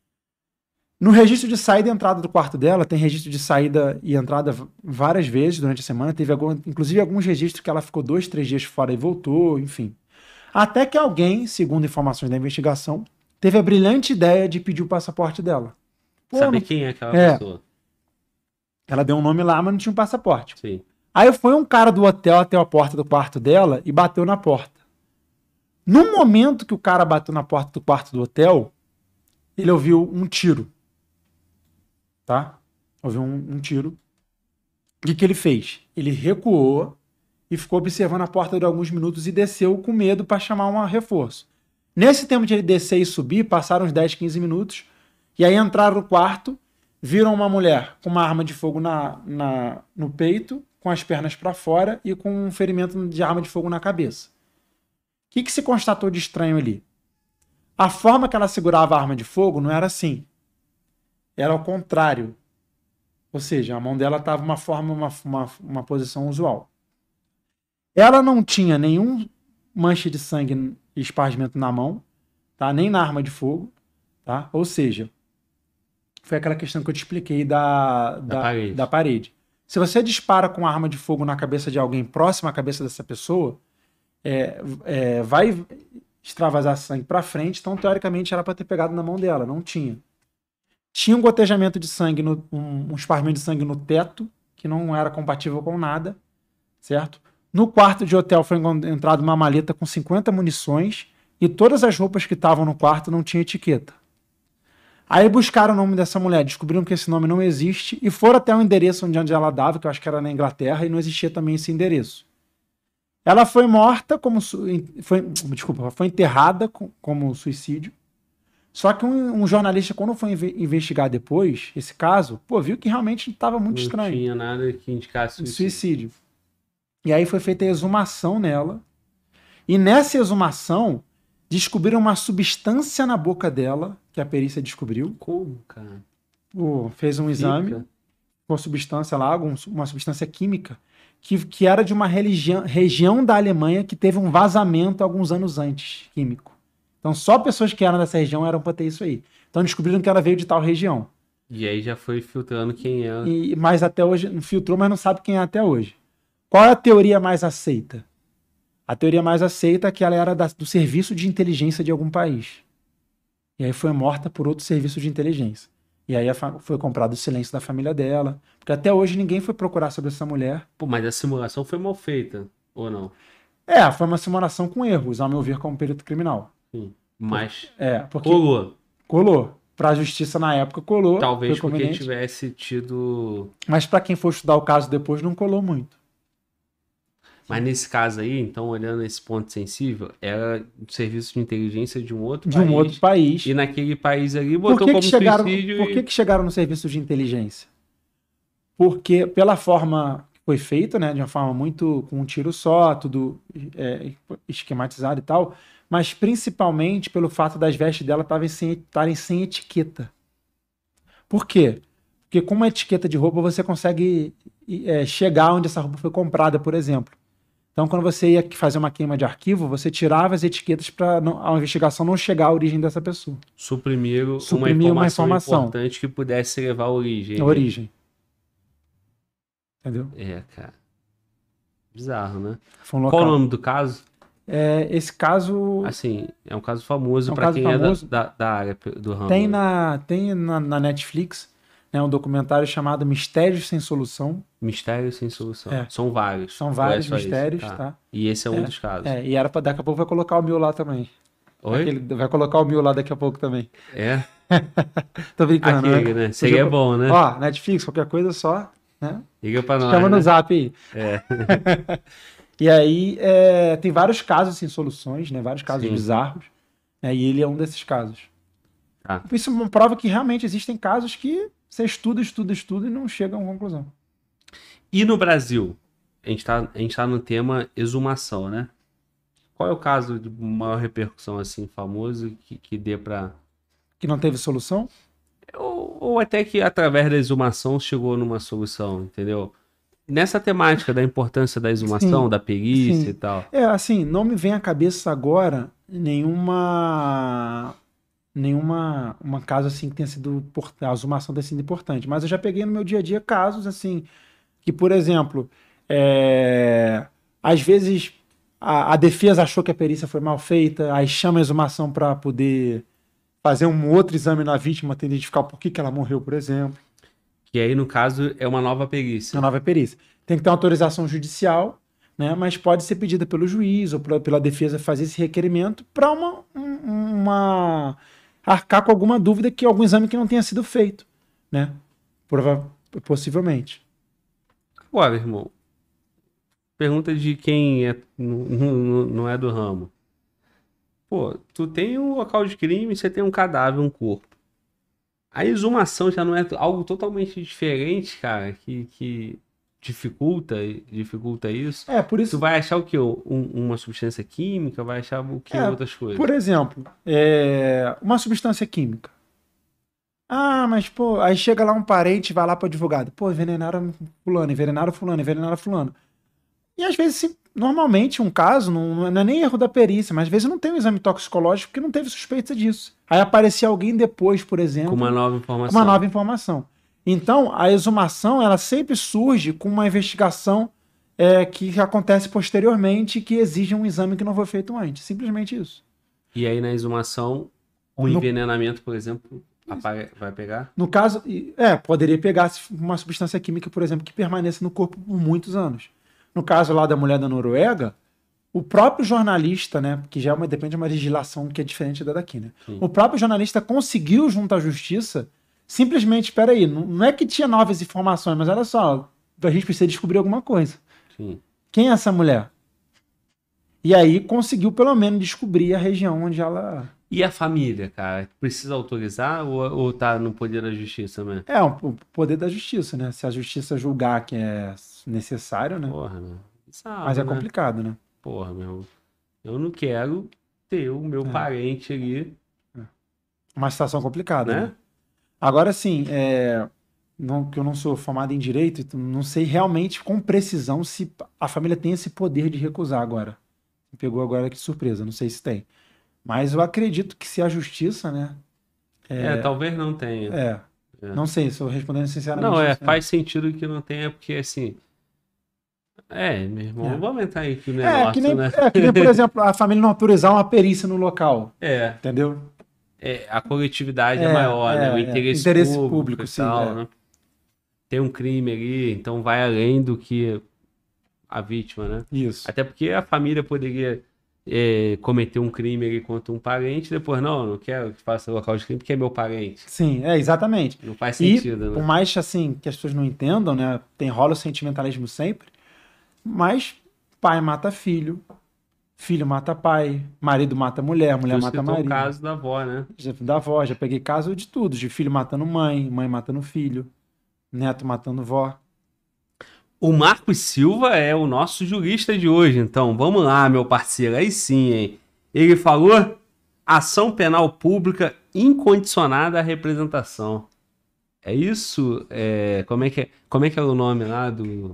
No registro de saída e entrada do quarto dela, tem registro de saída e entrada várias vezes durante a semana. Teve inclusive alguns registros que ela ficou 2, 3 dias fora e voltou, enfim. Até que alguém, segundo informações da investigação, teve a brilhante ideia de pedir o passaporte dela. Pô, Saber não- quem é aquela É. pessoa. Ela deu um nome lá, mas não tinha um passaporte. Sim. Aí foi um cara do hotel até a porta do quarto dela e bateu na porta. No momento que o cara bateu na porta do quarto do hotel, ele ouviu um tiro. Tá? Ouviu um tiro. O que ele fez? Ele recuou e ficou observando a porta por alguns minutos e desceu com medo para chamar um reforço. Nesse tempo de ele descer e subir, passaram uns 10, 15 minutos, e aí entraram no quarto, viram uma mulher com uma arma de fogo no peito, com as pernas para fora e com um ferimento de arma de fogo na cabeça. O que se constatou de estranho ali? A forma que ela segurava a arma de fogo não era assim. Era ao contrário. Ou seja, a mão dela estava uma posição usual. Ela não tinha nenhum mancha de sangue e espargimento na mão, tá? Nem na arma de fogo. Tá? Ou seja, foi aquela questão que eu te expliquei da parede. Se você dispara com arma de fogo na cabeça de alguém próximo à cabeça dessa pessoa, vai extravasar sangue para frente, então teoricamente era para ter pegado na mão dela, não tinha. Tinha um gotejamento de sangue, um espargimento de sangue no teto, que não era compatível com nada, certo? No quarto de hotel foi encontrada uma maleta com 50 munições e todas as roupas que estavam no quarto não tinham etiqueta. Aí buscaram o nome dessa mulher, descobriram que esse nome não existe e foram até o endereço onde ela dava, que eu acho que era na Inglaterra, e não existia também esse endereço. Ela foi morta foi enterrada como suicídio. Só que um jornalista, quando foi investigar depois esse caso, viu que realmente estava muito estranho. Não tinha nada que indicasse suicídio. E aí foi feita a exumação nela. E nessa exumação, descobriram uma substância na boca dela, que a perícia descobriu. Como, cara? Fez um exame, uma substância lá, uma substância química, que era de uma região da Alemanha que teve um vazamento alguns anos antes, químico. Então só pessoas que eram dessa região eram para ter isso aí. Então descobriram que ela veio de tal região. E aí já foi filtrando quem é. Mas até hoje, filtrou, mas não sabe quem é até hoje. Qual é a teoria mais aceita? A teoria mais aceita é que ela era do serviço de inteligência de algum país. E aí foi morta por outro serviço de inteligência. E aí foi comprado o silêncio da família dela. Porque até hoje ninguém foi procurar sobre essa mulher. Pô, mas a simulação foi mal feita, ou não? Foi uma simulação com erros, ao meu ver, como perito criminal. Sim. Mas porque colou. Pra justiça na época colou. Talvez porque tivesse tido... Mas pra quem for estudar o caso depois, não colou muito. Mas nesse caso aí, então, olhando esse ponto sensível, era um serviço de inteligência de um outro país. De um outro país. E naquele país ali botou como suicídio. Por que chegaram no serviço de inteligência? Porque pela forma que foi feito, né, de uma forma muito com um tiro só, tudo esquematizado e tal, mas principalmente pelo fato das vestes dela estarem sem etiqueta. Por quê? Porque com uma etiqueta de roupa você consegue chegar onde essa roupa foi comprada, por exemplo. Então, quando você ia fazer uma queima de arquivo, você tirava as etiquetas para a investigação não chegar à origem dessa pessoa. Suprimir uma informação importante que pudesse levar à origem. A origem. Entendeu? Cara. Bizarro, né? Qual o nome do caso? Esse caso... Assim, é um caso famoso para quem é da área do ramo. Tem na Netflix. né, um documentário chamado Mistérios Sem Solução. Mistérios sem solução. É. São vários. São Ou vários só esse? mistérios, tá? E esse é um dos casos. E era pra daqui a pouco vai colocar o meu lá também. Oi? Vai colocar o meu lá daqui a pouco também. É? Tô brincando, Aquele, né? Seria bom, né? Ó, Netflix, qualquer coisa só, né? Liga pra nós, Chama no né? zap aí. É. E aí, tem vários casos sem soluções, né? Vários casos Sim. bizarros. Né? E ele é um desses casos. Tá. Isso prova que realmente existem casos que você estuda e não chega a uma conclusão. E no Brasil? A gente tá no tema exumação, né? Qual é o caso de maior repercussão, assim, famoso, que dê pra... Que não teve solução? Ou até que através da exumação chegou numa solução, entendeu? Nessa temática da importância da exumação, Sim, da perícia sim. e tal. Assim, não me vem à cabeça agora nenhuma caso assim que tenha sido a exumação tenha sido importante, mas eu já peguei no meu dia a dia casos assim que, por exemplo, às vezes a defesa achou que a perícia foi mal feita, aí chama a exumação para poder fazer um outro exame na vítima, tentar identificar por que ela morreu, por exemplo. Que aí, no caso, é uma nova perícia. Uma nova perícia. Tem que ter uma autorização judicial, né? Mas pode ser pedida pelo juiz ou pela defesa fazer esse requerimento para arcar com alguma dúvida que algum exame que não tenha sido feito, né? Possivelmente. Agora, irmão, pergunta de quem não é do ramo. Pô, tu tem um local de crime, você tem um cadáver, um corpo. A exumação já não é algo totalmente diferente, cara, que dificulta isso? Por isso. Tu vai achar o quê? Uma substância química? Vai achar o quê? Outras coisas? Por exemplo, uma substância química. Ah, mas, pô, aí chega lá um parente, vai lá pro advogado. Pô, envenenaram fulano. E às vezes, normalmente, um caso, não é nem erro da perícia, mas às vezes não tem um exame toxicológico porque não teve suspeita disso. Aí aparecia alguém depois, por exemplo. Com uma nova informação. Então, a exumação, ela sempre surge com uma investigação que acontece posteriormente que exige um exame que não foi feito antes. Simplesmente isso. E aí, na exumação, envenenamento, por exemplo, vai pegar? No caso, poderia pegar uma substância química, por exemplo, que permaneça no corpo por muitos anos. No caso lá da mulher da Noruega, o próprio jornalista, né, que já depende de uma legislação que é diferente da daqui, né? Sim. O próprio jornalista conseguiu, junto à justiça, simplesmente, espera aí, não é que tinha novas informações, mas olha só, a gente precisa descobrir alguma coisa. Sim. Quem é essa mulher? E aí conseguiu, pelo menos, descobrir a região onde ela... E a família, cara? Precisa autorizar ou tá no poder da justiça mesmo? O poder da justiça, né? Se a justiça julgar que é necessário, né? Porra, meu. Mas é complicado, né? Porra, meu. Eu não quero ter o meu parente ali. Uma situação complicada, Né? né? Agora, sim, que eu não sou formado em direito, então não sei realmente com precisão se a família tem esse poder de recusar agora. Me pegou agora que surpresa, não sei se tem. Mas eu acredito que se a justiça, né? Talvez não tenha. Não sei, estou respondendo sinceramente. Não, isso, faz sentido que não tenha, porque assim. Meu irmão, vamos entrar aí aqui no negócio, que nem, né? que nem, por exemplo, a família não autorizar uma perícia no local. Entendeu? A coletividade é maior, né? O interesse público e sim, tal, né? Tem um crime ali, então vai além do que a vítima, né? Isso. Até porque a família poderia cometer um crime ali contra um parente, depois, não quero que faça local de crime porque é meu parente. Sim, exatamente. Não faz sentido, e, né? por mais assim, que as pessoas não entendam, né? Rola o sentimentalismo sempre, mas pai mata filho, filho mata pai, marido mata mulher, mulher mata marido. O caso da avó, né? Da avó, já peguei caso de tudo, de filho matando mãe, mãe matando filho, neto matando vó. O Marcos Silva é o nosso jurista de hoje, então vamos lá, meu parceiro, aí sim, hein? Ele falou ação penal pública incondicionada à representação. É isso? Como é que era o nome lá do...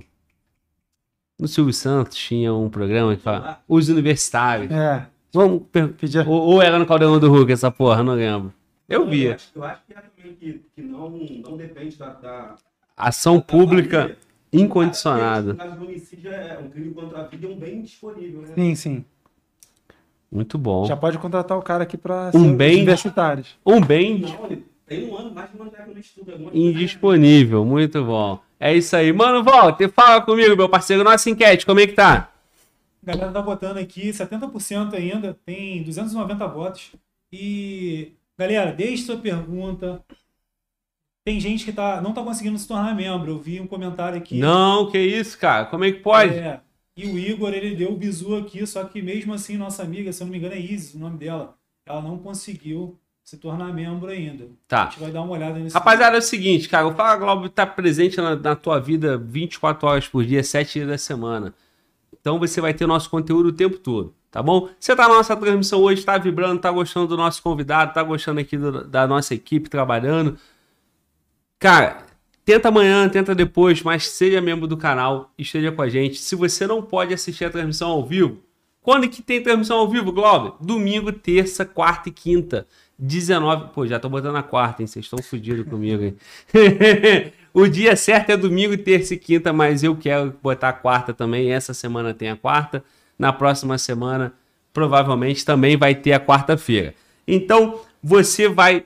No Silvio Santos tinha um programa que fala Os Universitários. Vamos pedir. Ou era no Caldeirão do Hulk essa porra, não lembro. Eu via. Eu acho que é também que não depende da ação pública incondicionada. No caso do homicídio, um crime contra a vida é um bem disponível, né? Sim, sim. Muito bom. Já pode contratar o cara aqui para bem universitários. Um bem... Não, Tem um ano, mais de um ano já que eu não estudo. Indisponível, muito bom. É isso aí. Mano, Walter, fala comigo, meu parceiro. Nossa enquete, como é que tá? A galera tá votando aqui, 70% ainda, tem 290 votos. E, galera, deixe sua pergunta. Tem gente que não tá conseguindo se tornar membro. Eu vi um comentário aqui. Não, que isso, cara? Como é que pode? E o Igor, ele deu o bizu aqui, só que mesmo assim, nossa amiga, se eu não me engano é Isis, o nome dela, ela não conseguiu se tornar membro ainda. Tá. A gente vai dar uma olhada nesse Rapaziada, é o seguinte, cara, o Fala Globo tá presente na tua vida 24 horas por dia, 7 dias da semana. Então você vai ter nosso conteúdo o tempo todo, tá bom? Você tá na nossa transmissão hoje, tá vibrando, tá gostando do nosso convidado, tá gostando aqui da nossa equipe trabalhando. Cara, tenta amanhã, tenta depois, mas seja membro do canal, esteja com a gente. Se você não pode assistir a transmissão ao vivo, quando que tem transmissão ao vivo, Globo? Domingo, terça, quarta e quinta. 19... Pô, já tô botando a quarta, hein? Vocês estão fodidos comigo, hein? O dia certo é domingo, terça e quinta, mas eu quero botar a quarta também. Essa semana tem a quarta. Na próxima semana, provavelmente, também vai ter a quarta-feira. Então, você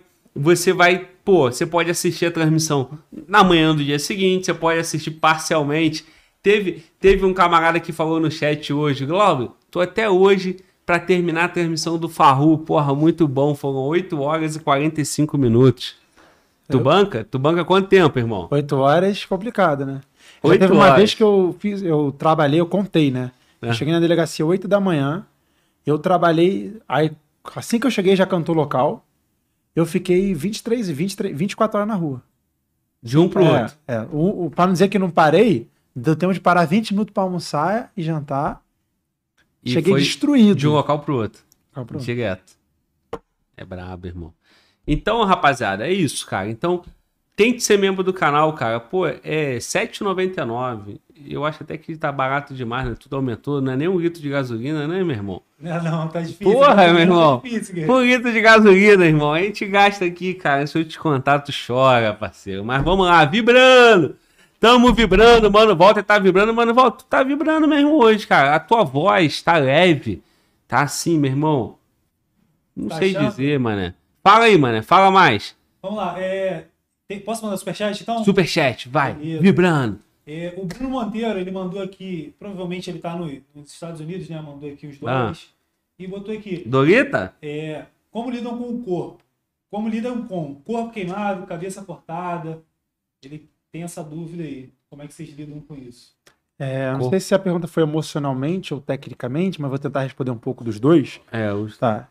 pode assistir a transmissão na manhã do dia seguinte, você pode assistir parcialmente. Teve um camarada que falou no chat hoje, Globo, tô até hoje para terminar a transmissão do Farru. Porra, muito bom, foram 8 horas e 45 minutos. Tu banca? Tu banca quanto tempo, irmão? 8 horas, complicado, né? Já 8 teve uma horas. vez que eu trabalhei, eu contei, né? Eu cheguei na delegacia 8 da manhã, eu trabalhei, aí assim que eu cheguei já cantou local, eu fiquei 24 horas na rua. De um pro outro. Pra não dizer que não parei, deu tempo de parar 20 minutos pra almoçar e jantar. E cheguei foi destruído. de um local pro outro. Pronto. Direto. É brabo, irmão. Então, rapaziada, é isso, cara. Então, tente ser membro do canal, cara. Pô, é R$7,99. Eu acho até que tá barato demais, né? Tudo aumentou. Não é nem um litro de gasolina, né, meu irmão? Não, tá difícil. Porra, meu irmão. Tá difícil, Um litro de gasolina, irmão. A gente gasta aqui, cara. Se eu te contar, tu chora, parceiro. Mas vamos lá, vibrando. Tamo vibrando, mano. Walter tá vibrando, mano. Walter, tu tá vibrando mesmo hoje, cara. A tua voz tá leve. Tá assim, meu irmão. Não Tá sei achando? dizer, mané. Fala aí, mané. Fala mais. Vamos lá. Posso mandar superchat, então? Superchat, vai. Beleza. Vibrando. O Bruno Monteiro, ele mandou aqui, provavelmente ele tá nos Estados Unidos, né? Mandou aqui os dólares. E botou aqui, Dorita? como lidam com o corpo? Como lidam com corpo queimado, cabeça cortada? Ele tem essa dúvida aí. Como é que vocês lidam com isso? Não sei se a pergunta foi emocionalmente ou tecnicamente, mas vou tentar responder um pouco dos dois. Tá.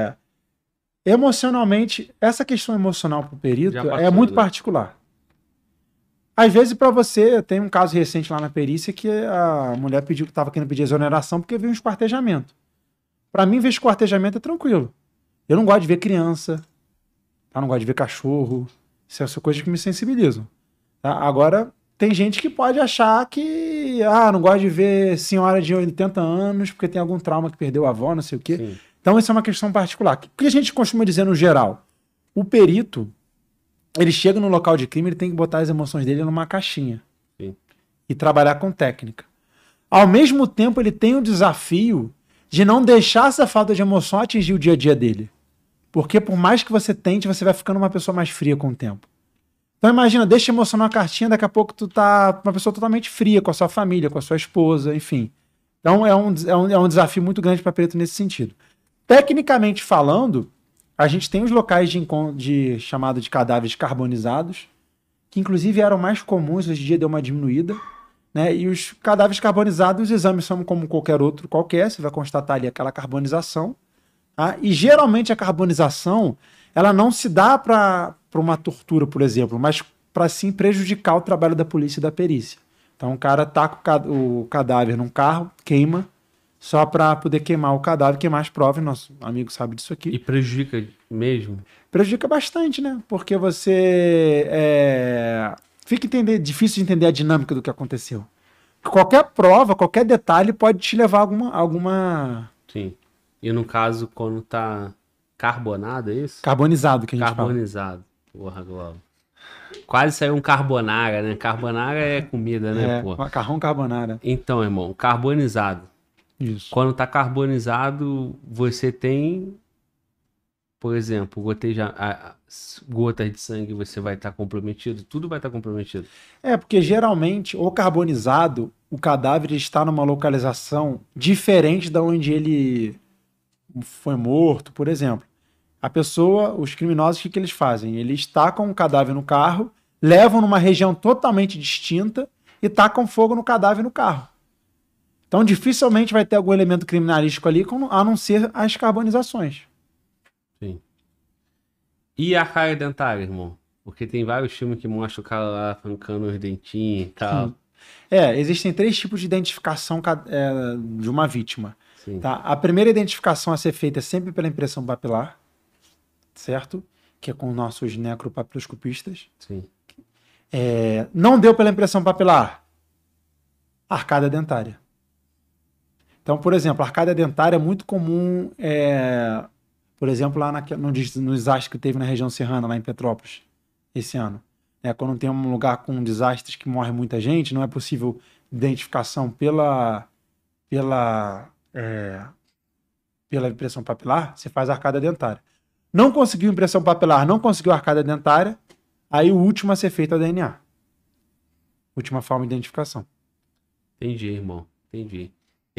Emocionalmente, essa questão emocional pro perito Já passou, é muito né? particular. Às vezes, para você, tem um caso recente lá na perícia que a mulher pediu que estava querendo pedir exoneração porque viu um esquartejamento. Para mim, ver esquartejamento é tranquilo. Eu não gosto de ver criança, tá? Não gosto de ver cachorro. Isso são coisas que me sensibilizam. Tá? Agora, tem gente que pode achar que não gosta de ver senhora de 80 anos porque tem algum trauma que perdeu a avó, não sei o quê. Sim. Então, isso é uma questão particular. O que a gente costuma dizer no geral? O perito, ele chega no local de crime, ele tem que botar as emoções dele numa caixinha. Sim. E trabalhar com técnica. Ao mesmo tempo, ele tem o desafio de não deixar essa falta de emoção atingir o dia a dia dele. Porque por mais que você tente, você vai ficando uma pessoa mais fria com o tempo. Então imagina, deixa a emoção numa cartinha, daqui a pouco tu tá uma pessoa totalmente fria com a sua família, com a sua esposa, enfim. Então é um desafio muito grande para perito nesse sentido. Tecnicamente falando, a gente tem os locais de chamado de cadáveres carbonizados, que inclusive eram mais comuns, hoje em dia deu uma diminuída, né? E os cadáveres carbonizados, os exames são como qualquer outro qualquer, você vai constatar ali aquela carbonização, tá? E geralmente a carbonização, ela não se dá para uma tortura, por exemplo, mas para sim prejudicar o trabalho da polícia e da perícia. Então o cara taca o cadáver num carro, queima, só para poder queimar o cadáver, queimar as provas, nosso amigo sabe disso aqui. E prejudica mesmo? Prejudica bastante, né? Porque você fica difícil de entender a dinâmica do que aconteceu. Qualquer prova, qualquer detalhe pode te levar a alguma... Sim. E no caso, quando tá carbonado, é isso? Carbonizado, que a gente Carbonizado. Porra, Globo. Quase saiu um carbonara, né? Carbonara é comida, né, pô? Macarrão carbonara. Então, irmão, carbonizado. Isso. Quando tá carbonizado, você tem, por exemplo, gotas de sangue você vai estar comprometido? Tudo vai estar comprometido. Porque geralmente, o carbonizado, o cadáver está numa localização diferente da onde ele foi morto, por exemplo. A pessoa, os criminosos, o que eles fazem? Eles tacam o cadáver no carro, levam numa região totalmente distinta e tacam fogo no cadáver no carro. Então, dificilmente vai ter algum elemento criminalístico ali, a não ser as carbonizações. Sim. E a arcária dentária, irmão? Porque tem vários filmes que mostram o cara lá arrancando os dentinhos e tal. Existem 3 tipos de identificação de uma vítima. Sim. Tá? A primeira identificação a ser feita é sempre pela impressão papilar, certo? Que é com nossos necropapiloscopistas. Sim. Não deu pela impressão papilar, arcada dentária. Então, por exemplo, a arcada dentária é muito comum, por exemplo, lá no desastre que teve na região serrana, lá em Petrópolis, esse ano. Quando tem um lugar com desastres que morre muita gente, não é possível identificação pela impressão papilar, você faz a arcada dentária. Não conseguiu impressão papilar, não conseguiu arcada dentária, aí o último a ser feito é o DNA. Última forma de identificação. Entendi, irmão. Entendi.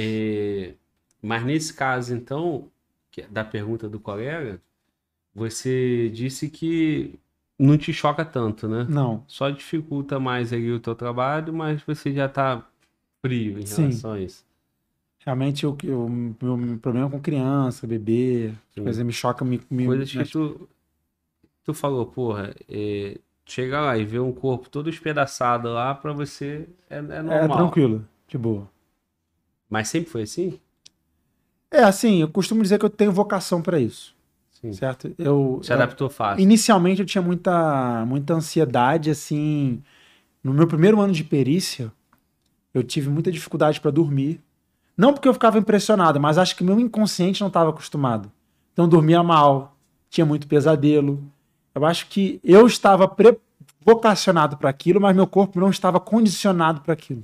Mas nesse caso, então, da pergunta do colega, você disse que não te choca tanto, né? Não. Só dificulta mais aí o teu trabalho, mas você já tá frio em relação a isso. Realmente, o meu problema é com criança, bebê, coisa me choca. Coisas que tu falou, porra, chegar lá e ver um corpo todo espedaçado lá, pra você é normal. É tranquilo, de boa. Mas sempre foi assim? Assim, eu costumo dizer que eu tenho vocação para isso. Sim. Certo? Se adaptou fácil. Inicialmente eu tinha muita ansiedade, assim. No meu primeiro ano de perícia, eu tive muita dificuldade para dormir. Não porque eu ficava impressionado, mas acho que meu inconsciente não estava acostumado. Então eu dormia mal, tinha muito pesadelo. Eu acho que eu estava vocacionado para aquilo, mas meu corpo não estava condicionado para aquilo.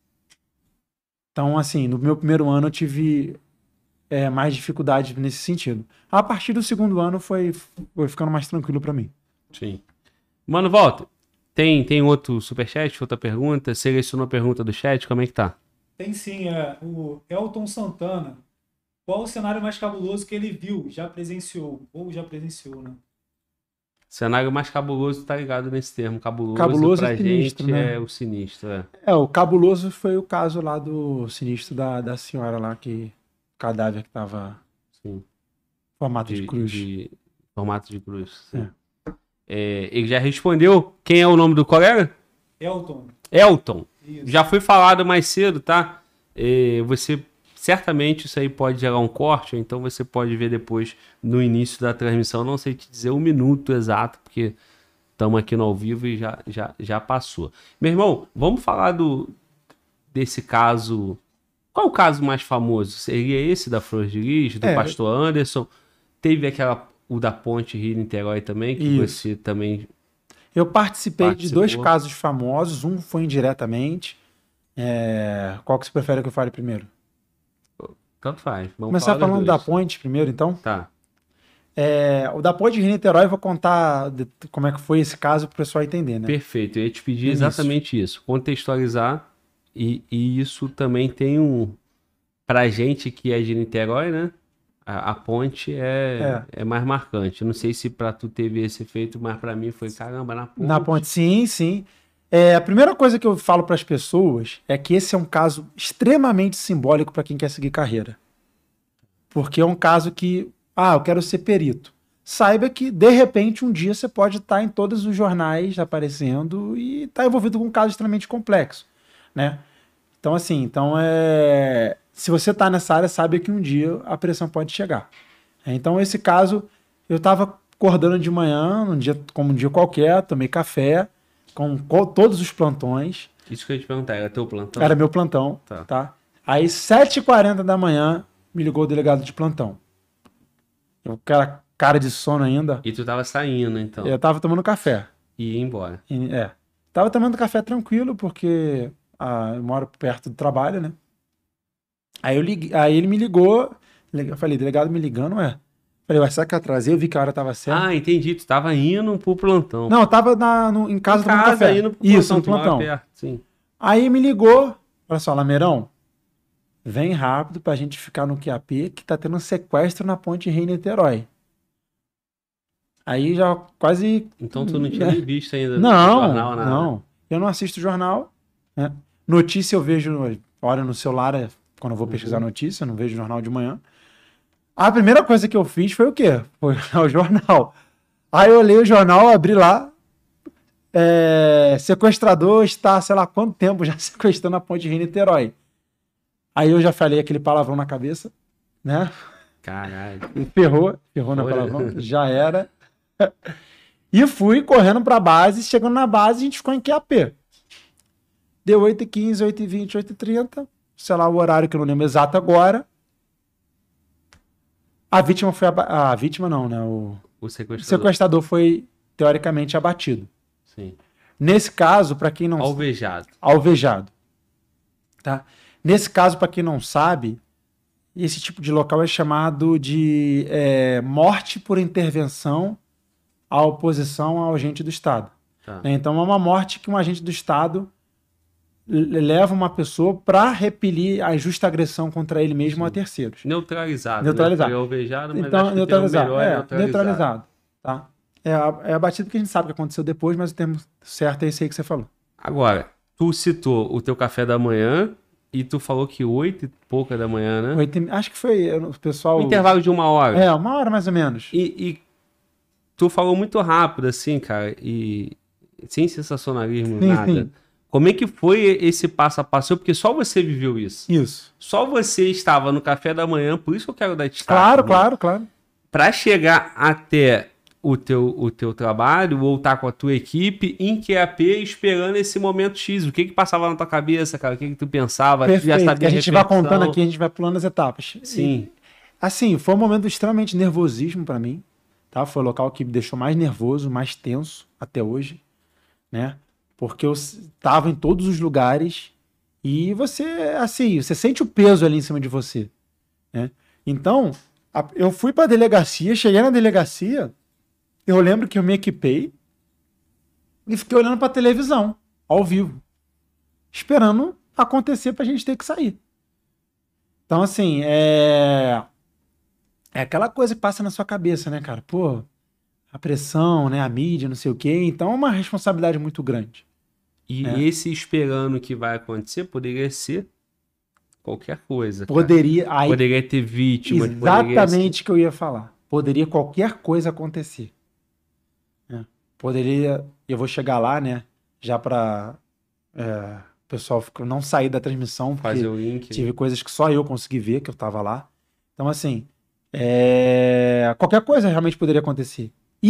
Então, assim, no meu primeiro ano eu tive mais dificuldade nesse sentido. A partir do segundo ano foi ficando mais tranquilo para mim. Sim. Mano, volta. Tem outro superchat, outra pergunta? Selecionou a pergunta do chat? Como é que tá? Tem sim, o Elton Santana. Qual o cenário mais cabuloso que ele viu, já presenciou, né? Cenário mais cabuloso, tá ligado nesse termo. Cabuloso pra é sinistro, gente né? é o sinistro, o cabuloso foi o caso lá do sinistro da senhora lá, que o cadáver que tava formato de cruz. Formato de cruz, sim. Ele já respondeu. Quem é o nome do colega? Elton. Isso. Já foi falado mais cedo, tá? Você certamente isso aí pode gerar um corte, ou então você pode ver depois no início da transmissão. Não sei te dizer o minuto exato, porque estamos aqui no ao vivo e já passou. Meu irmão, vamos falar desse caso. Qual o caso mais famoso? Seria esse da Flor de Lis, do pastor Anderson? Teve o da Ponte Rio-Niterói também, que você também... Eu participei de 2 casos famosos, um foi indiretamente. Qual que você prefere que eu fale primeiro? Tanto faz. Vamos começar falando da Ponte primeiro, então? Tá. O da Ponte Rio-Niterói eu vou contar como é que foi esse caso para o pessoal entender, né? Perfeito, eu ia te pedir exatamente isso. Contextualizar, e isso também tem pra gente que é de Niterói, né? A ponte é mais marcante. Não sei se pra tu teve esse efeito, mas pra mim foi, caramba, na ponte. Na ponte, sim. A primeira coisa que eu falo para as pessoas é que esse é um caso extremamente simbólico para quem quer seguir carreira. Porque é um caso que, eu quero ser perito. Saiba que, de repente, um dia você pode estar em todos os jornais aparecendo e estar envolvido com um caso extremamente complexo, né? Então, assim, se você está nessa área, sabe que um dia a pressão pode chegar. Então, esse caso, eu estava acordando de manhã, como um dia qualquer, tomei café, com todos os plantões. Isso que eu ia te perguntar, era teu plantão? Era meu plantão, tá? Aí, 7h40 da manhã, me ligou o delegado de plantão. Eu, cara de sono ainda. E tu tava saindo, então? Eu tava tomando café. E ia embora? Tava tomando café tranquilo, porque eu moro perto do trabalho, né? Aí ele me ligou, eu falei, delegado me ligando, Falei, Falei, ué, será que eu atrasei? Eu vi que a hora tava certa. Ah, entendi. Tu tava indo pro plantão. Não, eu tava em casa tomando café. indo pro Isso, no tu morava plantão. perto, sim. Aí me ligou, olha só, Lameirão, vem rápido pra gente ficar no QAP, que tá tendo um sequestro na ponte Rio-Niterói. Aí já quase... Então tu não tinha nem visto ainda Não, no jornal, nada. não. Eu não assisto jornal, né? Notícia eu vejo, olha no celular, quando eu vou pesquisar notícia, eu não vejo jornal de manhã. A primeira coisa que eu fiz foi o quê? Foi olhar o jornal. Aí eu olhei o jornal, abri lá, sequestrador está, sei lá quanto tempo já sequestrando a ponte Rio-Niterói. Aí eu já falei aquele palavrão na cabeça, né? Caralho. Ferrou na palavrão, já era. E fui correndo pra base, chegando na base a gente ficou em QAP. Deu 8h15, 8h20, 8h30, sei lá o horário que eu não lembro exato agora. A vítima foi a vítima não, né? O O sequestrador. sequestrador foi teoricamente abatido. Sim. Nesse caso, para quem não Alvejado. alvejado, tá? Nesse caso, para quem não sabe, esse tipo de local é chamado de morte por intervenção à oposição ao agente do Estado. Tá. Né? Então, é uma morte que um agente do Estado leva uma pessoa para repelir a justa agressão contra ele mesmo ou a terceiros. Neutralizado. Neutralizado. Né? Foi alvejado, mas Então, acho que o termo neutralizado. melhor é neutralizado. Neutralizado. Tá? É abatido porque a gente sabe o que aconteceu depois, mas o termo certo é esse aí que você falou. Agora, tu citou o teu café da manhã e tu falou que 8 e pouca da manhã, né? Acho que foi o pessoal... Um intervalo de 1 hora. 1 hora mais ou menos. E tu falou muito rápido, assim, cara, e sem sensacionalismo, Sim, nada. sim. Como é que foi esse passo a passo? Porque só você viveu isso. Isso. Só você estava no café da manhã, por isso que eu quero dar destaque. Claro. Para chegar até o teu trabalho, ou estar com a tua equipe em QAP esperando esse momento X. O que passava na tua cabeça, cara? O que tu pensava? Tu já Perfeito. sabia A gente vai contando aqui, a gente vai pulando as etapas. Sim. Assim, foi um momento extremamente de nervosismo para mim, tá? Foi o local que me deixou mais nervoso, mais tenso até hoje, né? Porque eu estava em todos os lugares e você sente o peso ali em cima de você, né? Então, eu fui para a delegacia, cheguei na delegacia, eu lembro que eu me equipei e fiquei olhando para a televisão, ao vivo, esperando acontecer para a gente ter que sair. Então, assim, é aquela coisa que passa na sua cabeça, né, cara? Pô, a pressão, né, a mídia, não sei o quê. Então, é uma responsabilidade muito grande. E esse esperando que vai acontecer poderia ser qualquer coisa. Poderia ter vítima. Exatamente o que eu ia falar. Poderia qualquer coisa acontecer. Poderia... Eu vou chegar lá, né, já para o pessoal não sair da transmissão, porque fazer o link. Tive coisas que só eu consegui ver, que eu tava lá. Então, assim, qualquer coisa realmente poderia acontecer.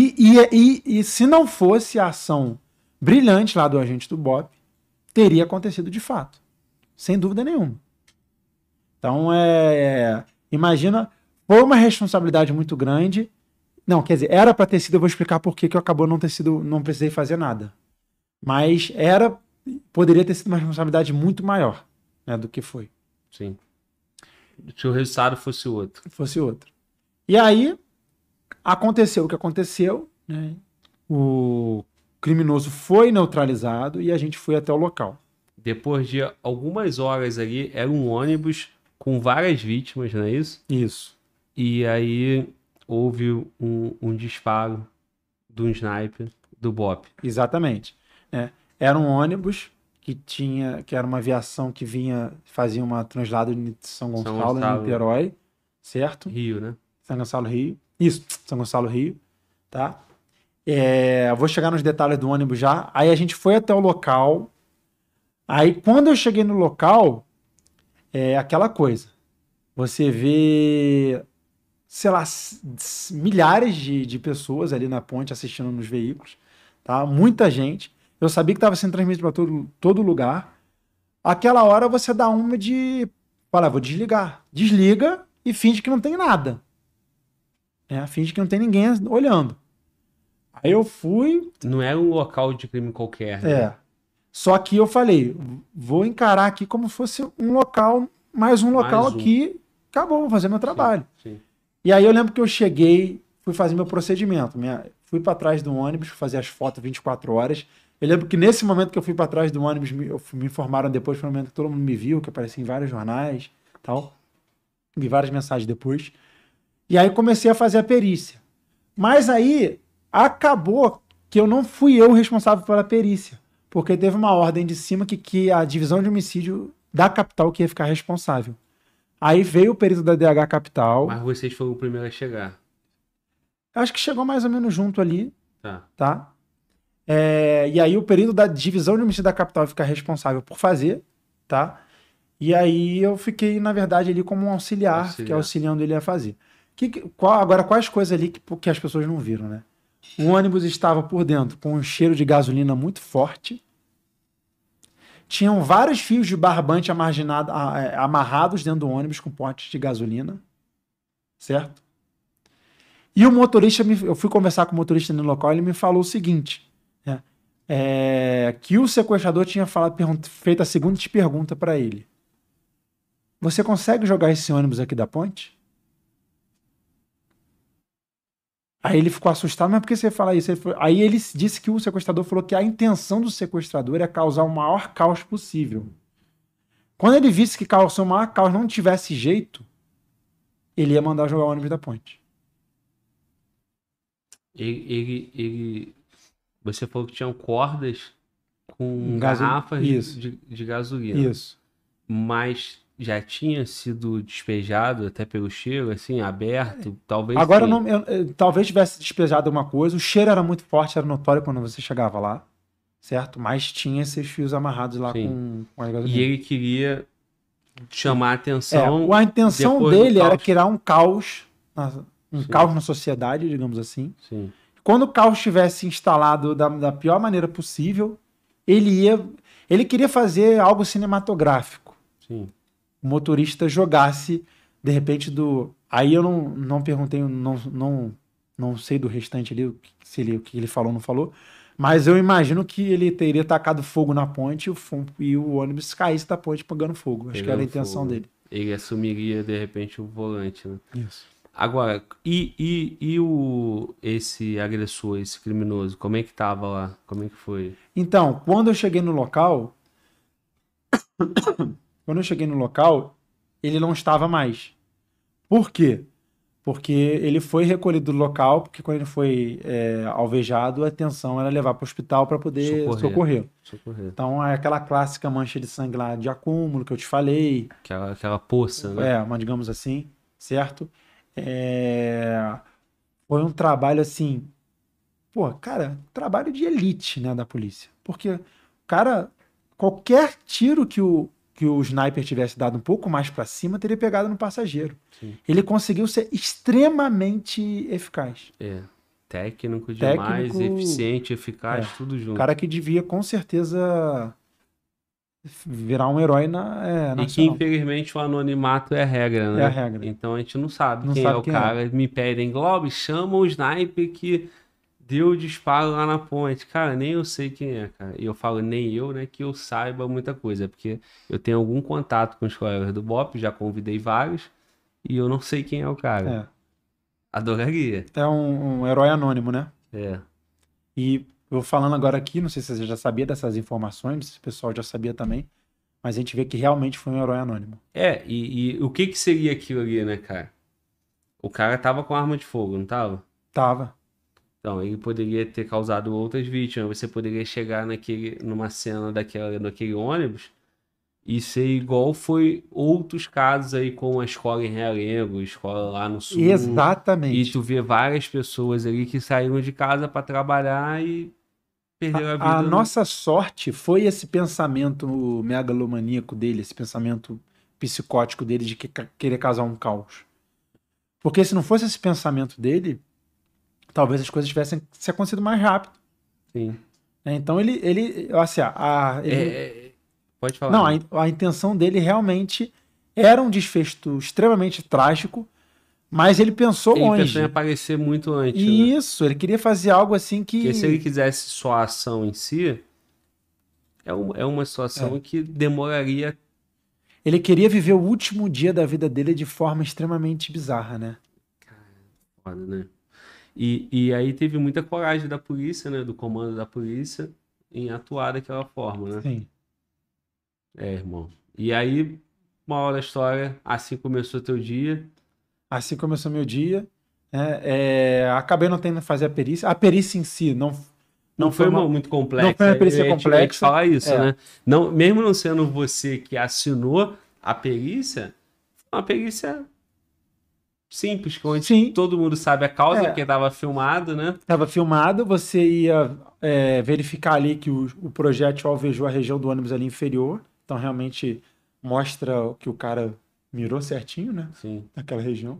E se não fosse a ação brilhante lá do agente do BOPE, teria acontecido de fato. Sem dúvida nenhuma. Então, imagina, foi uma responsabilidade muito grande. Não, quer dizer, era para ter sido, eu vou explicar por que acabou não precisei fazer nada. Mas poderia ter sido uma responsabilidade muito maior, né, do que foi. Sim. Se o resultado fosse outro. E aí, aconteceu o que aconteceu, né? O criminoso foi neutralizado e a gente foi até o local. Depois de algumas horas ali, era um ônibus com várias vítimas, não é isso? Isso. E aí houve um disparo de um sniper do BOPE. Exatamente. Era um ônibus que era uma aviação que fazia uma translado de São Gonçalo em Niterói, certo? Rio, né? São Gonçalo, Rio. Isso, São Gonçalo, Rio, tá? Vou chegar nos detalhes do ônibus já. Aí a gente foi até o local. Aí quando eu cheguei no local, aquela coisa. Você vê, sei lá, milhares de pessoas ali na ponte assistindo nos veículos, tá? Muita gente. Eu sabia que estava sendo transmitido para todo lugar. Aquela hora você dá uma de... Fala, vou desligar. Desliga e finge que não tem nada. Finge que não tem ninguém olhando. Aí eu fui... Não era um local de crime qualquer. Né? Só que eu falei, vou encarar aqui como se fosse um local, mais um local aqui, acabou, vou fazer meu trabalho. Sim. E aí eu lembro que eu cheguei, fui fazer meu procedimento. Fui para trás do ônibus, fui fazer as fotos 24 horas. Eu lembro que nesse momento que eu fui para trás do ônibus, me informaram depois, foi um momento que todo mundo me viu, que aparecia em vários jornais e tal. Vi várias mensagens depois. E aí comecei a fazer a perícia. Mas aí acabou que eu não fui eu o responsável pela perícia. Porque teve uma ordem de cima que a divisão de homicídio da capital que ia ficar responsável. Aí veio o perito da DH Capital. Mas vocês foram o primeiro a chegar. Acho que chegou mais ou menos junto ali, Tá. tá? E aí o perito da divisão de homicídio da capital fica responsável por fazer, tá? E aí eu fiquei, na verdade, ali como um auxiliar. Fiquei auxiliando ele a fazer. Agora, quais coisas ali que as pessoas não viram, né? O ônibus estava por dentro com um cheiro de gasolina muito forte. Tinham vários fios de barbante amarrados dentro do ônibus com potes de gasolina. Certo? E o motorista, eu fui conversar com o motorista no local, ele me falou o seguinte, né? Que o sequestrador tinha feito a seguinte pergunta para ele. Você consegue jogar esse ônibus aqui da ponte? Aí ele ficou assustado, mas por que você fala isso? Aí ele disse que o sequestrador falou que a intenção do sequestrador é causar o maior caos possível. Quando ele visse que causou o maior caos, não tivesse jeito, ele ia mandar jogar o ônibus da ponte. Você falou que tinham cordas com garrafas de gasolina. Isso. Mas já tinha sido despejado até pelo cheiro, assim, aberto, talvez. Agora talvez tivesse despejado alguma coisa. O cheiro era muito forte, era notório quando você chegava lá, certo? Mas tinha esses fios amarrados lá com a gasolina. E ele queria chamar a atenção. A intenção dele era criar um caos, caos na sociedade, digamos assim. Sim. Quando o caos estivesse instalado da pior maneira possível, ele queria fazer algo cinematográfico. Sim. O motorista jogasse, de repente, Aí eu não perguntei, não sei do restante ali, o que ele falou ou não falou, mas eu imagino que ele teria tacado fogo na ponte e o ônibus caísse da ponte pegando fogo. Acho que era a intenção dele. Ele assumiria, de repente, o volante, né? Isso. Agora, esse agressor, esse criminoso, como é que tava lá? Como é que foi? Então, quando eu cheguei no local, ele não estava mais. Por quê? Porque ele foi recolhido do local, porque quando ele foi alvejado, a intenção era levar para o hospital para poder socorrer. Então, é aquela clássica mancha de sangue lá de acúmulo que eu te falei. Aquela poça, né? Mas digamos assim, certo? Foi um trabalho assim, trabalho de elite, né, da polícia. Porque, qualquer tiro que o sniper tivesse dado um pouco mais para cima, teria pegado no passageiro. Sim. Ele conseguiu ser extremamente eficaz. Técnico demais, eficiente, eficaz, tudo junto. Cara que devia, com certeza, virar um herói nacional. E que, infelizmente, o anonimato é a regra, né? É a regra. Então, a gente não sabe quem é o cara. Me pedem, Globo, chama o sniper que deu o disparo lá na ponte. Cara, nem eu sei quem é, cara. E eu falo nem eu, né, que eu saiba muita coisa. Porque eu tenho algum contato com os colegas do BOPE, já convidei vários, e eu não sei quem é o cara. Adoraria. É um herói anônimo, né? E eu falando agora aqui, não sei se você já sabia dessas informações, o pessoal já sabia também, mas a gente vê que realmente foi um herói anônimo. E o que seria aquilo ali, né, cara? O cara tava com arma de fogo, não tava? Tava. Então, ele poderia ter causado outras vítimas. Você poderia chegar numa cena daquele ônibus e ser igual foi outros casos aí, como a escola em Realengo, a escola lá no sul. Exatamente. E tu vê várias pessoas ali que saíram de casa para trabalhar e perderam a vida. A nossa sorte foi esse pensamento megalomaníaco dele, esse pensamento psicótico dele de querer causar um caos. Porque se não fosse esse pensamento dele, talvez as coisas tivessem se acontecido mais rápido. Sim. Então pode falar. Não, a intenção dele realmente era um desfecho extremamente trágico, mas ele pensou longe. Ele pensou em aparecer muito antes. Isso, né? Ele queria fazer algo assim que... Porque se ele quisesse só a ação em si, é uma situação que demoraria... Ele queria viver o último dia da vida dele de forma extremamente bizarra, né? Foda, né? E aí teve muita coragem da polícia, né? Do comando da polícia em atuar daquela forma, né? Sim. É, irmão. E aí, uma hora da história, assim começou teu dia. Assim começou meu dia. Acabei não tendo que fazer a perícia. A perícia em si Não foi uma- muito complexa. não foi uma perícia Eu ia te complexa. falar isso, É. né? Não, mesmo não sendo você que assinou a perícia, foi uma perícia simples, onde Sim. todo mundo sabe a causa, É. porque estava filmado, né? Estava filmado, você ia verificar ali que o projétil alvejou a região do ônibus ali inferior. Então, realmente mostra que o cara mirou certinho, né? Sim. Naquela região.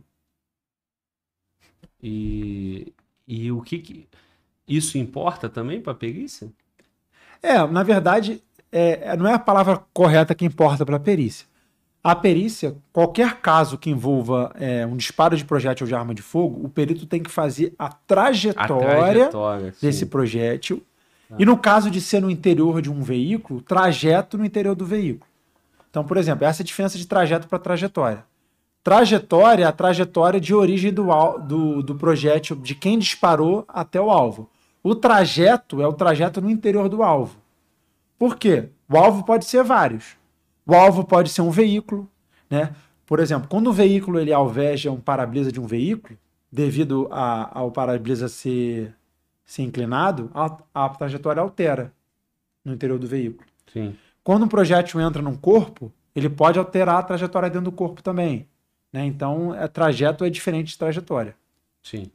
E o que isso importa também para a perícia? Na verdade, não é a palavra correta que importa para a perícia. A perícia, qualquer caso que envolva um disparo de projétil de arma de fogo, o perito tem que fazer a trajetória desse sim. projétil. E no caso de ser no interior de um veículo, trajeto no interior do veículo. Então, por exemplo, essa é a diferença de trajeto para trajetória. Trajetória é a trajetória de origem do projétil, de quem disparou até o alvo. O trajeto é o trajeto no interior do alvo. Por quê? O alvo pode ser vários. O alvo pode ser um veículo, né? Por exemplo, quando o veículo ele alveja um para-brisa de um veículo, devido ao para-brisa ser inclinado, a trajetória altera no interior do veículo. Sim. Quando um projétil entra num corpo, ele pode alterar a trajetória dentro do corpo também, né? Então, trajeto é diferente de trajetória. Sim.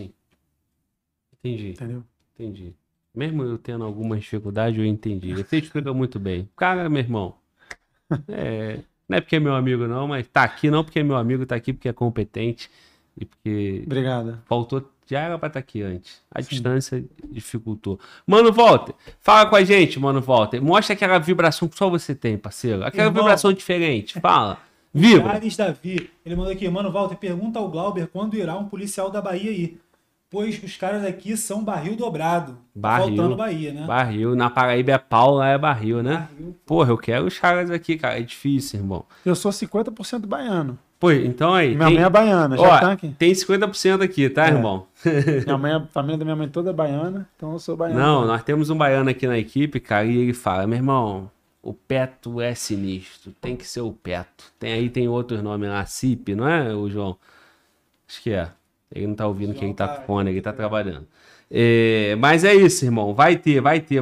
Entendi. Entendeu? Entendi. Mesmo eu tendo alguma dificuldade, eu entendi. Você explica muito bem. Cara, meu irmão, não é porque é meu amigo não, mas tá aqui não porque é meu amigo, tá aqui porque é competente e porque Obrigado. faltou, já era pra estar aqui antes. A Sim. distância dificultou. Mano Walter, fala com a gente, Mano Walter. Mostra aquela vibração que só você tem, parceiro. Aquela Irmão, vibração diferente. Fala. Vibra. Charles Davi, ele mandou aqui, mano, Walter, pergunta ao Glauber quando irá um policial da Bahia aí. Pois os caras aqui são barril dobrado. Barril. Faltando Bahia, né? Barril. Na Paraíba é pau, lá é barril, né? Barril. Porra, eu quero os caras aqui, cara. É difícil, irmão. Eu sou 50% baiano. Pô, então aí. Minha mãe é baiana, já Ó, tá aqui. tem 50% aqui, tá, É. irmão? A família da minha mãe toda é baiana, então eu sou baiano. Não, nós temos um baiano aqui na equipe, cara, e ele fala, meu irmão, o Peto é sinistro, tem que ser o Peto. Tem outros nomes lá, CIP, não é, o João? Acho que é. Ele não tá ouvindo que ele tá com fone, ele tá trabalhando. Mas é isso, irmão, vai ter.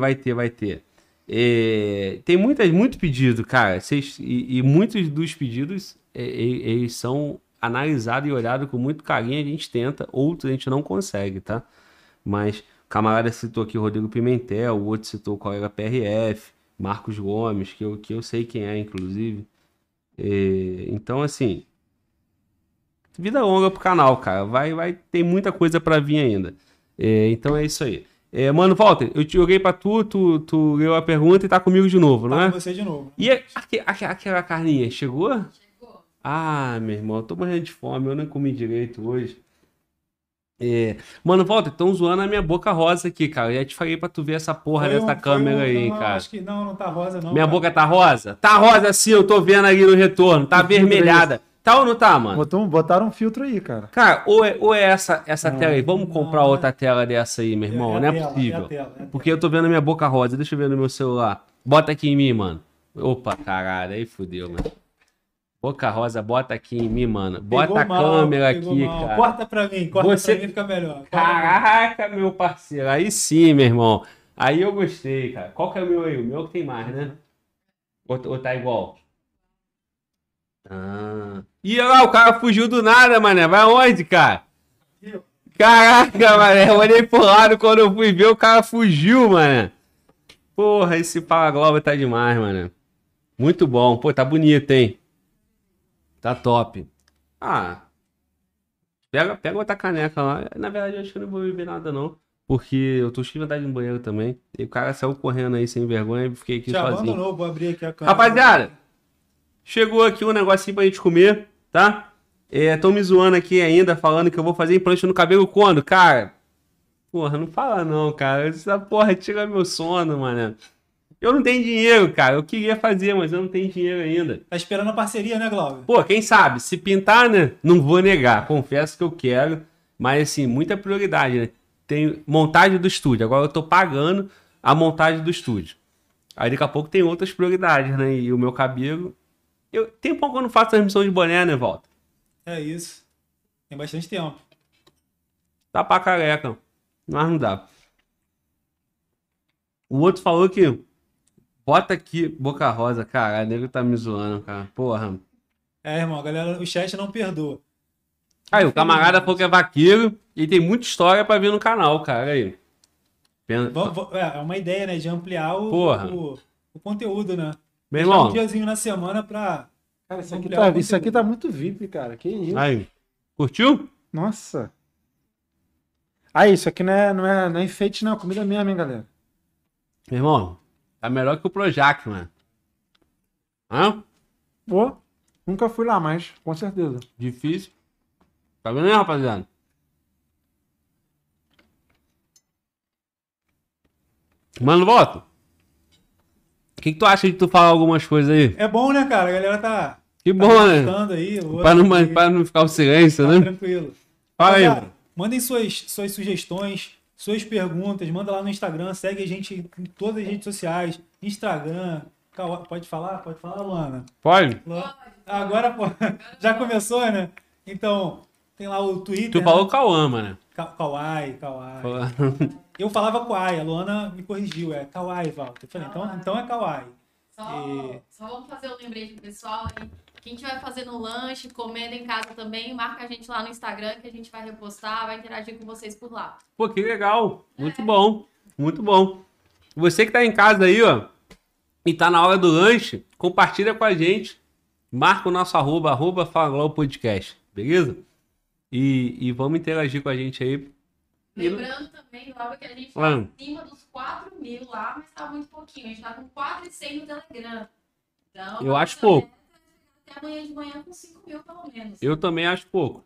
Tem muito pedido, cara, e muitos dos pedidos, eles são analisados e olhados com muito carinho, a gente tenta, outros a gente não consegue, tá? Mas o camarada citou aqui o Rodrigo Pimentel, o outro citou o colega PRF, Marcos Gomes, que eu sei quem é, inclusive. Então, assim, vida longa pro canal, cara. Vai ter muita coisa pra vir ainda. Então é isso aí. Mano, Walter, eu te joguei pra tu leu a pergunta e tá comigo de novo, não Tá é? com você de novo. E aquela carninha, chegou? Chegou. Ah, meu irmão, eu tô morrendo de fome, eu nem comi direito hoje. Mano, Walter, tão zoando a minha boca rosa aqui, cara. Eu já te falei pra tu ver essa porra dessa câmera aí, não, cara. Acho que não tá rosa não. Minha cara. boca tá rosa? Tá rosa sim, eu tô vendo ali no retorno. Tá avermelhada. Tá ou não tá, mano? Botaram um filtro aí, cara. Cara, ou é essa tela aí. Vamos comprar outra tela dessa aí, meu irmão. Não é possível. Porque eu tô vendo a minha boca rosa. Deixa eu ver no meu celular. Bota aqui em mim, mano. Opa, caralho. Aí fudeu, mano. Boca rosa, bota aqui em mim, mano. Bota a câmera aqui, cara. Corta pra mim, pra mim fica melhor. Caraca, meu parceiro. Aí sim, meu irmão. Aí eu gostei, cara. Qual que é o meu aí? O meu que tem mais, né? Ou tá igual? Ih, olha lá, o cara fugiu do nada, mané. Vai onde, cara? Caraca, mané. Eu olhei pro lado quando eu fui ver, o cara fugiu, mané. Porra, esse Fala Globo tá demais, mané. Muito bom. Pô, tá bonito, hein? Tá top. Pega outra caneca lá. Na verdade, eu acho que eu não vou beber nada, não. Porque eu tô cheio de vontade no banheiro também. E o cara saiu correndo aí sem vergonha e fiquei aqui Já sozinho. abandonou, vou abrir aqui a câmera. Rapaziada, chegou aqui um negocinho pra gente comer, tá? Tão me zoando aqui ainda, falando que eu vou fazer implante no cabelo quando? Cara, porra, não fala não, cara. Essa porra tira meu sono, mano. Eu não tenho dinheiro, cara. Eu queria fazer, mas eu não tenho dinheiro ainda. Tá esperando a parceria, né, Glauber? Pô, quem sabe? Se pintar, né? Não vou negar. Confesso que eu quero. Mas, assim, muita prioridade, né? Tem montagem do estúdio. Agora eu tô pagando a montagem do estúdio. Aí daqui a pouco tem outras prioridades, né? E o meu cabelo... Tem um pouco que eu não faço transmissão de boné, né, Volta? É isso. Tem bastante tempo. Tá pra careca. Mas não dá. O outro falou que... Bota aqui, Boca Rosa. Caralho, o nego tá me zoando, cara. Porra. É, irmão, a galera, o chat não perdoa. Aí, o camarada falou que é vaqueiro e tem muita história pra ver no canal, cara. Aí. É uma ideia, né? De ampliar Porra. o conteúdo, né? Meu Deixar irmão. um diazinho na semana pra... Cara, isso aqui, ampliar o isso aqui conteúdo. tá muito VIP, cara. Que isso? Aí. Curtiu? Nossa. Aí, isso aqui não é enfeite, não. É comida mesmo, hein, galera. Meu irmão, tá melhor que o Projac, mano. Hã? Pô, nunca fui lá, mas com certeza. Difícil. Tá vendo aí, rapaziada? Mano, Voto. O que tu acha de tu falar algumas coisas aí? É bom, né, cara? A galera tá Que bom, né? gostando aí. Pra não ficar o silêncio, Tá né? tranquilo. Fala aí, Rapaziada, mano. mandem suas sugestões, suas perguntas, manda lá no Instagram, segue a gente em todas as redes sociais, Instagram, pode falar, Luana? Pode? Agora, pô, já começou, né? Então, tem lá o Twitter, Tu falou Cauã, mano. Kawaii. Eu falava Kawaii, a Luana me corrigiu, é Kawaii, Walter. Eu falei, então é Kawaii. Só vamos fazer um lembrete pro pessoal aí. Quem estiver fazendo lanche, comendo em casa também, marca a gente lá no Instagram que a gente vai repostar, vai interagir com vocês por lá. Pô, que legal. Muito bom. Muito bom. Você que tá em casa aí, ó, e tá na hora do lanche, compartilha com a gente. Marca o nosso arroba Fala Globo Podcast. Beleza? E vamos interagir com a gente aí. Lembrando também, logo que a gente tá Mano. acima dos 4.000 lá, mas tá muito pouquinho. A gente tá com 4.100 no Telegram. Então, Eu acho pouco. até amanhã de manhã com 5.000 pelo menos. Eu também acho pouco.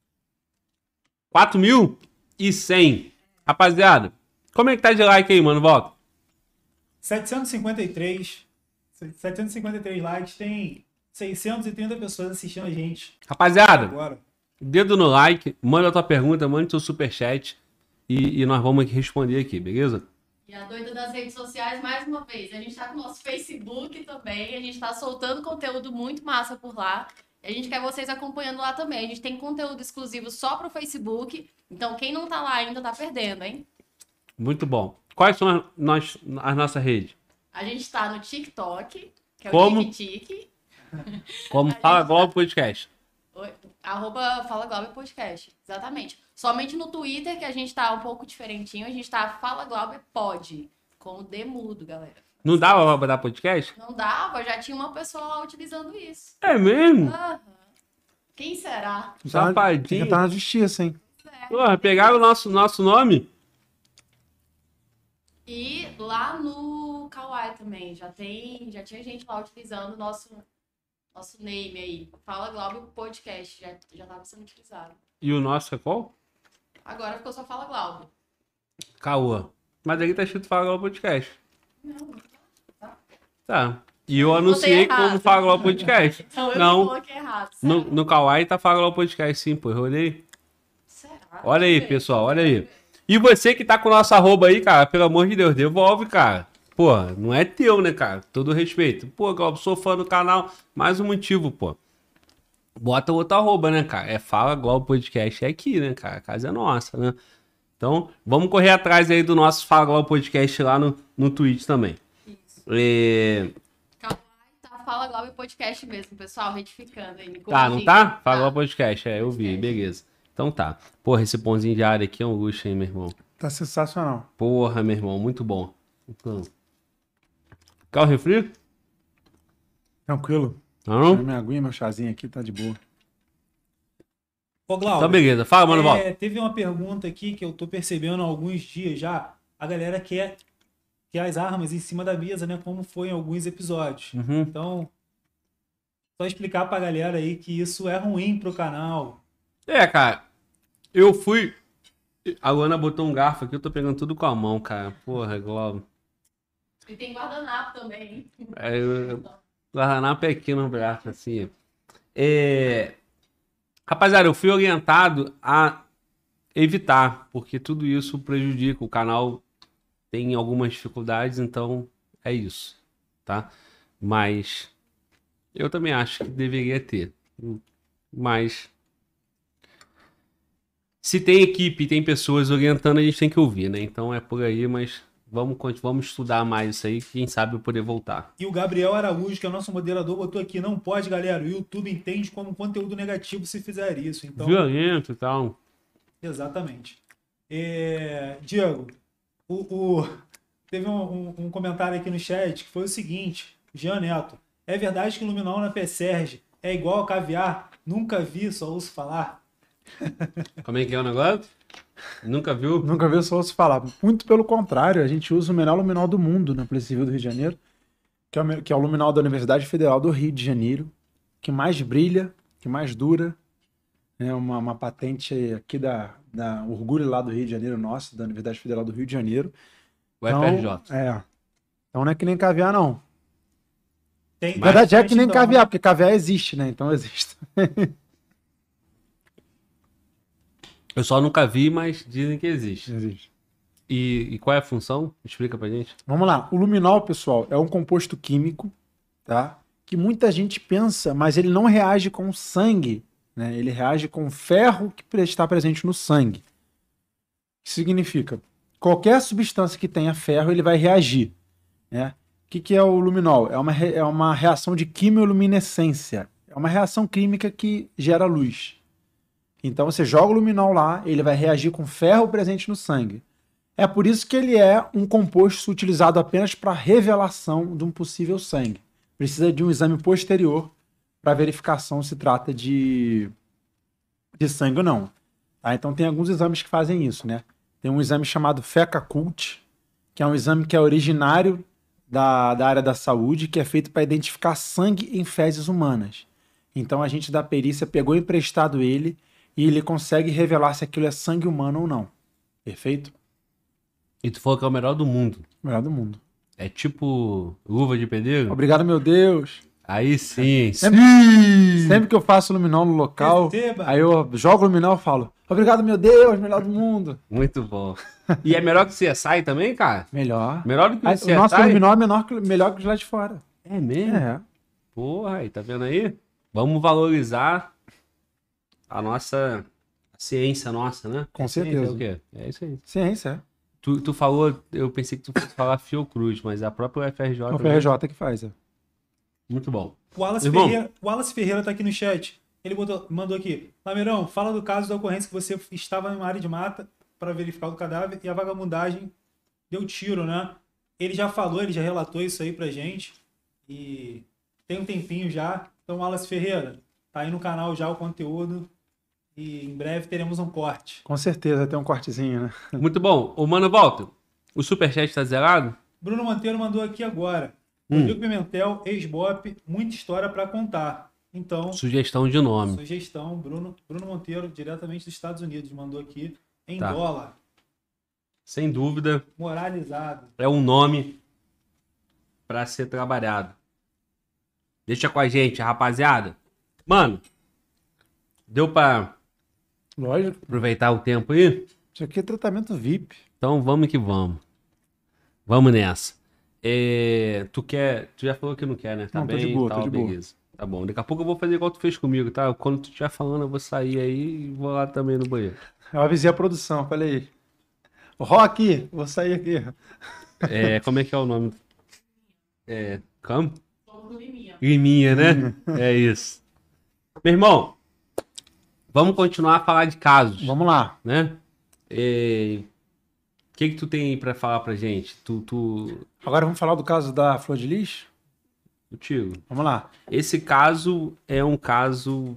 4.100. Rapaziada, como é que tá de like aí, mano? Volta. 753 likes, tem 630 pessoas assistindo a gente Rapaziada, agora. dedo no like, manda a tua pergunta, manda seu superchat e nós vamos responder aqui, beleza? E a doida das redes sociais, mais uma vez, a gente tá com o nosso Facebook também, a gente tá soltando conteúdo muito massa por lá. E a gente quer vocês acompanhando lá também. A gente tem conteúdo exclusivo só pro Facebook, então quem não tá lá ainda tá perdendo, hein? Muito bom. Quais são as nossas redes? A gente tá no TikTok, que é Como? o TikTok, Como Fala Globo Podcast. arroba Fala Globo Podcast, exatamente. Somente no Twitter que a gente tá um pouco diferentinho, a gente tá Fala Globo Pod, com o D mudo, galera. Não dava pra botar podcast? Não dava, já tinha uma pessoa lá utilizando isso. É mesmo? Aham. Quem será? Safadinho. Tá na justiça, hein? Porra, pegaram o nosso nome? E lá no Kawaii também, já tinha gente lá utilizando o nosso name aí. Fala Globo Podcast, já tava sendo utilizado. E o nosso é qual? Agora ficou só Fala Globo. Caoa. Mas aqui tá escrito Fala Globo Podcast. Não, Tá. E eu anunciei errado. como Fala Globo Podcast. então eu Não. que coloquei errado. Será? No Kawaii tá Fala Globo Podcast, sim, pô. Eu olhei. Será? Olha aí, Deixa eu ver. pessoal, olha aí. E você que tá com o nosso arroba aí, cara, pelo amor de Deus, devolve, cara. Pô, não é teu, né, cara? Todo respeito. Pô, Globo, sou fã do canal. Mais um motivo, pô. Bota outro arroba, né, cara? É Fala Globo Podcast. É aqui, né, cara? A casa é nossa, né? Então, vamos correr atrás aí do nosso Fala Globo Podcast lá no Twitch também. Isso. Tá, Tá Fala Globo Podcast mesmo, pessoal, retificando aí. me não tá? corrigindo. Fala Globo Podcast. É, eu vi, Podcast. beleza. Então tá. Porra, esse pãozinho de área aqui é um luxo, hein, meu irmão? Tá sensacional. Porra, meu irmão, muito bom. Então... Quer o refri? Tranquilo. Não? Minha aguinha, meu chazinho aqui tá de boa. Ô, Glauber, Então, beleza. Fala, mano, volta. teve uma pergunta aqui que eu tô percebendo há alguns dias já. A galera quer as armas em cima da mesa, né? Como foi em alguns episódios. Uhum. Então, só explicar pra galera aí que isso é ruim pro canal. É, cara. Eu fui. A Luana botou um garfo aqui, eu tô pegando tudo com a mão, cara. Porra, Globo. E tem guardanapo também, hein? Guardanapo é aqui no braço, assim. Rapaziada, eu fui orientado a evitar, porque tudo isso prejudica. O canal tem algumas dificuldades, então é isso, tá? Mas eu também acho que deveria ter. Mas se tem equipe, tem pessoas orientando, a gente tem que ouvir, né? Então é por aí, mas vamos estudar mais isso aí, quem sabe eu poder voltar. E o Gabriel Araújo, que é o nosso moderador, botou aqui, não pode, galera, o YouTube entende como conteúdo negativo se fizer isso. Então, Violento e tal. exatamente. Diego, teve um comentário aqui no chat que foi o seguinte, Jean Neto, é verdade que o luminol na PSERG é igual ao caviar? Nunca vi, só ouço falar. Como é que é o negócio? Nunca viu? Nunca vi, só ouço falar. Muito pelo contrário, a gente usa o melhor luminol do mundo na Polícia Civil do Rio de Janeiro, que é o luminol da Universidade Federal do Rio de Janeiro, que mais brilha, que mais dura. É uma patente aqui da Orgulho lá do Rio de Janeiro, nossa, da Universidade Federal do Rio de Janeiro. O FRJ. Então não é que nem caviar, não. Tem Na verdade é que nem então, caviar, porque caviar existe, né? Então existe. Eu só nunca vi, mas dizem que existe. Existe. E qual é a função? Explica pra gente. Vamos lá. O luminol, pessoal, é um composto químico, tá? Que muita gente pensa, mas ele não reage com sangue, né? Ele reage com ferro que está presente no sangue. O que significa? Qualquer substância que tenha ferro, ele vai reagir, né? O que é o luminol? É uma reação de quimioluminescência. É uma reação química que gera luz. Então você joga o luminol lá, ele vai reagir com ferro presente no sangue. É por isso que ele é um composto utilizado apenas para revelação de um possível sangue. Precisa de um exame posterior para verificação se trata de sangue ou não. Tá? Então tem alguns exames que fazem isso, né? Tem um exame chamado FecaCult, que é um exame que é originário da área da saúde, que é feito para identificar sangue em fezes humanas. Então a gente da perícia pegou emprestado ele e ele consegue revelar se aquilo é sangue humano ou não. Perfeito? E tu falou que é o melhor do mundo. Melhor do mundo. É tipo luva de pedreiro? Obrigado, meu Deus. Aí sim. Sempre que eu faço luminol no local, Receba. aí eu jogo o luminol e falo, obrigado, meu Deus, melhor do mundo. Muito bom. E é melhor que o CSI também, cara? Melhor. Melhor do que o Aí, CSI? o nosso luminol é melhor que os lá de fora. É mesmo? É. Porra, aí, tá vendo aí? Vamos valorizar a nossa ciência nossa, né? Com Ciência certeza. É o quê? É isso aí. Ciência, é. Tu falou, eu pensei que tu fosse falar Fiocruz, mas a própria UFRJ... O FRJ que faz, é. Muito bom. O Wallace Ferreira tá aqui no chat. Ele mandou aqui. Lameirão, fala do caso da ocorrência que você estava numa área de mata para verificar o cadáver e a vagabundagem deu tiro, né? Ele já falou, ele já relatou isso aí pra gente. E tem um tempinho já. Então, Wallace Ferreira, tá aí no canal já o conteúdo. E em breve teremos um corte. Com certeza, tem um cortezinho, né? Muito bom. Ô, mano, volta. O superchat tá zerado? Bruno Monteiro mandou aqui agora. Rodrigo Pimentel, ex-BOP, muita história para contar. Então, Sugestão de nome. sugestão, Bruno Monteiro, diretamente dos Estados Unidos, mandou aqui em Tá. dólar, Sem dúvida, moralizado. é um nome pra ser trabalhado. Deixa com a gente, rapaziada. Mano, deu pra Lógico. aproveitar o tempo aí? Isso aqui é tratamento VIP. Então vamos que vamos. Vamos nessa. Tu já falou que não quer, né? Tá Não, tô bem, de boa, tal, tô de boa. beleza. Tá bom. Daqui a pouco eu vou fazer igual tu fez comigo, tá? Quando tu estiver falando, eu vou sair aí e vou lá também no banheiro. Eu avisei a produção, falei. Rock, vou sair aqui. Como é que é o nome? Como? Vamos no Liminha. Liminha, né? É isso. Meu irmão, vamos continuar a falar de casos, Vamos lá. né? O que tu tem aí pra falar pra gente? Agora vamos falar do caso da Flor de Lis? Contigo. Vamos lá. Esse caso é um caso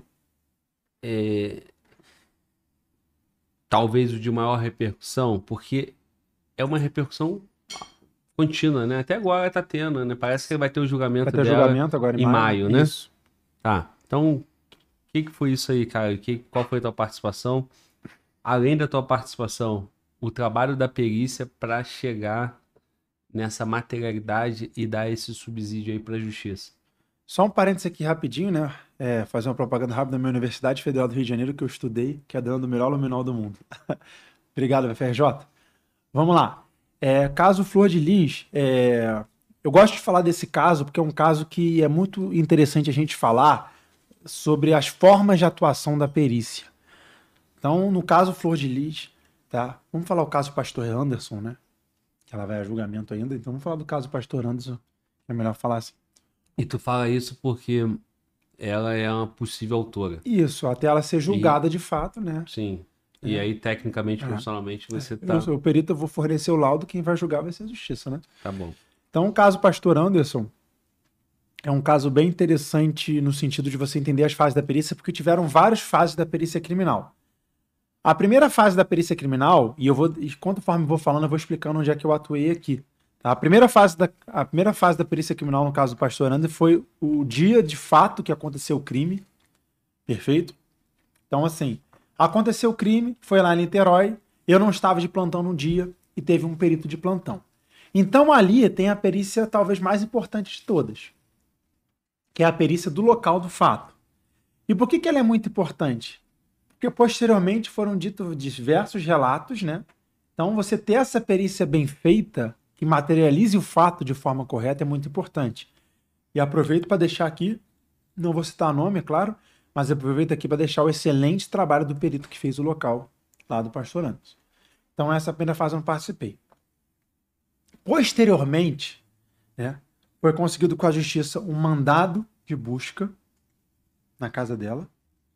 talvez o de maior repercussão, porque é uma repercussão contínua, né? Até agora tá tendo, né? Parece que vai ter o julgamento Vai ter dela julgamento agora em maio, né? Isso. Tá. Então, o que foi isso aí, cara? Qual foi a tua participação? Além da tua participação, o trabalho da perícia para chegar nessa materialidade e dar esse subsídio aí para a justiça. Só um parênteses aqui rapidinho, né? Fazer uma propaganda rápida da minha Universidade Federal do Rio de Janeiro, que eu estudei, que é dando o melhor luminol do mundo. Obrigado, FRJ. Vamos lá. Caso Flor de Lis, eu gosto de falar desse caso porque é um caso que é muito interessante a gente falar sobre as formas de atuação da perícia. Então, no caso Flor de Lis, tá? Vamos falar o caso do pastor Anderson, né? Que ela vai a julgamento ainda, então vamos falar do caso do pastor Anderson. É melhor falar assim. E tu fala isso porque ela é uma possível autora. Isso, até ela ser julgada de fato, né? Sim. E aí, tecnicamente, profissionalmente, você tá... O perito, eu vou fornecer o laudo, quem vai julgar vai ser a justiça, né? Tá bom. Então, o caso pastor Anderson é um caso bem interessante no sentido de você entender as fases da perícia, porque tiveram várias fases da perícia criminal. A primeira fase da perícia criminal, conforme eu vou falando, eu vou explicando onde é que eu atuei aqui. A primeira fase da perícia criminal, no caso do pastor Anderson, foi o dia de fato que aconteceu o crime. Perfeito? Então, assim, aconteceu o crime, foi lá em Niterói, eu não estava de plantão no dia e teve um perito de plantão. Então, ali tem a perícia talvez mais importante de todas, que é a perícia do local do fato. E por que ela é muito importante? Porque posteriormente foram ditos diversos relatos, né? Então, você ter essa perícia bem feita, que materialize o fato de forma correta, é muito importante. E aproveito para deixar aqui, não vou citar nome, é claro, mas aproveito aqui para deixar o excelente trabalho do perito que fez o local, lá do pastor Anderson. Então, essa primeira fase eu não participei. Posteriormente, né, foi conseguido com a justiça um mandado de busca na casa dela.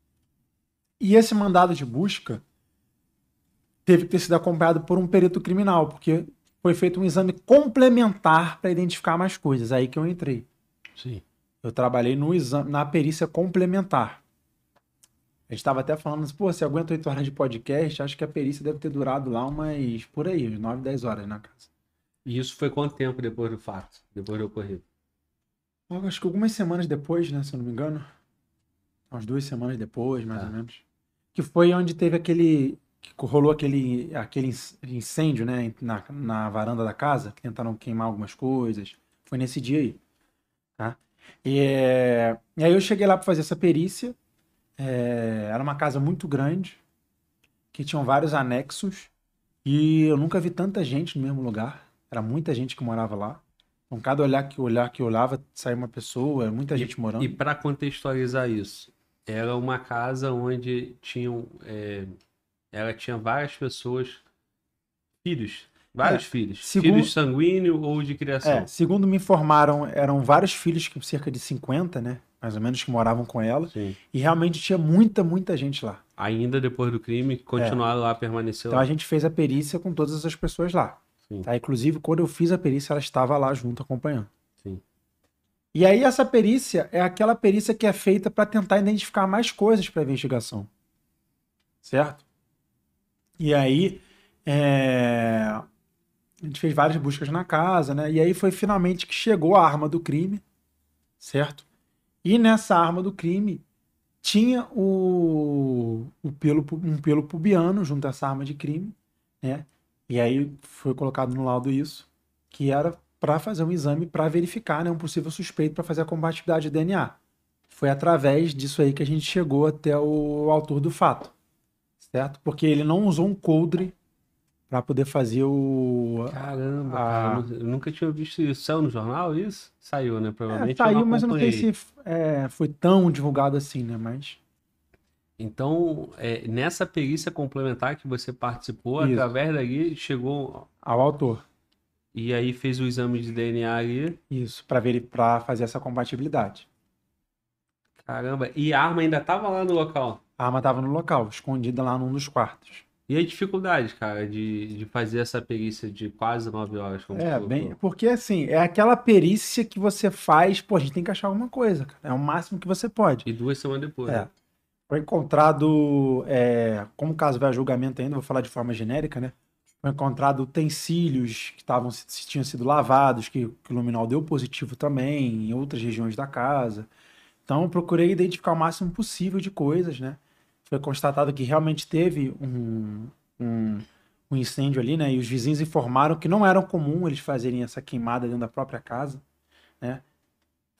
E esse mandado de busca teve que ter sido acompanhado por um perito criminal, porque foi feito um exame complementar para identificar mais coisas. Aí que eu entrei. Sim. Eu trabalhei no exame, na perícia complementar. A gente estava até falando assim, pô, você aguenta 8 horas de podcast? Acho que a perícia deve ter durado lá umas 9, 10 horas na casa. E isso foi quanto tempo depois do fato? Depois do ocorrido? Acho que algumas semanas depois, né? Se eu não me engano. Umas 2 semanas depois, mais ou menos. Que foi onde teve que rolou aquele incêndio, né? Na varanda da casa, que tentaram queimar algumas coisas. Foi nesse dia aí. Tá? E aí eu cheguei lá para fazer essa perícia. Era uma casa muito grande, que tinham vários anexos. E eu nunca vi tanta gente no mesmo lugar. Era muita gente que morava lá. Então, cada olhar que eu olhava, saía uma pessoa, muita gente morando. E para contextualizar isso, era uma casa onde ela tinha várias pessoas, filhos, vários filhos. Filhos sanguíneos ou de criação. Segundo me informaram, eram vários filhos, cerca de 50, né? Mais ou menos, que moravam com ela. Sim. E realmente tinha muita gente lá. Ainda depois do crime, continuaram lá, permaneceu Então lá. a gente fez a perícia com todas essas pessoas lá. Tá? Inclusive, quando eu fiz a perícia, ela estava lá junto, acompanhando. Sim. E aí essa perícia é aquela perícia que é feita para tentar identificar mais coisas para a investigação. Certo? E aí a gente fez várias buscas na casa, né? E aí foi finalmente que chegou a arma do crime, certo? E nessa arma do crime tinha um pelo pubiano junto a essa arma de crime, né? E aí foi colocado no laudo isso, que era para fazer um exame para verificar, né, um possível suspeito para fazer a compatibilidade de DNA. Foi através disso aí que a gente chegou até o autor do fato, certo? Porque ele não usou um coldre para poder fazer o... Caramba, cara, eu nunca tinha visto isso. Saiu no jornal isso? Saiu, né? Provavelmente saiu, mas eu não sei se foi tão divulgado assim, né? Mas... Então, nessa perícia complementar que você participou, Isso. através dali, chegou ao autor. E aí fez o exame de DNA ali. Isso, para fazer essa compatibilidade. Caramba, e a arma ainda estava lá no local? A arma estava no local, escondida lá num dos quartos. E a dificuldade, cara, de fazer essa perícia de quase 9 horas? Como porque assim, é aquela perícia que você faz, pô, a gente tem que achar alguma coisa, cara. É o máximo que você pode. E 2 semanas depois. Né? Foi encontrado, como o caso vai a julgamento ainda, vou falar de forma genérica, né? Foi encontrado utensílios que tinham sido lavados, que o luminol deu positivo também, em outras regiões da casa. Então, eu procurei identificar o máximo possível de coisas, né? Foi constatado que realmente teve um incêndio ali, né? E os vizinhos informaram que não era comum eles fazerem essa queimada dentro da própria casa, né?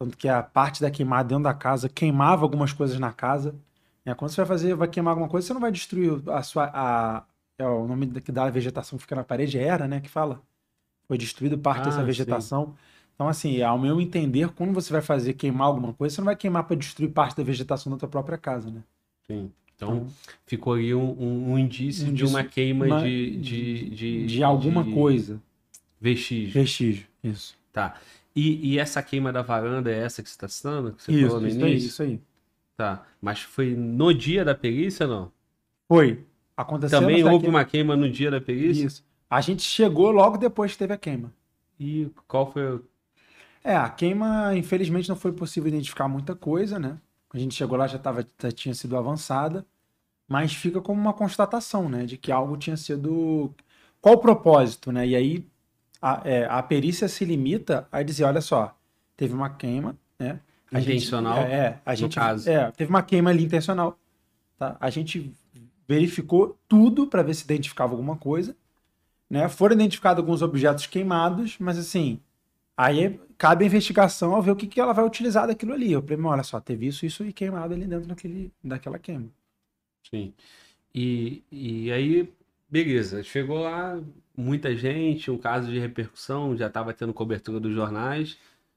Tanto que a parte da queimada dentro da casa queimava algumas coisas na casa. Né? Quando você vai queimar alguma coisa, você não vai destruir o nome que dá a vegetação que fica na parede era, né? Que fala. Foi destruído parte dessa sim. vegetação. Então, assim, ao meu entender, quando você vai fazer queimar alguma coisa, você não vai queimar para destruir parte da vegetação da tua própria casa, né? Sim. Então, ficou aí um indício de uma queima de alguma coisa. Vestígio. Vestígio, isso. Tá. E essa queima da varanda é essa que você está citando? Que você falou no início? Isso aí. Tá. Mas foi no dia da perícia ou não? Foi. Aconteceu. Também houve uma queima no dia da perícia? Isso. A gente chegou logo depois que teve a queima. E qual foi o... A queima, infelizmente, não foi possível identificar muita coisa, né? A gente chegou lá, já tinha sido avançada, mas fica como uma constatação, né? De que algo tinha sido... Qual o propósito, né? E aí, a perícia se limita a dizer, olha só, teve uma queima, né? Intencional, no caso. Teve uma queima ali intencional, tá? A gente verificou tudo para ver se identificava alguma coisa, né? Foram identificados alguns objetos queimados, mas assim... Aí cabe a investigação ao ver o que ela vai utilizar daquilo ali. Eu falei, olha só, teve isso e queimado ali dentro daquela queima. Sim. E aí, beleza, chegou lá, muita gente, um caso de repercussão, já estava tendo cobertura dos jornais,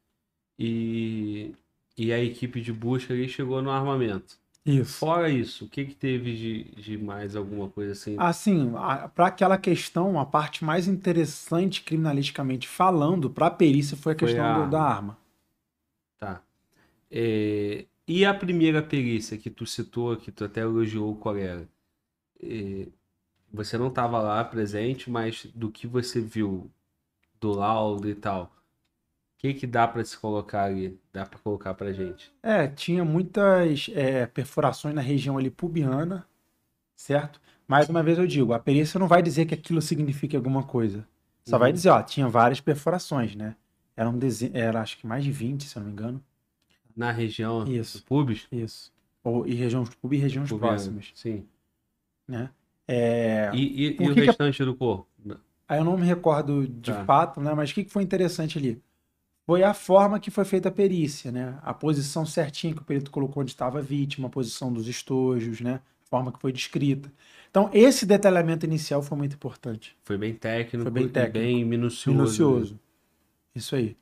e a equipe de busca ali chegou no armamento. Isso. Fora isso, o que teve de mais alguma coisa assim? Assim, para aquela questão, a parte mais interessante criminalisticamente falando, para a perícia foi a questão da arma. Tá. E a primeira perícia que tu citou, que tu até elogiou o colega, você não estava lá presente, mas do que você viu do laudo e tal, o que dá para se colocar ali? Dá para colocar pra gente? Tinha muitas perfurações na região ali pubiana, certo? Mais uma vez eu digo, a perícia não vai dizer que aquilo significa alguma coisa. Só vai dizer, tinha várias perfurações, né? Era acho que mais de 20, se eu não me engano. Na região Isso. do pubis? Isso. E regiões pubis e regiões próximas. Sim. Né? E o restante do corpo? Aí eu não me recordo de fato, né? Mas o que foi interessante ali? Foi a forma que foi feita a perícia, né? A posição certinha que o perito colocou onde estava a vítima, a posição dos estojos, né? A forma que foi descrita. Então, esse detalhamento inicial foi muito importante. Foi bem técnico, e bem minucioso. Minucioso. Isso aí.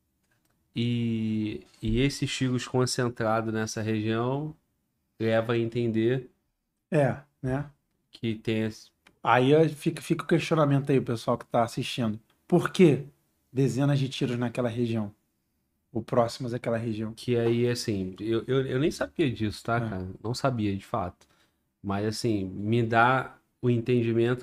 E esses tiros concentrados nessa região leva a entender né? Que tem... Aí fica o questionamento aí, o pessoal que está assistindo. Por que dezenas de tiros naquela região? Ou próximas àquela região? Que aí, assim, eu nem sabia disso, tá, cara? Não sabia, de fato. Mas, assim, me dá o entendimento,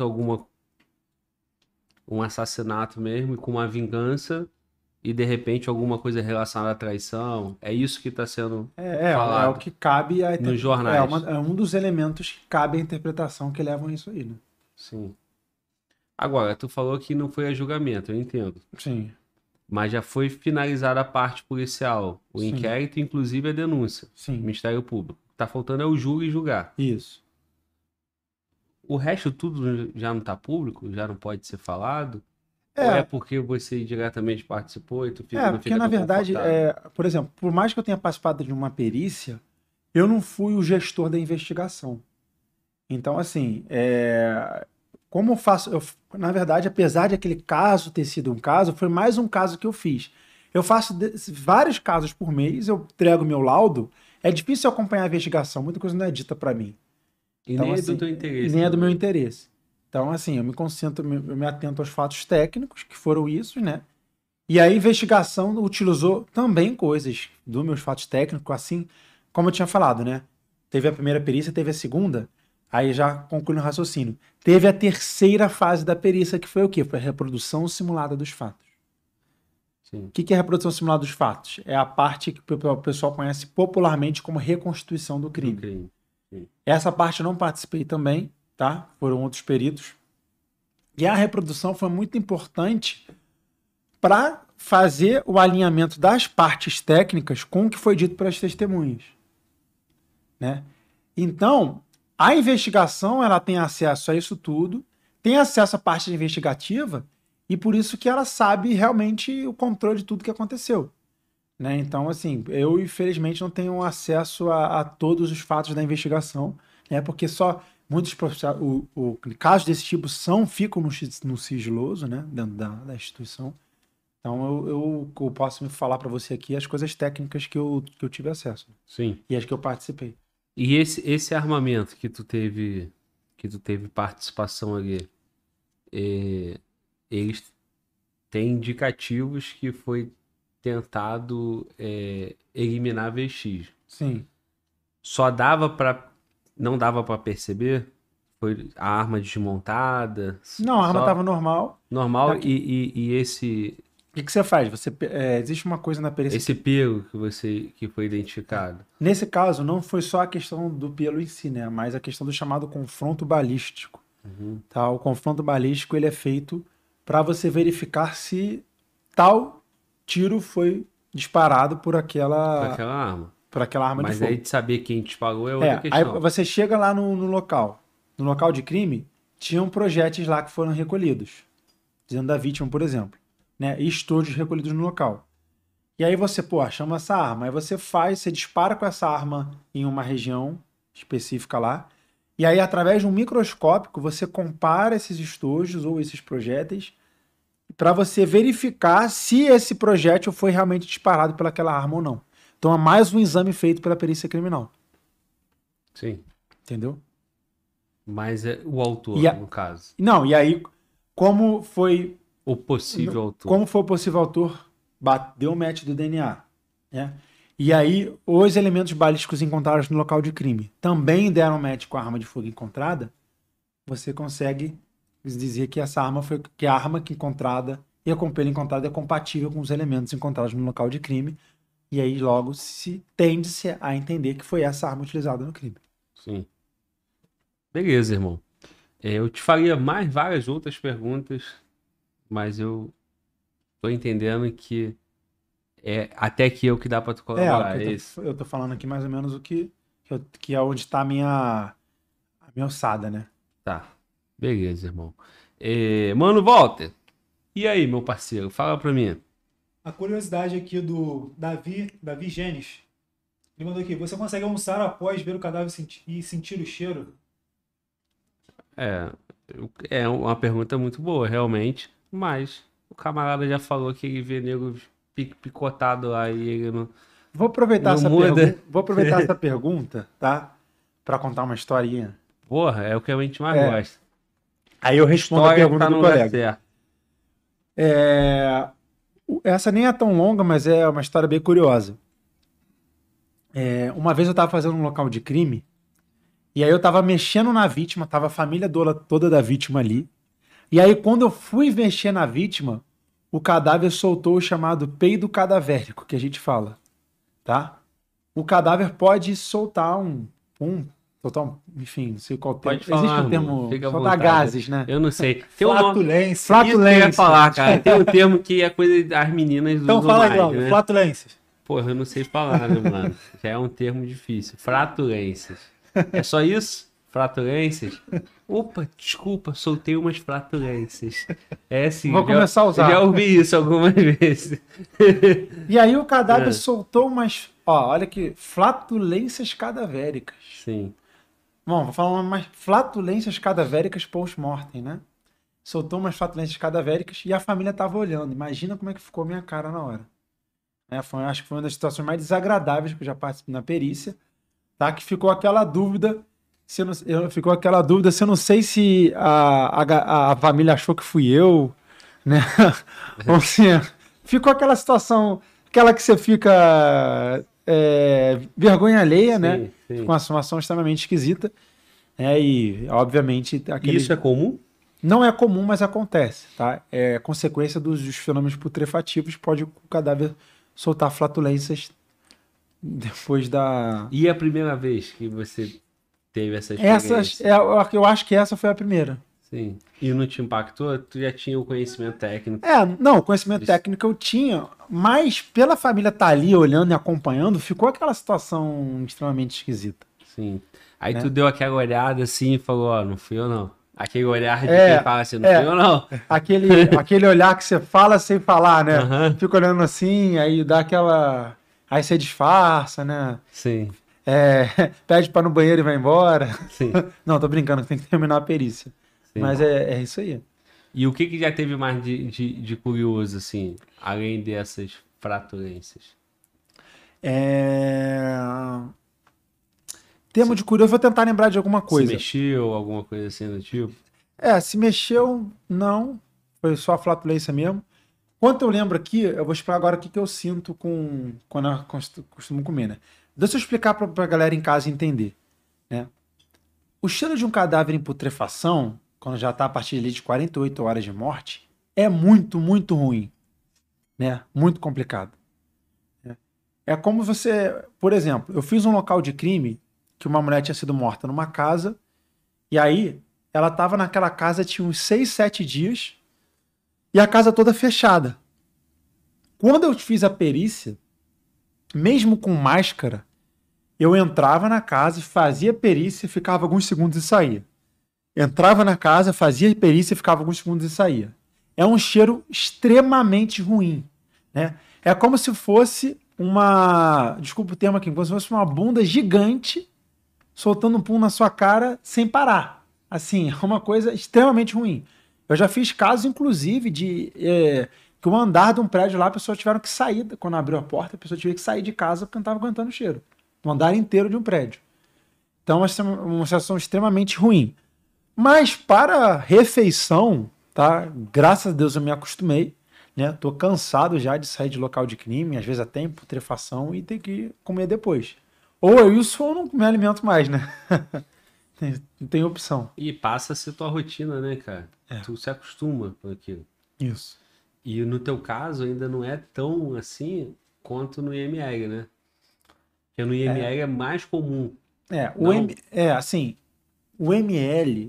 um assassinato mesmo, com uma vingança, e de repente alguma coisa relacionada à traição. É isso que está sendo falado. É o que cabe nos jornais. É um dos elementos que cabe à interpretação que levam a isso aí, né? Sim. Agora, tu falou que não foi a julgamento, eu entendo. Sim. Mas já foi finalizada a parte policial, o inquérito, inclusive a denúncia. Sim. Ministério Público. O que tá faltando é o júri julgar. Isso. O resto tudo já não tá público? Já não pode ser falado? Ou é porque você diretamente participou e tu fica porque na verdade, por exemplo, por mais que eu tenha participado de uma perícia, eu não fui o gestor da investigação. Então, assim, como eu faço... na verdade, apesar de aquele caso ter sido um caso, foi mais um caso que eu fiz. Eu faço vários casos por mês, eu entrego meu laudo, é difícil acompanhar a investigação, muita coisa não é dita para mim. E então, nem assim, é do teu interesse. Nem é do meu interesse. Então, assim, eu me atento aos fatos técnicos, que foram isso, né? E a investigação utilizou também coisas dos meus fatos técnicos, assim, como eu tinha falado, né? Teve a primeira perícia, teve a segunda, aí já conclui no raciocínio. Teve a terceira fase da perícia, que foi o quê? Foi a reprodução simulada dos fatos. Sim. O que é a reprodução simulada dos fatos? É a parte que o pessoal conhece popularmente como reconstituição do crime. Essa parte eu não participei também, tá? Foram outros peritos. E a reprodução foi muito importante para fazer o alinhamento das partes técnicas com o que foi dito pelas testemunhas, né? Então, a investigação, ela tem acesso a isso tudo, tem acesso à parte investigativa, e por isso que ela sabe realmente o controle de tudo que aconteceu. né? Então, assim, eu infelizmente não tenho acesso a todos os fatos da investigação, né? Porque só muitos profissionais, casos desse tipo ficam no sigiloso, né? Dentro da instituição. Então, eu posso falar para você aqui as coisas técnicas que eu tive acesso Sim. e as que eu participei. E esse armamento que tu teve participação ali, eles têm indicativos que foi tentado eliminar vestígios. Sim. Não dava pra perceber? Foi a arma desmontada? Não, a arma Só estava normal. normal Tá aqui. e esse O que você faz? Existe uma coisa na perícia. esse pelo que foi identificado. Nesse caso, não foi só a questão do pelo em si, né? Mas a questão do chamado confronto balístico. Tá? O confronto balístico ele é feito para você verificar se tal tiro foi disparado por Com aquela aquela arma. arma de Mas fogo. aí de saber quem disparou é outra Aí questão. você chega lá no local. No local de crime, tinham projéteis lá que foram recolhidos. Dizendo da vítima, por exemplo. Né? E estojos recolhidos no local. E aí você, chama essa arma. Aí você dispara com essa arma em uma região específica lá. E aí, através de um microscópio, você compara esses estojos ou esses projéteis para você verificar se esse projétil foi realmente disparado pelaquela arma ou não. Então é mais um exame feito pela perícia criminal. Sim. Entendeu? Mas é o autor, no caso. Não, e aí, como foi O possível autor. Como foi o possível autor? Deu o match do DNA. Né? E aí, os elementos balísticos encontrados no local de crime também deram match com a arma de fogo encontrada. Você consegue dizer que essa arma que a arma que encontrada e a pelo encontrada é compatível com os elementos encontrados no local de crime. E aí, logo, tende-se a entender que foi essa arma utilizada no crime. Sim. Beleza, irmão. Eu te faria mais várias outras perguntas, mas eu tô entendendo que é até aqui é o que dá pra tu colaborar. Eu tô falando aqui mais ou menos que é onde tá a minha ossada, né? Tá. Beleza, irmão. Mano, Walter. E aí, meu parceiro? Fala pra mim. A curiosidade aqui do Davi Genes. Ele mandou aqui: você consegue almoçar após ver o cadáver e sentir o cheiro? É uma pergunta muito boa, realmente. Mas o camarada já falou que ele vê nego picotado lá e ele não. Vou aproveitar Não essa pergunta, tá? Pra contar uma historinha. Porra, é o que a gente mais gosta. Aí eu respondo a História pergunta tá do no lugar colega. certo. Essa nem é tão longa, mas é uma história bem curiosa. Uma vez eu tava fazendo um local de crime, e aí eu tava mexendo na vítima, tava a família toda da vítima ali. E aí quando eu fui mexer na vítima, o cadáver soltou o chamado peido cadavérico, que a gente fala, tá? O cadáver pode soltar enfim, não sei qual termo. Pode falar, Existe um irmão. termo, Fica à soltar vontade. gases, né? Eu não sei. Tem um nome. Flatulência. Isso que eu ia falar, cara. Tem um termo que é coisa das meninas Então usam fala aí, mais, Glauber. né? Flatulências. Porra, eu não sei falar, né, mano? Já é um termo difícil. Flatulências. É só isso? Flatulências? Opa, desculpa, soltei umas flatulências. É assim. Vou começar a usar. Já ouvi isso algumas vezes. E aí o cadáver soltou umas... olha aqui. Flatulências cadavéricas. Sim. Bom, vou falar umas flatulências cadavéricas post-mortem, né? Soltou umas flatulências cadavéricas e a família tava olhando. Imagina como é que ficou a minha cara na hora. Acho que foi uma das situações mais desagradáveis que eu já participei na perícia, tá? Que ficou aquela dúvida, se eu não sei se a família achou que fui eu, né? Ou seja, ficou aquela situação, aquela que você fica vergonha alheia, né? Sim. Com uma situação extremamente esquisita. E, obviamente... Isso é comum? Não é comum, mas acontece, tá? É consequência dos fenômenos putrefativos, pode o cadáver soltar flatulências depois da... E a primeira vez que você teve essa experiência? Eu acho que essa foi a primeira. Sim. E não te impactou? Tu já tinha o conhecimento técnico? Não, o conhecimento técnico eu tinha, mas pela família estar ali olhando e acompanhando, ficou aquela situação extremamente esquisita. Sim. Aí Né? tu deu aquela olhada assim e falou, não fui eu não. Aquele olhar de quem fala assim, não foi ou não? Aquele olhar que você fala sem falar, né? Aham. Fica olhando assim, aí dá aquela... Aí você disfarça, né? Sim, Pede pra ir no banheiro e vai embora. sim, Não, tô brincando, tem que terminar a perícia. sim. Mas é isso aí. E o que já teve mais de curioso, assim, além dessas fraturências? Termo de curioso, vou tentar lembrar de alguma coisa. Se mexeu, alguma coisa assim do tipo? Se mexeu, não. Foi só a flatulência mesmo. Quanto eu lembro aqui, eu vou explicar agora o que eu sinto quando eu costumo comer, né? Deixa eu explicar pra galera em casa entender, né? O cheiro de um cadáver em putrefação, quando já tá a partir ali de 48 horas de morte, é muito, muito ruim, né? Muito complicado. É como você... Por exemplo, eu fiz um local de crime que uma mulher tinha sido morta numa casa, e aí ela tava naquela casa tinha uns 6, 7 dias, e a casa toda fechada. Quando eu fiz a perícia, mesmo com máscara, eu entrava na casa, fazia perícia, ficava alguns segundos e saía. Entrava na casa, fazia perícia, ficava alguns segundos e saía. É um cheiro extremamente ruim, né? É como se fosse desculpa o termo aqui, como se fosse uma bunda gigante soltando um pum na sua cara sem parar. Assim, é uma coisa extremamente ruim. Eu já fiz casos, inclusive, que o andar de um prédio lá, a pessoa tiveram que sair, quando abriu a porta, a pessoa teve que sair de casa porque não estava aguentando o cheiro. O andar inteiro de um prédio. Então, é uma situação extremamente ruim. Mas para refeição, tá? Graças a Deus eu me acostumei, né? Tô cansado já de sair de local de crime, às vezes até em putrefação, e ter que comer depois. Ou é isso ou eu não me alimento mais, né? Não tem opção. E passa a ser tua rotina, né, cara? Tu se acostuma com aquilo. Isso. E no teu caso ainda não é tão assim quanto no IML, né? Porque no IML é mais comum. Assim, o ML...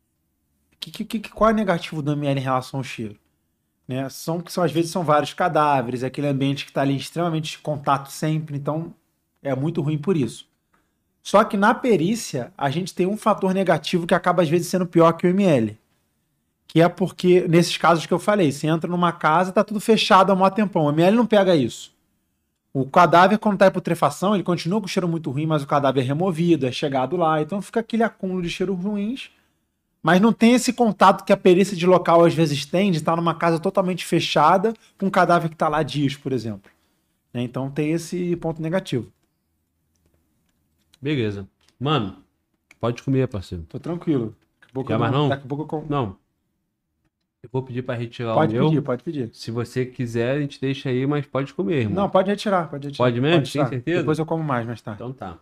Qual é o negativo do ML em relação ao cheiro? Né? Às vezes são vários cadáveres, é aquele ambiente que está ali extremamente em contato sempre, então é muito ruim por isso. Só que na perícia, a gente tem um fator negativo que acaba às vezes sendo pior que o ML. Que é porque, nesses casos que eu falei, você entra numa casa, tá tudo fechado há um maior tempão. O ML não pega isso. O cadáver, quando tá em putrefação, ele continua com cheiro muito ruim, mas o cadáver é removido, é chegado lá, então fica aquele acúmulo de cheiros ruins, mas não tem esse contato que a perícia de local às vezes tem, de estar numa casa totalmente fechada, com um cadáver que tá lá há dias, por exemplo. Então tem esse ponto negativo. Beleza. Mano, pode comer, parceiro. Tô tranquilo. Quer mais não? Daqui a pouco eu como. Não. Eu vou pedir pra retirar o meu. Pode pedir. Se você quiser, a gente deixa aí, mas pode comer, irmão. Não, pode retirar. Pode mesmo? Tem certeza? Depois eu como mais tarde. Então tá.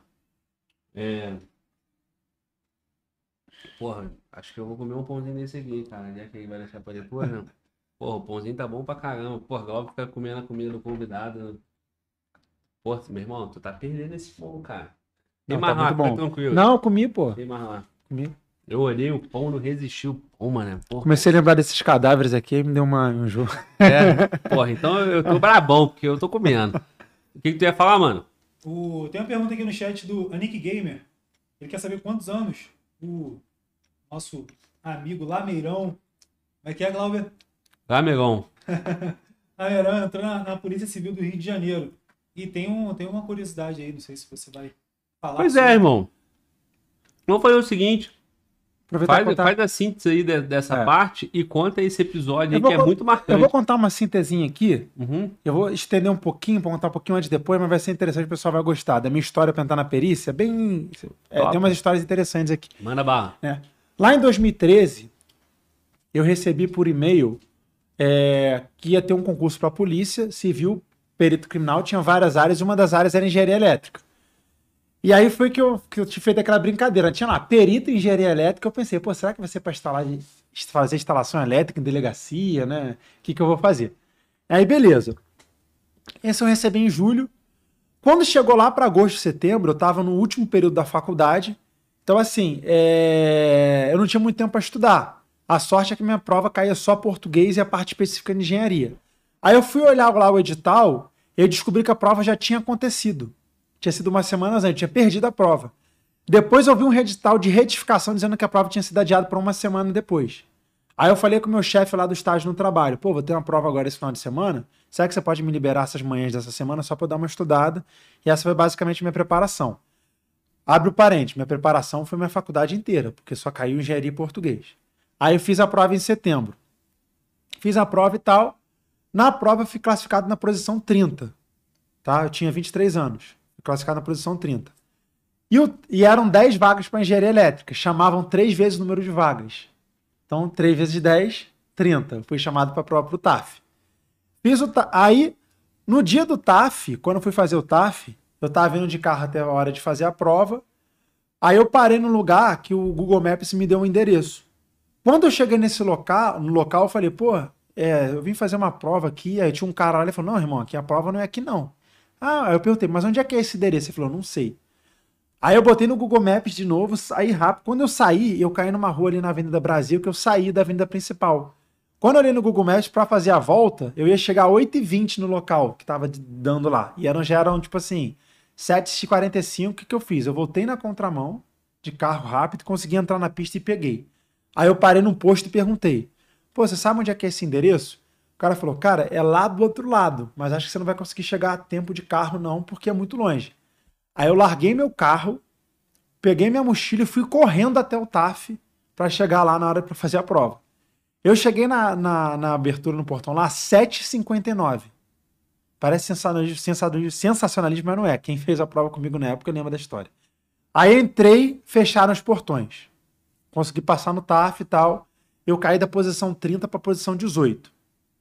Porra, acho que eu vou comer um pãozinho desse aqui, cara. Já que ele vai deixar pra depois, né? Porra, o pãozinho tá bom pra caramba. Porra, logo ficar comendo a comida do convidado. Né? Porra, meu irmão, tu tá perdendo esse pão, cara. Tem Não, mais tá lá, muito bom. fica tranquilo. Não, eu comi, pô. Tem mais lá. Comi. Eu olhei o pão, não resistiu. Pão, mano. Porra. Comecei a lembrar desses cadáveres aqui e me deu um jogo. Porra, então eu tô brabão, porque eu tô comendo. O que tu ia falar, mano? Tem uma pergunta aqui no chat do Anik Gamer. Ele quer saber quantos anos o nosso amigo Lameirão. Como é que é, Glauber? Lameirão. Lameirão entrou na Polícia Civil do Rio de Janeiro. E tem uma curiosidade aí, não sei se você vai falar. Pois é, irmão. Vamos fazer o seguinte. Aproveitar Faz a síntese aí dessa parte e conta esse episódio aí que é muito Eu marcante. vou contar uma síntesinha aqui. Uhum. Eu vou estender um pouquinho, para contar um pouquinho antes e depois, mas vai ser interessante, o pessoal vai gostar. Da minha história para entrar na perícia, tem umas histórias interessantes aqui. Manda barra. Lá em 2013, eu recebi por e-mail que ia ter um concurso para a Polícia Civil, perito criminal, tinha várias áreas, e uma das áreas era engenharia elétrica. E aí foi que eu tinha feito aquela brincadeira. Tinha lá, perito em engenharia elétrica. Eu pensei, pô, será que vai ser para fazer instalação elétrica em delegacia, né? O que eu vou fazer? Aí, beleza. Esse eu recebi em julho. Quando chegou lá para agosto, setembro, eu estava no último período da faculdade. Então, assim, eu não tinha muito tempo para estudar. A sorte é que minha prova caía só português e a parte específica de engenharia. Aí eu fui olhar lá o edital e eu descobri que a prova já tinha acontecido. Tinha sido umas semanas antes, tinha perdido a prova. Depois eu vi um edital de retificação dizendo que a prova tinha sido adiada para uma semana depois. Aí eu falei com o meu chefe lá do estágio no trabalho, pô, vou ter uma prova agora esse final de semana, será que você pode me liberar essas manhãs dessa semana só para eu dar uma estudada? E essa foi basicamente minha preparação. Abre o parente, minha preparação foi minha faculdade inteira, porque só caiu engenharia e português. Aí eu fiz a prova em setembro. Fiz a prova e tal. Na prova eu fui classificado na posição 30. Tá? Eu tinha 23 anos. Fui classificado na posição 30. E eram 10 vagas para engenharia elétrica. Chamavam 3 vezes o número de vagas. Então, 3 vezes 10, 30. Eu fui chamado para a prova pro TAF. Aí, no dia do TAF, quando eu fui fazer o TAF, eu estava vindo de carro até a hora de fazer a prova. Aí eu parei no lugar que o Google Maps me deu um endereço. Quando eu cheguei no local, eu falei, pô, eu vim fazer uma prova aqui. Aí tinha um cara lá, ele falou, não, irmão, aqui a prova não é aqui não. Aí eu perguntei, mas onde é que é esse endereço? Ele falou, não sei. Aí eu botei no Google Maps de novo, saí rápido. Quando eu saí, eu caí numa rua ali na Avenida Brasil, que eu saí da avenida principal. Quando eu olhei no Google Maps para fazer a volta, eu ia chegar às 8h20 no local que tava dando lá. E já eram tipo assim, 7h45. O que eu fiz? Eu voltei na contramão, de carro rápido, consegui entrar na pista e peguei. Aí eu parei num posto e perguntei, pô, você sabe onde é que é esse endereço? O cara falou, cara, é lá do outro lado, mas acho que você não vai conseguir chegar a tempo de carro não, porque é muito longe. Aí eu larguei meu carro, peguei minha mochila e fui correndo até o TAF para chegar lá na hora para fazer a prova. Eu cheguei na abertura no portão lá às 7h59. Parece sensacionalismo, mas não é. Quem fez a prova comigo na época lembra da história. Aí entrei, fecharam os portões. Consegui passar no TAF e tal. Eu caí da posição 30 para a posição 18.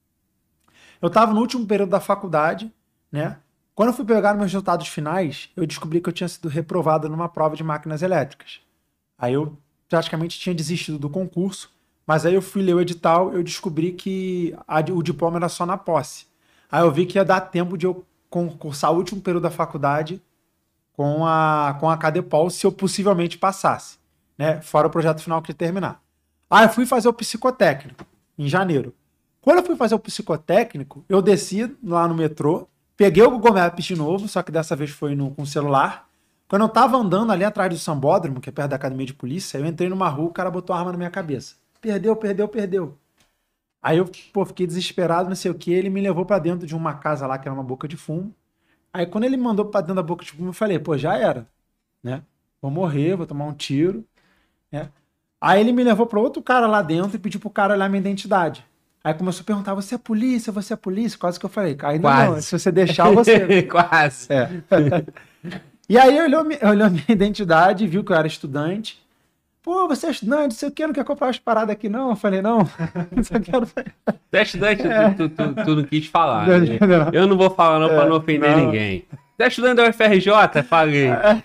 Eu estava no último período da faculdade, né? Quando eu fui pegar meus resultados finais, eu descobri que eu tinha sido reprovado numa prova de máquinas elétricas. Aí eu praticamente tinha desistido do concurso, mas aí eu fui ler o edital, eu descobri que o diploma era só na posse. Aí eu vi que ia dar tempo de eu concursar o último período da faculdade com a Cadepol, se eu possivelmente passasse, né? Fora o projeto final que ia terminar. Aí eu fui fazer o psicotécnico, em janeiro. Quando eu fui fazer o psicotécnico, eu desci lá no metrô, peguei o Google Maps de novo, só que dessa vez foi com o celular. Quando eu tava andando ali atrás do Sambódromo, que é perto da academia de polícia, eu entrei numa rua, o cara botou a arma na minha cabeça. Perdeu. Aí eu, fiquei desesperado, não sei o que, ele me levou pra dentro de uma casa lá, que era uma boca de fumo. Aí quando ele me mandou pra dentro da boca de fumo, eu falei, já era, né? Vou morrer, vou tomar um tiro, né? Aí ele me levou pra outro cara lá dentro e pediu pro cara olhar minha identidade. Aí começou a perguntar, você é polícia? Quase que eu falei, ainda não, se você deixar, você... Quase. E aí olhou minha identidade, viu que eu era estudante. Pô, você é estudante, não sei o que, não quer comprar umas paradas aqui não? Eu falei, não, só quero... Você é estudante, tu não quis falar. Né? Eu não vou falar não pra não ofender ninguém. Você é estudante da UFRJ? Falei.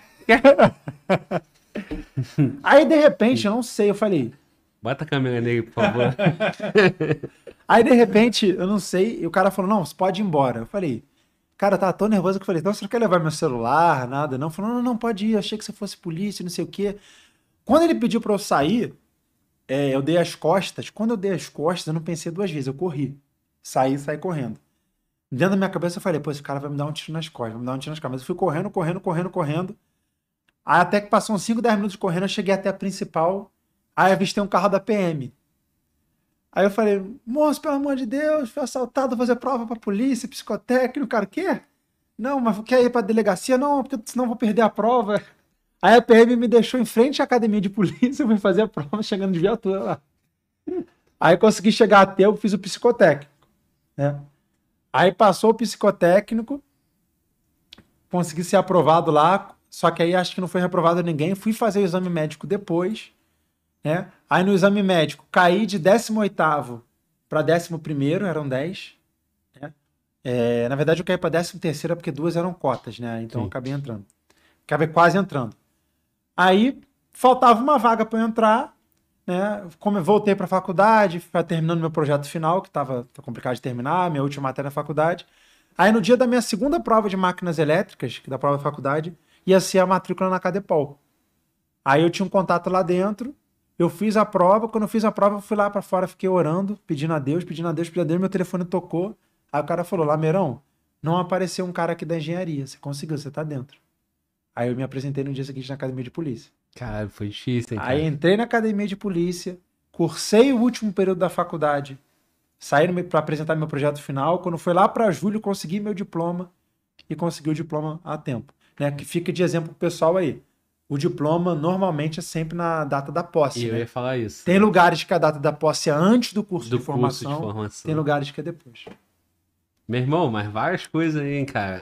Aí, de repente, eu não sei, eu falei... Bota a câmera nele, por favor. Aí, de repente, eu não sei, e o cara falou, não, você pode ir embora. Eu falei, cara, eu tava tão nervoso que eu falei, então você não quer levar meu celular, nada, não? Falou, não, pode ir, eu achei que você fosse polícia, não sei o quê. Quando ele pediu pra eu sair, eu dei as costas. Quando eu dei as costas, eu não pensei 2 vezes, eu corri. Saí correndo. Dentro da minha cabeça eu falei, esse cara vai me dar um tiro nas costas, Mas eu fui correndo. Aí até que passou uns 5, 10 minutos correndo, eu cheguei até a principal. Aí avistei um carro da PM. Aí eu falei, moço, pelo amor de Deus, fui assaltado, vou fazer prova pra polícia, psicotécnico, cara, o quê? Não, mas quer ir pra delegacia? Não, porque senão eu vou perder a prova. Aí a PM me deixou em frente à academia de polícia, eu fui fazer a prova chegando de viatura lá. Aí consegui chegar até, eu fiz o psicotécnico, né? Aí passou o psicotécnico, consegui ser aprovado lá, só que aí acho que não foi reprovado ninguém, fui fazer o exame médico depois, né? Aí no exame médico caí de 18º para 11º, eram 10, né? Na verdade eu caí para 13º porque 2 eram cotas, né? Então eu acabei quase entrando. Aí faltava uma vaga para eu entrar, né? Como eu voltei para a faculdade, terminando meu projeto final, que estava complicado de terminar, minha última matéria na faculdade. Aí no dia da minha segunda prova de máquinas elétricas, que da prova da faculdade, ia ser a matrícula na Cadepol. Aí eu tinha um contato lá dentro, eu fiz a prova, quando eu fiz a prova eu fui lá para fora, fiquei orando, pedindo a Deus, meu telefone tocou, aí o cara falou, Lameirão, não apareceu um cara aqui da engenharia, você conseguiu, você tá dentro. Aí eu me apresentei no dia seguinte na academia de polícia. Cara, foi difícil, hein, Aí cara? entrei na academia de polícia, cursei o último período da faculdade, saí para apresentar meu projeto final. Quando foi lá para julho, consegui meu diploma e consegui o diploma a tempo. Né? Que fica de exemplo pro pessoal aí. O diploma normalmente é sempre na data da posse. E eu Né? ia falar isso. Tem lugares que a data da posse é antes do curso Do de formação, curso de formação. tem lugares que é depois. Meu irmão, mas várias coisas aí, hein, cara.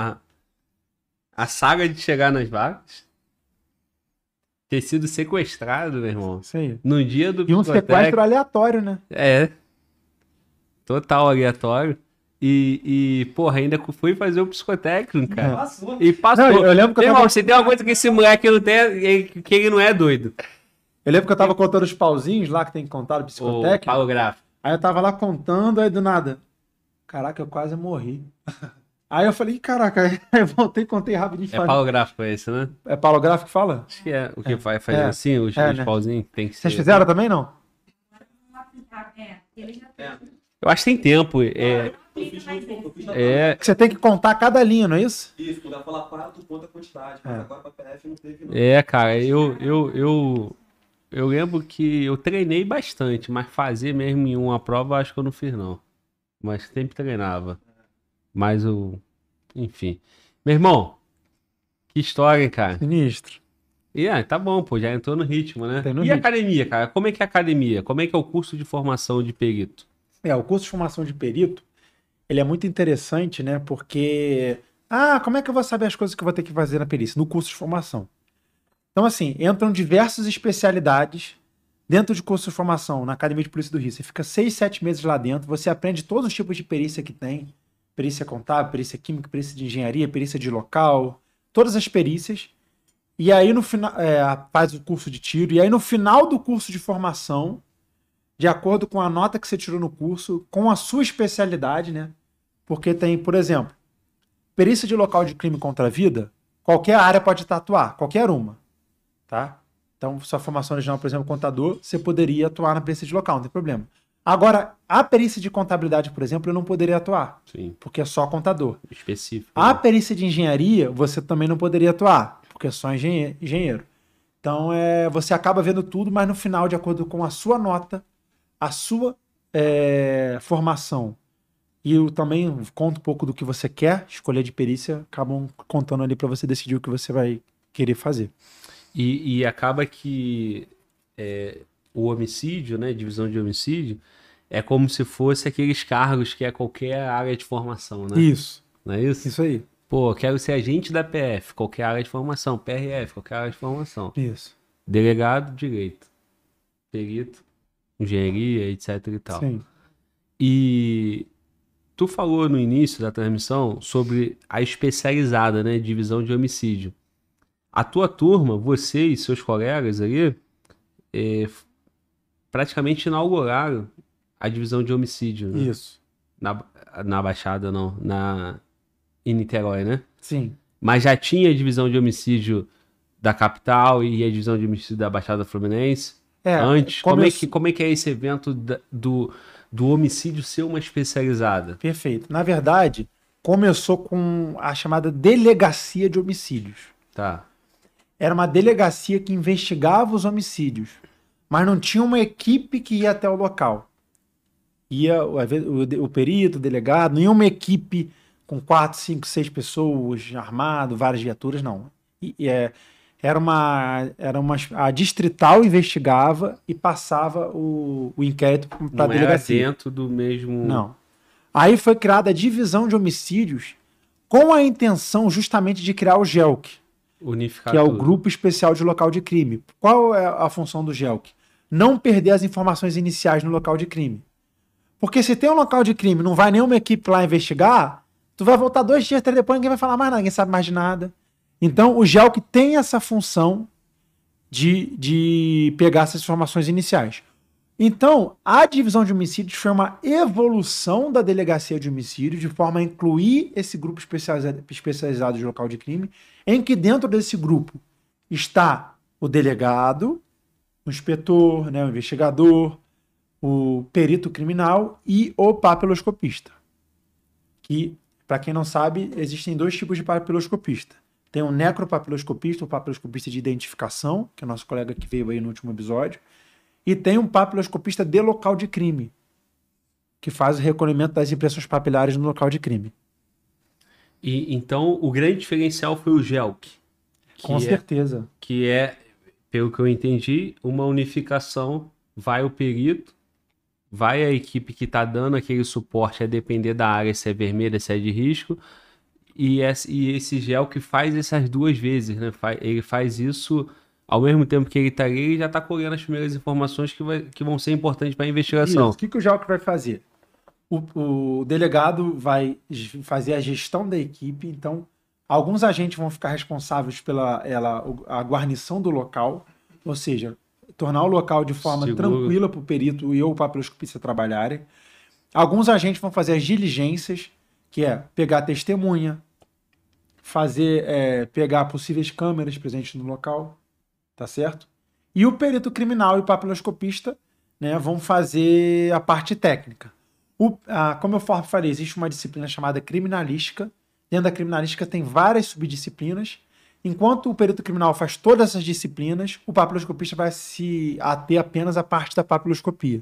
A saga de chegar nas vagas, ter sido sequestrado, meu irmão, Isso aí. no dia do E um sequestro aleatório, né? É. Total aleatório. Porra, ainda fui fazer o psicotécnico, cara. Passou. E passou. Não, eu lembro que eu Meu irmão, tava... você tem uma coisa que esse moleque não tem, que ele não é doido. Eu lembro que eu tava contando os pauzinhos lá que tem que contar do O psicotécnico. palográfico. Aí eu tava lá contando, aí do nada. Caraca, eu quase morri. Aí eu falei, caraca, aí eu voltei e contei rapidinho. É palográfico esse, né? É palográfico que fala? Acho que é. O que faz É. assim, os Né? pauzinhos tem que ser. Vocês fizeram também, não? Eu acho que tem tempo. Eu fiz muito pouco, eu fiz na É. Que você tem que contar cada linha, não é isso? Isso, quando ela fala para, tu conta a quantidade. Mas agora pra PF não teve, não. É, cara, eu lembro que eu treinei bastante, mas fazer mesmo em uma prova, eu acho que eu não fiz, não. Mas sempre treinava. Mas o. Enfim. Meu irmão, que história, hein, cara? Sinistro. E tá bom, pô, já entrou no ritmo, né? Tem no E ritmo. academia, cara? Como é que é a academia? Como é que é o curso de formação de perito? O curso de formação de perito, ele é muito interessante, né? Porque, como é que eu vou saber as coisas que eu vou ter que fazer na perícia? No curso de formação. Então, assim, entram diversas especialidades dentro de curso de formação na Academia de Polícia do Rio. Você fica 6, 7 meses lá dentro, você aprende todos os tipos de perícia que tem. Perícia contábil, perícia química, perícia de engenharia, perícia de local, todas as perícias. E aí, no final, faz o curso de tiro. E aí, no final do curso de formação, de acordo com a nota que você tirou no curso, com a sua especialidade, né? Porque tem, por exemplo, perícia de local de crime contra a vida, qualquer área pode atuar, qualquer uma, tá? Então, sua formação original, por exemplo, contador, você poderia atuar na perícia de local, não tem problema. Agora, a perícia de contabilidade, por exemplo, eu não poderia atuar, Sim, porque é só contador. específico. A perícia de engenharia, você também não poderia atuar, porque é só engenheiro. Então, você acaba vendo tudo, mas no final, de acordo com a sua nota, a sua formação, e eu também conto um pouco do que você quer escolher de perícia, acabam contando ali para você decidir o que você vai querer fazer. E acaba que o homicídio, né, divisão de homicídio, é como se fosse aqueles cargos que é qualquer área de formação, né? Isso, Não é isso? isso aí. Pô, quero ser agente da PF, qualquer área de formação, PRF, qualquer área de formação. Isso. Delegado, direito. Perito, engenharia, etc e tal. Sim. E tu falou no início da transmissão sobre a especializada, né, divisão de homicídio. A tua turma, você e seus colegas ali, praticamente inauguraram a divisão de homicídio, né? Isso. Na Baixada, não, em Niterói, né? Sim. Mas já tinha a divisão de homicídio da capital e a divisão de homicídio da Baixada Fluminense antes. Como é que é esse evento do homicídio ser uma especializada? Perfeito. Na verdade, começou com a chamada Delegacia de Homicídios. Tá. Era uma delegacia que investigava os homicídios, mas não tinha uma equipe que ia até o local. Ia o perito, o delegado, não ia uma equipe com 4, 5, 6 pessoas, armado, várias viaturas, não. A distrital investigava e passava o inquérito para a delegacia. Não era dentro do mesmo... Não. Aí foi criada a divisão de homicídios com a intenção justamente de criar o GELC, Unificar que é o tudo. Grupo Especial de Local de Crime. Qual é a função do GELC? Não perder as informações iniciais no local de crime. Porque se tem um local de crime, não vai nenhuma equipe lá investigar, tu vai voltar 2 dias, 3 depois, ninguém vai falar mais nada, ninguém sabe mais de nada. Então, o GELC tem essa função de pegar essas informações iniciais. Então, a divisão de homicídios foi uma evolução da delegacia de homicídios, de forma a incluir esse grupo especializado de local de crime, em que dentro desse grupo está o delegado, o inspetor, né, o investigador, o perito criminal e o papiloscopista. Que, para quem não sabe, existem 2 tipos de papiloscopista. Tem o necropapiloscopista, o papiloscopista de identificação, que é o nosso colega que veio aí no último episódio, e tem um papiloscopista de local de crime, que faz o recolhimento das impressões papilares no local de crime. E então o grande diferencial foi o GELC. Com certeza. Que é, pelo que eu entendi, uma unificação, vai o perito, vai a equipe que está dando aquele suporte, a depender da área, se é vermelha, se é de risco, e esse GELC faz essas duas vezes, né? Ele faz isso ao mesmo tempo que ele está ali, ele já está colhendo as primeiras informações que vão ser importantes para a investigação. Isso. O que o GELC vai fazer? O delegado vai fazer a gestão da equipe, então alguns agentes vão ficar responsáveis pela a guarnição do local, ou seja, tornar o local de forma tranquila para o perito e ou o papiloscopista trabalharem. Alguns agentes vão fazer as diligências, que é pegar testemunha, pegar possíveis câmeras presentes no local, tá certo? E o perito criminal e o papiloscopista, né, vão fazer a parte técnica. Como eu falei, existe uma disciplina chamada criminalística. Dentro da criminalística tem várias subdisciplinas. Enquanto o perito criminal faz todas essas disciplinas, o papiloscopista vai se ater apenas à parte da papiloscopia.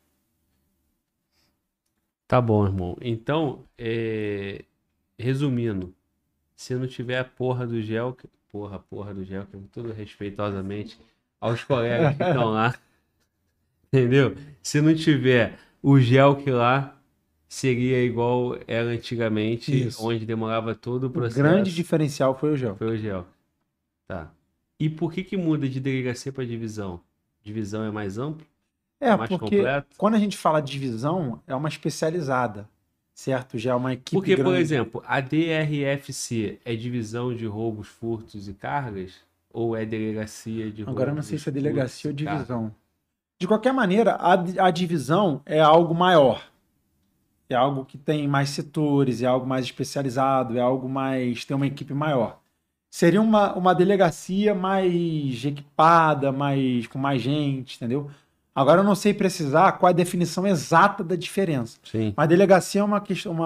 Tá bom, irmão. Então, resumindo, se não tiver a porra do GELC, tudo respeitosamente aos colegas que estão lá, entendeu? Se não tiver o GELC lá, seria igual era antigamente, Isso. onde demorava todo o processo. O grande diferencial foi o GELC. Foi o GELC. Tá. E por que muda de delegacia para divisão? Divisão é mais amplo? Mais porque completo? quando a gente fala de divisão, é uma especializada, certo? Já é uma equipe Porque, grande. por exemplo, a DRFC é divisão de roubos, furtos e cargas? Ou é delegacia de roubos? Agora eu não sei se é delegacia ou furtos e cargas? divisão. De qualquer maneira, a divisão é algo maior. É algo que tem mais setores, é algo mais especializado, é algo mais... tem uma equipe maior. Seria uma delegacia mais equipada, com mais gente, entendeu? Agora eu não sei precisar qual é a definição exata da diferença. Sim. Mas delegacia é uma questão,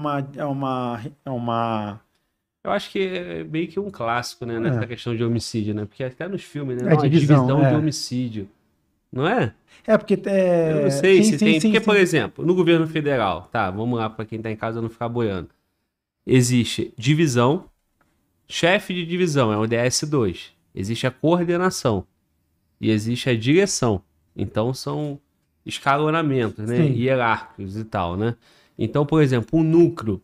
Eu acho que é meio que um clássico, né? Nessa questão de homicídio, né? Porque até nos filmes, né? É divisão, de homicídio. Não é? porque... Eu não sei se tem. Porque, sim. por exemplo, no governo federal, tá? Vamos lá para quem tá em casa não ficar boiando. Existe divisão, chefe de divisão, é o DS2. Existe a coordenação e existe a direção. Então são escalonamentos, né? Sim. Hierárquicos e tal, né? Então, por exemplo, o núcleo,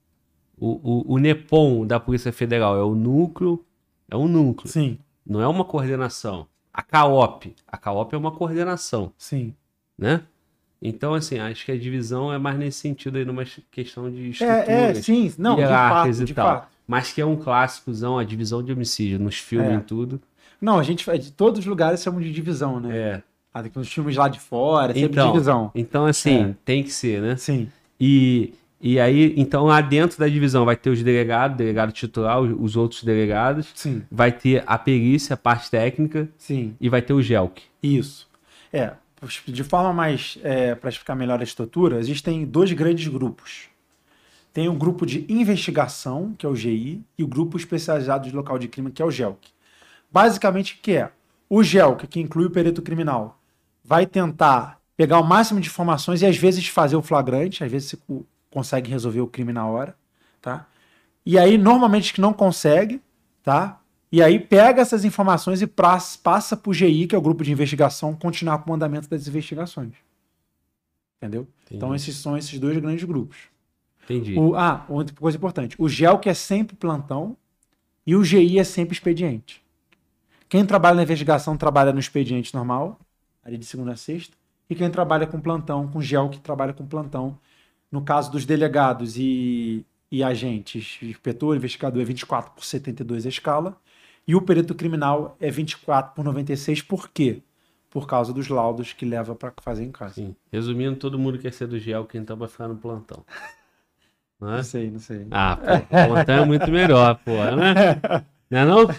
o NEPOM da Polícia Federal é um núcleo. Sim, Não é uma coordenação. A CAOP é uma coordenação, sim. né? Então, assim, acho que a divisão é mais nesse sentido aí, numa questão de estruturas, Sim. Não, de hierarquias fato, e tal. Mas que é um clássicozão, a divisão de homicídio, nos filmes e tudo. Não, a gente de todos os lugares chamam de divisão, né? Nos filmes lá de fora, sempre divisão. Então, assim, tem que ser, né? Sim. E aí, então, lá dentro da divisão vai ter os delegados, delegado titular, os outros delegados. Sim. Vai ter a perícia, a parte técnica. Sim. E vai ter o GELC. Isso. De forma mais, para explicar melhor a estrutura, existem dois grandes grupos. Tem o grupo de investigação, que é o GI, e o grupo especializado de local de crime, que é o GELC. Basicamente, o que é? O GELC, que inclui o perito criminal, vai tentar pegar o máximo de informações e às vezes fazer o flagrante, às vezes você consegue resolver o crime na hora, tá? E aí, normalmente, que não consegue, tá? E aí pega essas informações e passa para o GI, que é o grupo de investigação, continuar com o andamento das investigações. Entendeu? Entendi. Então, esses são esses dois grandes grupos. Entendi. Outra coisa importante. O GELC é sempre plantão e o GI é sempre expediente. Quem trabalha na investigação trabalha no expediente normal, ali de segunda a sexta, e quem trabalha com plantão, com GELC, trabalha com plantão. No caso dos delegados e agentes, inspetor, investigador é 24/72 a escala, e o perito criminal é 24/96. Por quê? Por causa dos laudos que leva para fazer em casa. Sim. Resumindo, todo mundo quer ser do GELC, então vai ficar no plantão. Não é? Não sei, não sei. Ah, pô, o plantão é muito melhor, pô, né? Não é não?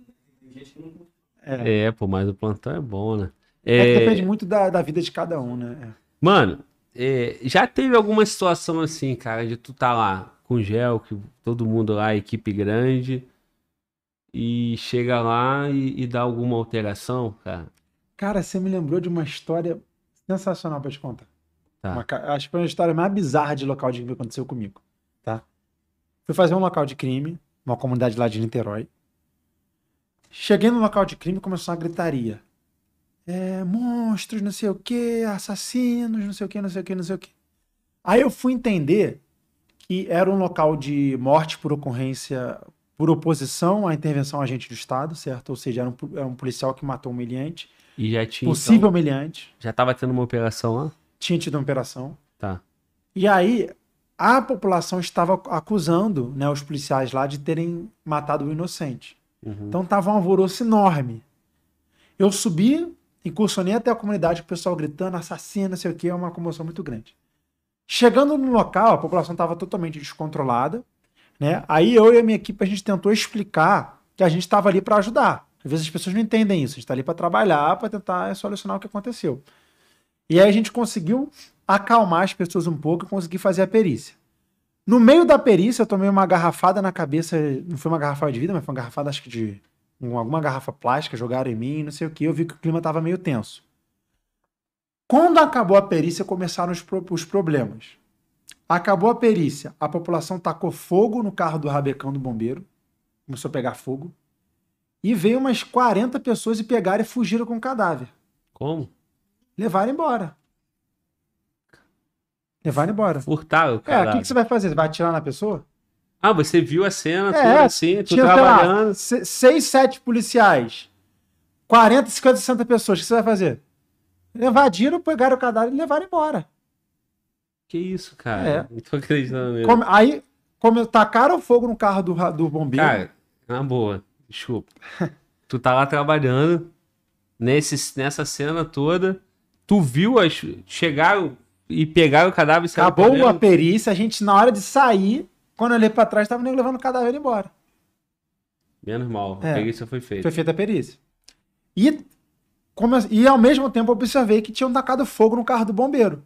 Pô, mas o plantão é bom, né? Depende muito da vida de cada um, né? Mano, já teve alguma situação assim, cara, de tu tá lá com o GELC, todo mundo lá, equipe grande, e chega lá e dá alguma alteração, cara? Cara, você me lembrou de uma história sensacional pra te contar. Tá. Acho que foi uma história mais bizarra de local de crime que aconteceu comigo, tá? Fui fazer um local de crime, uma comunidade lá de Niterói. Cheguei no local de crime e começou uma gritaria. Monstros, não sei o que, assassinos, não sei o que, não sei o que, não sei o que. Aí eu fui entender que era um local de morte por ocorrência, por oposição à intervenção agente do Estado, certo? Ou seja, era um policial que matou um humilhante, E já tinha, possível então, humilhante, já tava tendo uma operação lá? tinha tido uma operação. Tá. E aí a população estava acusando, né, os policiais lá de terem matado o inocente. Uhum. Então tava um alvoroço enorme. Eu subi, incursionei até a comunidade, o pessoal gritando, assassino, não sei o que, é uma comoção muito grande. Chegando no local, a população estava totalmente descontrolada, né? Aí eu e a minha equipe, a gente tentou explicar que a gente estava ali para ajudar. Às vezes as pessoas não entendem isso, a gente está ali para trabalhar, para tentar solucionar o que aconteceu. E aí a gente conseguiu acalmar as pessoas um pouco e conseguir fazer a perícia. No meio da perícia, eu tomei uma garrafada na cabeça, não foi uma garrafada de vida, mas foi uma garrafada, acho que de alguma garrafa plástica, jogaram em mim, não sei o que, eu vi que o clima estava meio tenso. Quando acabou a perícia, começaram os problemas. Acabou a perícia, a população tacou fogo no carro do rabecão do bombeiro, começou a pegar fogo, e veio umas 40 pessoas e pegaram e fugiram com o cadáver. Como? Levaram embora. Levaram embora. Furtaram o O cara. que você vai fazer? Você vai atirar na pessoa? Ah, você viu a cena toda assim, tu tinha, sei lá, trabalhando. 6, 7 policiais, 40, 50, 60 pessoas, o que você vai fazer? Evadiram, pegaram o cadáver e levaram embora. Que isso, cara? É. Não tô acreditando mesmo. Aí, tacaram fogo no carro do bombeiro. Cara, na boa, desculpa. Tu tá lá trabalhando, nessa cena toda, tu viu chegaram e pegaram o cadáver e saíram Acabou correndo? a perícia, a gente, na hora de sair, quando eu olhei pra trás, tava levando o cadáver embora. Menos mal, a É. perícia foi feita. Foi feita a perícia. E ao mesmo tempo eu observei que tinham tacado fogo no carro do bombeiro.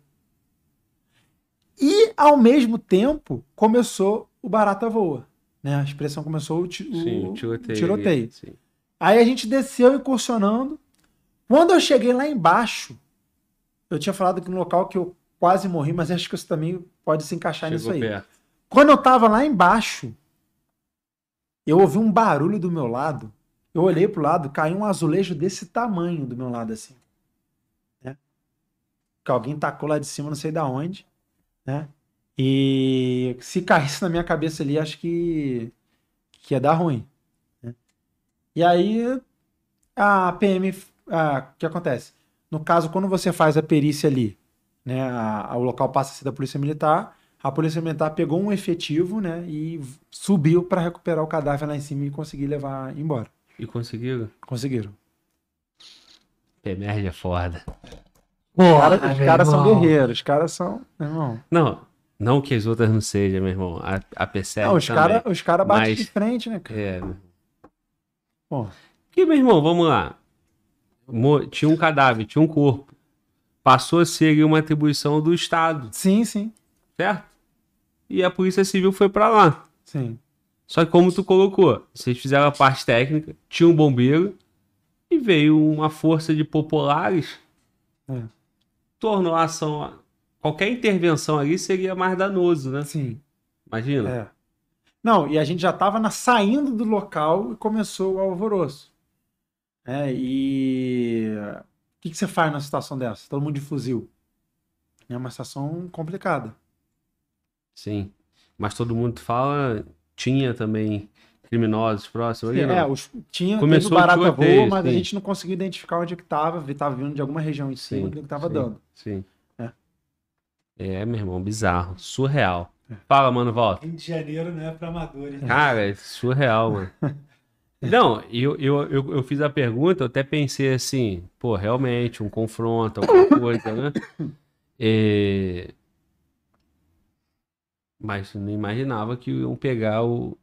E ao mesmo tempo começou o barata voa. Né? A expressão começou o Sim, tiroteio. Sim. Aí a gente desceu incursionando. Quando eu cheguei lá embaixo, eu tinha falado que no local que eu quase morri, mas acho que isso também pode se encaixar nisso aí. Perto. Quando eu tava lá embaixo, eu ouvi um barulho do meu lado. Eu olhei pro lado, caiu um azulejo desse tamanho do meu lado, assim. Né? Que alguém tacou lá de cima, não sei da onde. Né? E se caísse na minha cabeça ali, acho que ia dar ruim. Né? E aí, a PM... o que acontece? No caso, quando você faz a perícia ali, né, o local passa a ser da Polícia Militar, a Polícia Militar pegou um efetivo, né, e subiu para recuperar o cadáver lá em cima e conseguir levar embora. E conseguiram? Conseguiram. PMR é foda. Os caras são guerreiros, os caras são... Meu irmão. Não que as outras não sejam, meu irmão. A PCL Não, os caras batem mas... de frente, né, cara? É. Pô. Porque, meu irmão, vamos lá. Tinha um cadáver, tinha um corpo. Passou a ser uma atribuição do Estado, Sim, sim. certo? E a Polícia Civil foi pra lá. Sim. Só que como tu colocou, vocês fizeram a parte técnica, tinha um bombeiro e veio uma força de populares, tornou a ação... Qualquer intervenção ali seria mais danoso, né? Sim. Imagina. É. Não, e a gente já estava saindo do local e começou o alvoroço. E o que você faz numa situação dessa? Todo mundo de fuzil. É uma situação complicada. Sim. Mas todo mundo fala, tinha também criminosos próximos ali, não? Teve o barata voa, mas sim. a gente não conseguiu identificar onde que estava vindo de alguma região em cima, o que estava dando. Sim. Meu irmão, bizarro, surreal. Fala, mano, volta. Rio de Janeiro não é pra amadores. Cara, é surreal, mano. Não, eu fiz a pergunta, eu até pensei assim, pô, realmente, um confronto, alguma coisa, né? Mas não imaginava que iam pegar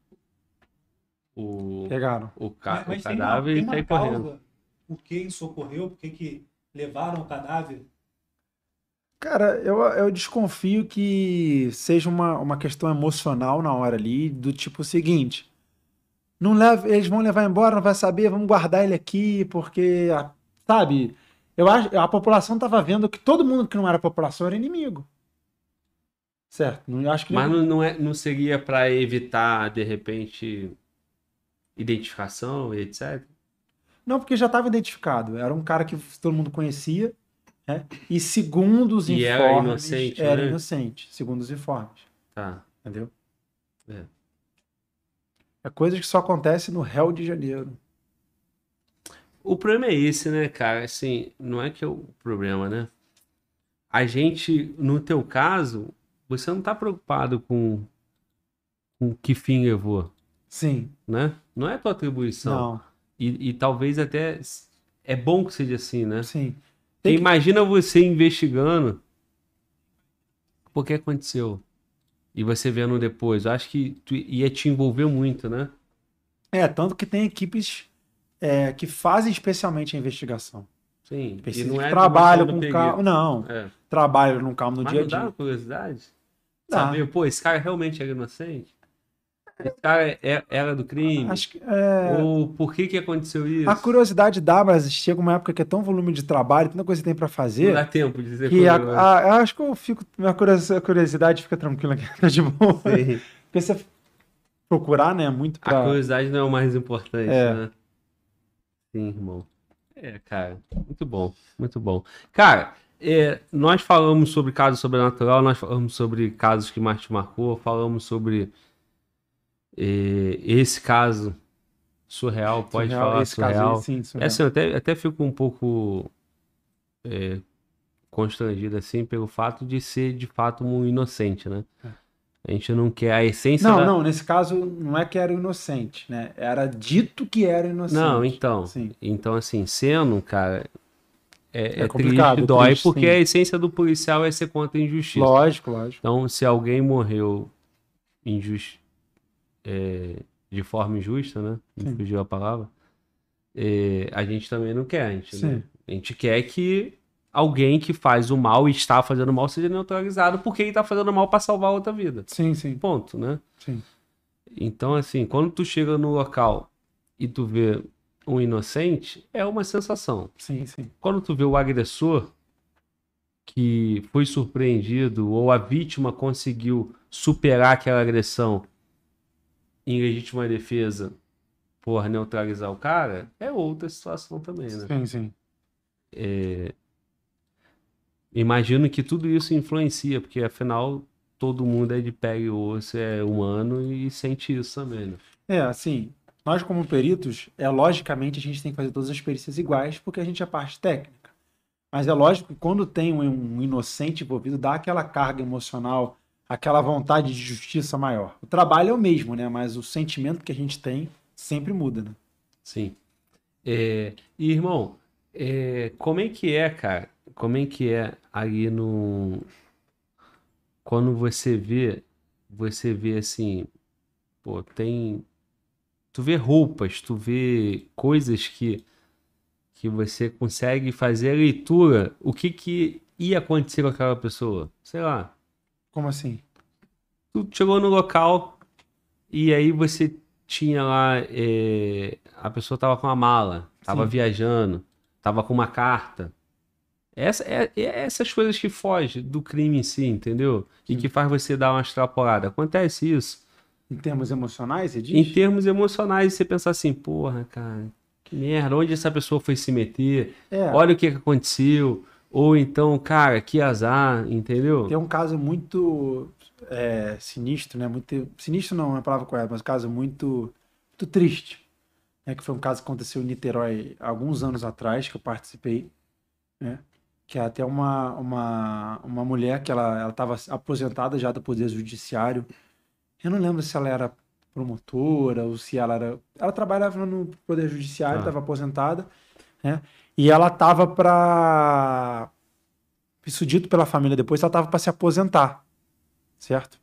Pegaram. o Mas cadáver tem e uma sair causa. correndo. Por que isso ocorreu? Por que levaram o cadáver? Cara, eu desconfio que seja uma questão emocional na hora ali, do tipo seguinte. Não leva, eles vão levar embora, não vai saber, vamos guardar ele aqui, porque, sabe, eu acho, a população tava vendo que todo mundo que não era população era inimigo. Certo? Não, acho que Mas não seria pra evitar, de repente, identificação e etc? não, porque já estava identificado. Era um cara que todo mundo conhecia, né? E segundo os E informes, era inocente, era né? inocente, segundo os informes. Tá. Entendeu? É. É coisa que só acontece no Rio de Janeiro. O problema é esse, né, cara? Assim, não é que é o problema, né? A gente, no teu caso, você não tá preocupado com que fim levou, Sim. né? Não é a tua atribuição. Não. E talvez até é bom que seja assim, né? Sim. Porque Tem que- imagina você investigando por que aconteceu. E você vendo depois. Eu acho que ia te envolver muito, né? Tanto que tem equipes que fazem especialmente a investigação. Sim. Precisa e não que é trabalham demonstrando com perigo. calma. Não. É. Trabalham com calma no Mas dia a não dá dia. uma curiosidade? Dá. Saber, pô, esse cara realmente era inocente? Esse cara era do crime? Acho que, Ou por que aconteceu isso? a curiosidade dá, mas chega uma época que é tão volume de trabalho, tanta coisa que tem pra Não fazer, dá tempo de dizer que curioso. eu acho que eu fico. Minha curiosidade fica tranquila aqui, tá de boa. Sim. Porque você procurar, né? Muito A pra. curiosidade não é o mais importante, É. né? Sim, irmão. Cara, muito bom, muito bom. Cara, nós falamos sobre caso sobrenatural, nós falamos sobre casos que mais te marcou, falamos sobre esse caso surreal, pode falar esse caso surreal. aí, sim, surreal. Assim, eu até fico um pouco constrangido, assim, pelo fato de ser, de fato, um inocente, né? A gente não quer a essência Não, nesse caso não é que era inocente, né? Era dito que era inocente. Não, então. Sim. Então, assim, sendo, cara, é complicado, triste, dói, triste, porque sim. a essência do policial é ser contra a injustiça. Lógico. Então, se alguém morreu de forma injusta, né? Me Sim. fugiu a palavra. A gente também não quer, né? Sim. A gente quer que alguém que faz o mal e está fazendo mal seja neutralizado porque ele está fazendo mal para salvar outra vida. Sim. Ponto, né? Sim. Então, assim, quando tu chega no local e tu vê um inocente, é uma sensação. Sim. Quando tu vê o agressor que foi surpreendido ou a vítima conseguiu superar aquela agressão em legítima defesa por neutralizar o cara, é outra situação também, né? Sim. Imagino que tudo isso influencia, porque afinal todo mundo é de pele e osso, é humano e sente isso também, né? Assim, nós como peritos, logicamente a gente tem que fazer todas as perícias iguais, porque a gente é parte técnica. Mas é lógico que quando tem um inocente envolvido, dá aquela carga emocional, aquela vontade de justiça maior. O trabalho é o mesmo, né? Mas o sentimento que a gente tem sempre muda, né? Sim. E, irmão, como é que é, cara? Como é que é ali no... Quando você vê assim, pô, tem... Tu vê roupas, tu vê coisas que você consegue fazer a leitura. O que ia acontecer com aquela pessoa? Sei lá. Como assim? Tu chegou no local e aí você tinha lá... a pessoa tava com uma mala, tava Sim. viajando, tava com uma carta. Essas coisas que fogem do crime em si, entendeu? E Sim. que faz você dar uma extrapolada. Acontece isso. Em termos emocionais, você diz? Em termos emocionais, você pensar assim, porra, cara, que merda, onde essa pessoa foi se meter? Olha o que aconteceu. Ou então, cara, que azar, entendeu? Tem um caso muito sinistro, né? Muito, sinistro não é a palavra correta, mas um caso muito triste. Né? Que foi um caso que aconteceu em Niterói há alguns anos atrás, que eu participei. Né? Que é até uma mulher que ela estava aposentada já do Poder Judiciário. Eu não lembro se ela era promotora ou se ela era... Ela trabalhava no Poder Judiciário, estava aposentada, né? E ela estava para... Isso dito pela família depois, ela estava para se aposentar, certo?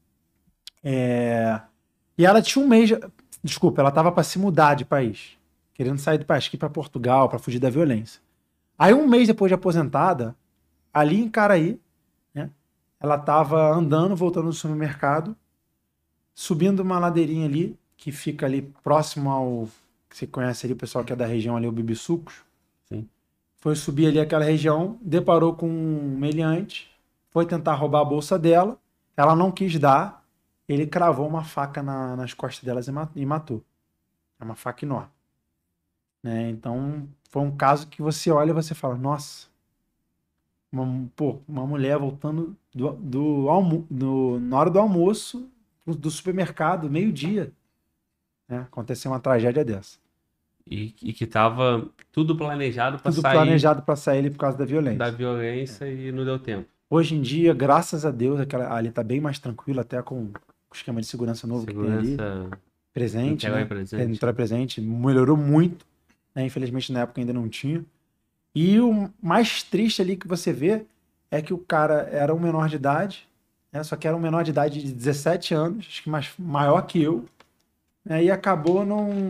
E ela tinha um mês... Desculpa, ela estava para se mudar de país, querendo sair do país, ir para Portugal, para fugir da violência. Aí, um mês depois de aposentada, ali em Caraí, né, ela estava andando, voltando do supermercado, subindo uma ladeirinha ali, que fica ali próximo ao... que você conhece ali, o pessoal que é da região ali, o Bibisucos. Sim. Foi subir ali aquela região, deparou com um meliante, foi tentar roubar a bolsa dela, ela não quis dar, ele cravou uma faca nas costas delas e matou. É uma faca enorme. Né? Então, foi um caso que você olha e você fala, nossa, uma mulher voltando na hora do almoço do supermercado, meio-dia. Né? Aconteceu uma tragédia dessa. E que tava tudo planejado para Tudo sair planejado para sair ali por causa da violência. e não deu tempo. Hoje em dia, graças a Deus, ali tá bem mais tranquilo, até com o esquema de segurança novo que tem ali. Presente, né? Entrar presente, melhorou muito. Né? Infelizmente, na época ainda não tinha. E o mais triste ali que você vê é que o cara era um menor de idade, né? Só que era um menor de idade de 17 anos, acho que maior que eu, né? E acabou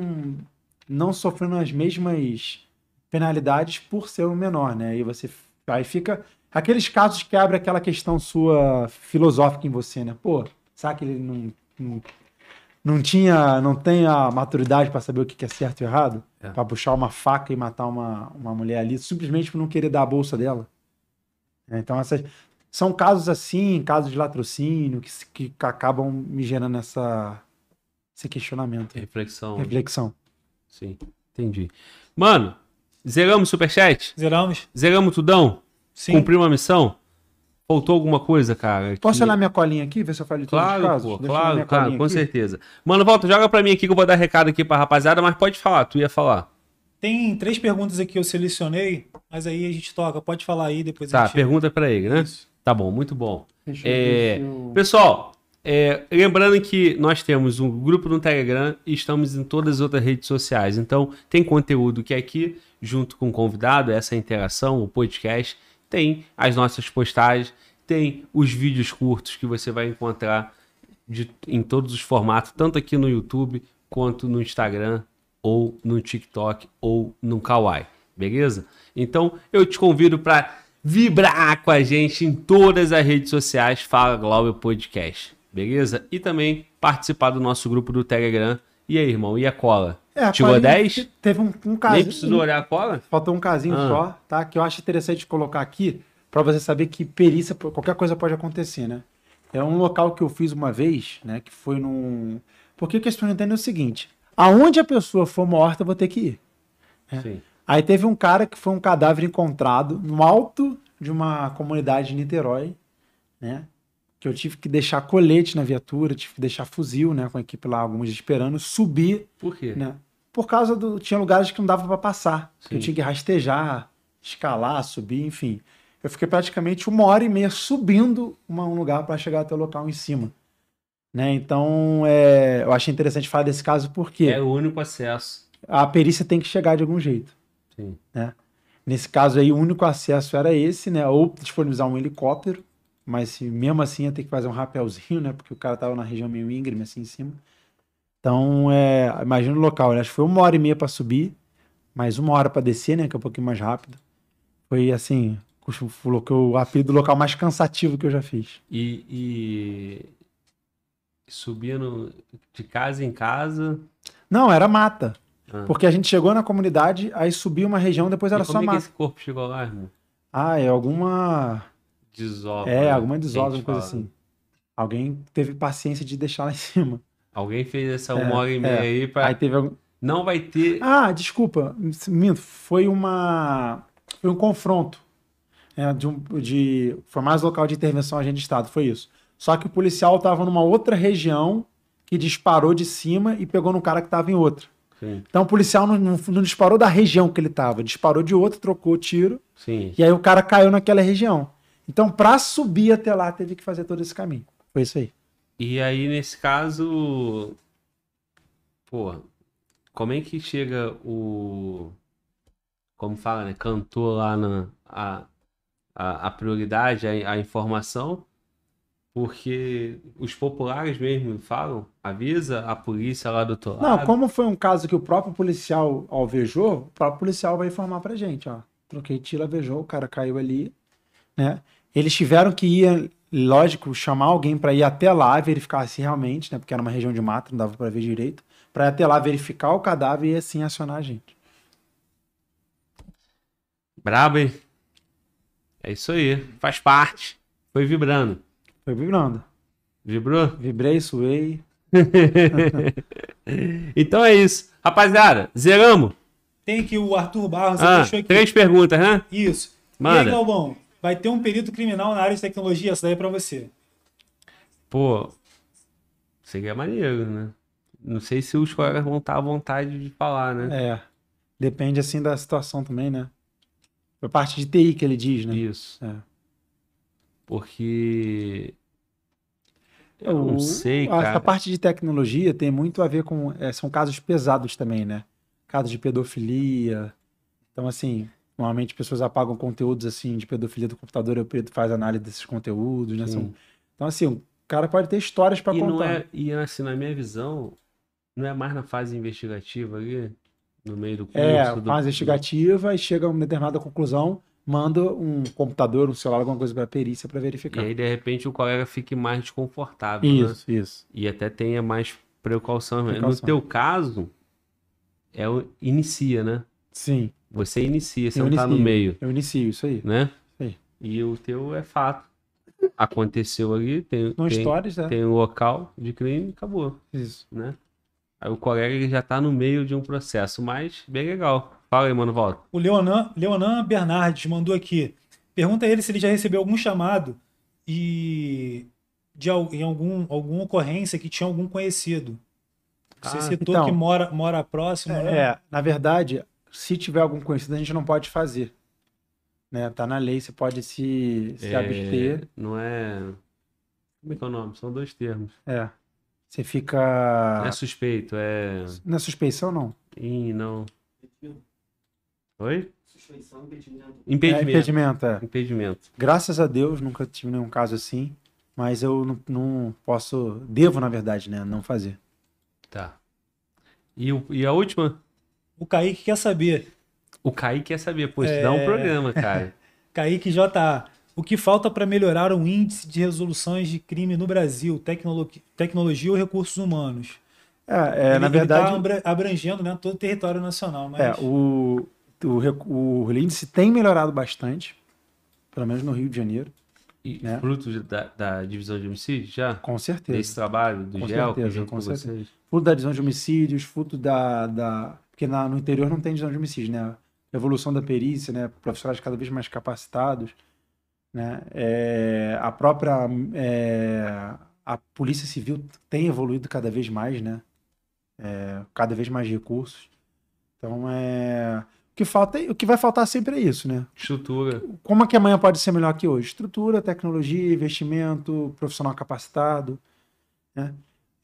não sofrendo as mesmas penalidades por ser um menor, né? Aí fica aqueles casos que abre aquela questão sua filosófica em você, né? Pô, será que ele não tem a maturidade para saber o que é certo e errado? Para puxar uma faca e matar uma mulher ali, simplesmente por não querer dar a bolsa dela. Então, são casos assim, casos de latrocínio, que acabam me gerando esse questionamento. Reflexão. Sim, entendi. Mano, zeramos o superchat? Zeramos tudão? Sim. Cumprimos a missão? Faltou alguma coisa, cara? Posso olhar minha colinha aqui, ver se eu falei todos os casos? Claro, com certeza. Mano, volta, joga pra mim aqui que eu vou dar recado aqui pra rapaziada, mas pode falar, tu ia falar. Tem 3 perguntas aqui que eu selecionei, mas aí a gente toca. Pode falar aí, depois a a gente... gente... pergunta pra ele, né? Isso. Tá bom, muito bom. Deixa eu ver se eu... Pessoal, lembrando que nós temos um grupo no Telegram e estamos em todas as outras redes sociais. Então, tem conteúdo que aqui, junto com o convidado, essa interação, o podcast, tem as nossas postagens, tem os vídeos curtos que você vai encontrar em todos os formatos, tanto aqui no YouTube, quanto no Instagram, ou no TikTok, ou no Kawaii, beleza? Então, eu te convido para vibrar com a gente em todas as redes sociais, Fala Glauber Podcast, beleza? E também participar do nosso grupo do Telegram. E aí, irmão, e a cola? Tirou 10? Teve um casinho. Nem precisou olhar a cola? Faltou um casinho só, tá? Que eu acho interessante colocar aqui, para você saber que perícia, qualquer coisa pode acontecer, né? É um local que eu fiz uma vez, né? Que foi Porque a questão entende é o seguinte: aonde a pessoa for morta, eu vou ter que ir. Né? Sim. Aí teve um cara que foi um cadáver encontrado no alto de uma comunidade de Niterói, né? Que eu tive que deixar colete na viatura, tive que deixar fuzil, né? Com a equipe lá, alguns esperando, subir. Por quê? Né? Por causa tinha lugares que não dava para passar. Sim. Eu tinha que rastejar, escalar, subir, enfim. Eu fiquei praticamente 1h30 subindo um lugar para chegar até o local em cima. Né? Então, eu achei interessante falar desse caso porque... É o único acesso. A perícia tem que chegar de algum jeito. Sim. Né? Nesse caso aí, o único acesso era esse, né? Ou disponibilizar um helicóptero, mas mesmo assim ia ter que fazer um rapelzinho, né? Porque o cara tava na região meio íngreme, assim, em cima. Então, imagina o local, né? Acho que foi 1h30 para subir, mais 1 hora para descer, né? Que é um pouquinho mais rápido. Foi assim... o apelido do local mais cansativo que eu já fiz. E subindo de casa em casa? Não, era mata. Porque a gente chegou na comunidade, aí subiu uma região, depois era só mata. Como é que esse corpo chegou lá, irmão? É alguma... desova. Alguma desova, uma coisa assim. Alguém teve paciência de deixar lá em cima. Alguém fez essa 1h30 aí pra... Aí teve algum... Não vai ter... desculpa. Minto. Foi um confronto. Foi mais local de intervenção agente de Estado, foi isso. Só que o policial estava numa outra região que disparou de cima e pegou no cara que estava em outra. Sim. Então o policial não disparou da região que ele estava, disparou de outra, trocou o tiro. Sim. E aí o cara caiu naquela região. Então para subir até lá teve que fazer todo esse caminho. Foi isso aí. E aí nesse caso, como é que chega como fala, né, cantor lá a prioridade, a informação, porque os populares mesmo falam, avisa a polícia lá do outro lado. Não, como foi um caso que o próprio policial alvejou, o próprio policial vai informar pra gente, ó. Troquei tiro, alvejou, o cara caiu ali, né? Eles tiveram que ir, lógico, chamar alguém pra ir até lá, verificar se realmente, né? Porque era uma região de mata, não dava pra ver direito. para até lá verificar o cadáver e assim acionar a gente. Brabo, hein? É isso aí. Faz parte. Foi vibrando. Foi vibrando. Vibrou? Vibrei, suei. Então é isso. Rapaziada, zeramos. Tem aqui o Arthur Barros, ele deixou aqui. 3 perguntas, né? Isso. Manda. E aí, Galvão, vai ter um perito criminal na área de tecnologia? Essa daí é pra você. Pô, seria maneiro, né? Não sei se os colegas vão estar à vontade de falar, né? É. Depende, assim, da situação também, né? Foi parte de TI que ele diz, né? Isso. É. Porque... Eu não sei, Essa cara. parte de tecnologia tem muito a ver com... são casos pesados também, né? Casos de pedofilia. Então, assim, normalmente pessoas apagam conteúdos, assim, de pedofilia do computador e o perito faz análise desses conteúdos, né? Sim. Então, assim, o cara pode ter histórias para contar. E assim, na minha visão, não é mais na fase investigativa ali, no meio do curso. Faz investigativa e chega a uma determinada conclusão, manda um computador, um celular, alguma coisa para perícia para E verificar. aí, de repente, o colega fique mais desconfortável, né? Isso. E até tenha mais precaução. No Precaução. teu caso, inicia, né? Sim. Você inicia, você Eu não tá no inicio. meio, Eu inicio, isso aí. né? Isso aí. E o teu é fato. Aconteceu ali, São histórias, né? tem um local de crime, acabou, Isso. né? Aí o colega ele já tá no meio de um processo, mas bem legal. Fala aí, mano, volta. O Leonan Bernardes mandou aqui. Pergunta a ele se ele já recebeu algum chamado em alguma ocorrência que tinha algum conhecido. Você citou então, que mora próximo, né? Na verdade, se tiver algum conhecido, a gente não pode fazer. Né? Tá na lei, você pode se abster. Não é... Como é que é o nome? São 2 termos. Você fica... Não é suspeito, é... Na suspeição, não. Não. Oi? Suspeição, impedimento. Impedimento, Impedimento. Graças a Deus, nunca tive nenhum caso assim. Mas eu não posso... Devo, na verdade, né? Não fazer. Tá. E a última? O Kaique quer saber. O Kaique quer saber. Pô, isso dá um programa, cara. Kaique JA. O que falta para melhorar o índice de resoluções de crime no Brasil? Tecnologia ou recursos humanos? Na verdade... Ele tá abrangendo, né, todo o território nacional. Mas... O índice tem melhorado bastante. Pelo menos no Rio de Janeiro. E né? fruto da divisão de homicídios já? Com certeza. Desse trabalho, do Com GEL, certeza, junto com com certeza. vocês? Fruto da divisão de homicídios, fruto porque no interior não tem divisão de homicídios, né? Evolução da perícia, né? Profissionais cada vez mais capacitados, né? A Polícia Civil tem evoluído cada vez mais, né? Cada vez mais recursos. Então, o que vai faltar sempre é isso, né? Estrutura. Como é que amanhã pode ser melhor que hoje? Estrutura, tecnologia, investimento, profissional capacitado, né?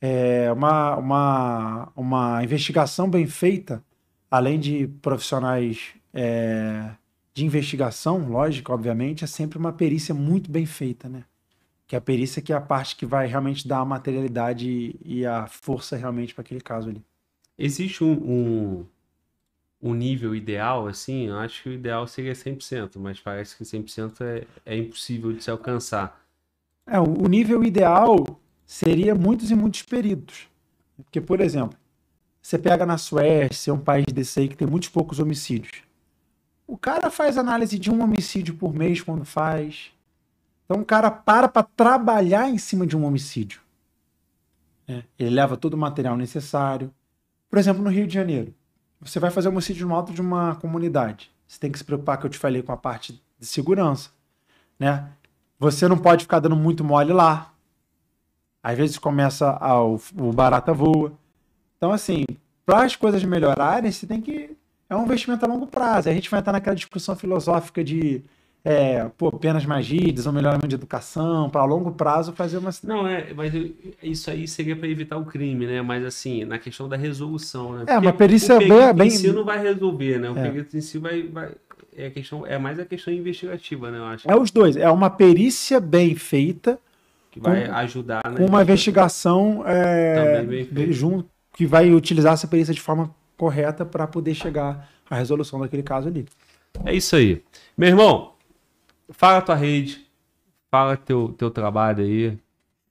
Uma investigação bem feita, além de profissionais de investigação, lógico, obviamente, é sempre uma perícia muito bem feita, né? Que a perícia que é a parte que vai realmente dar a materialidade e a força realmente para aquele caso ali. Existe um nível ideal, assim? Eu acho que o ideal seria 100%, mas parece que 100% é impossível de se alcançar. O nível ideal seria muitos e muitos peritos. Porque, por exemplo, você pega na Suécia, um país desse aí que tem muitos poucos homicídios. O cara faz análise de um homicídio por mês quando faz. Então o cara para trabalhar em cima de um homicídio. Ele leva todo o material necessário. Por exemplo, no Rio de Janeiro, você vai fazer um homicídio no alto de uma comunidade. Você tem que se preocupar, que eu te falei, com a parte de segurança, né? Você não pode ficar dando muito mole lá. Às vezes começa o barata voa. Então, assim, para as coisas melhorarem, você tem que... É um investimento a longo prazo. A gente vai entrar naquela discussão filosófica de penas mais rígidas, um melhoramento de educação, para a longo prazo fazer uma... Não, mas isso aí seria para evitar o crime, né? Mas assim, na questão da resolução, né? Uma perícia o perito bem... em si não vai resolver, né? O perito em si vai... É mais a questão investigativa, né? Eu acho. Os dois. É uma perícia bem feita que vai ajudar, né? Com uma investigação junto, que vai utilizar essa perícia de forma correta para poder chegar à resolução daquele caso ali. É isso aí. Meu irmão, fala a tua rede, fala teu trabalho aí.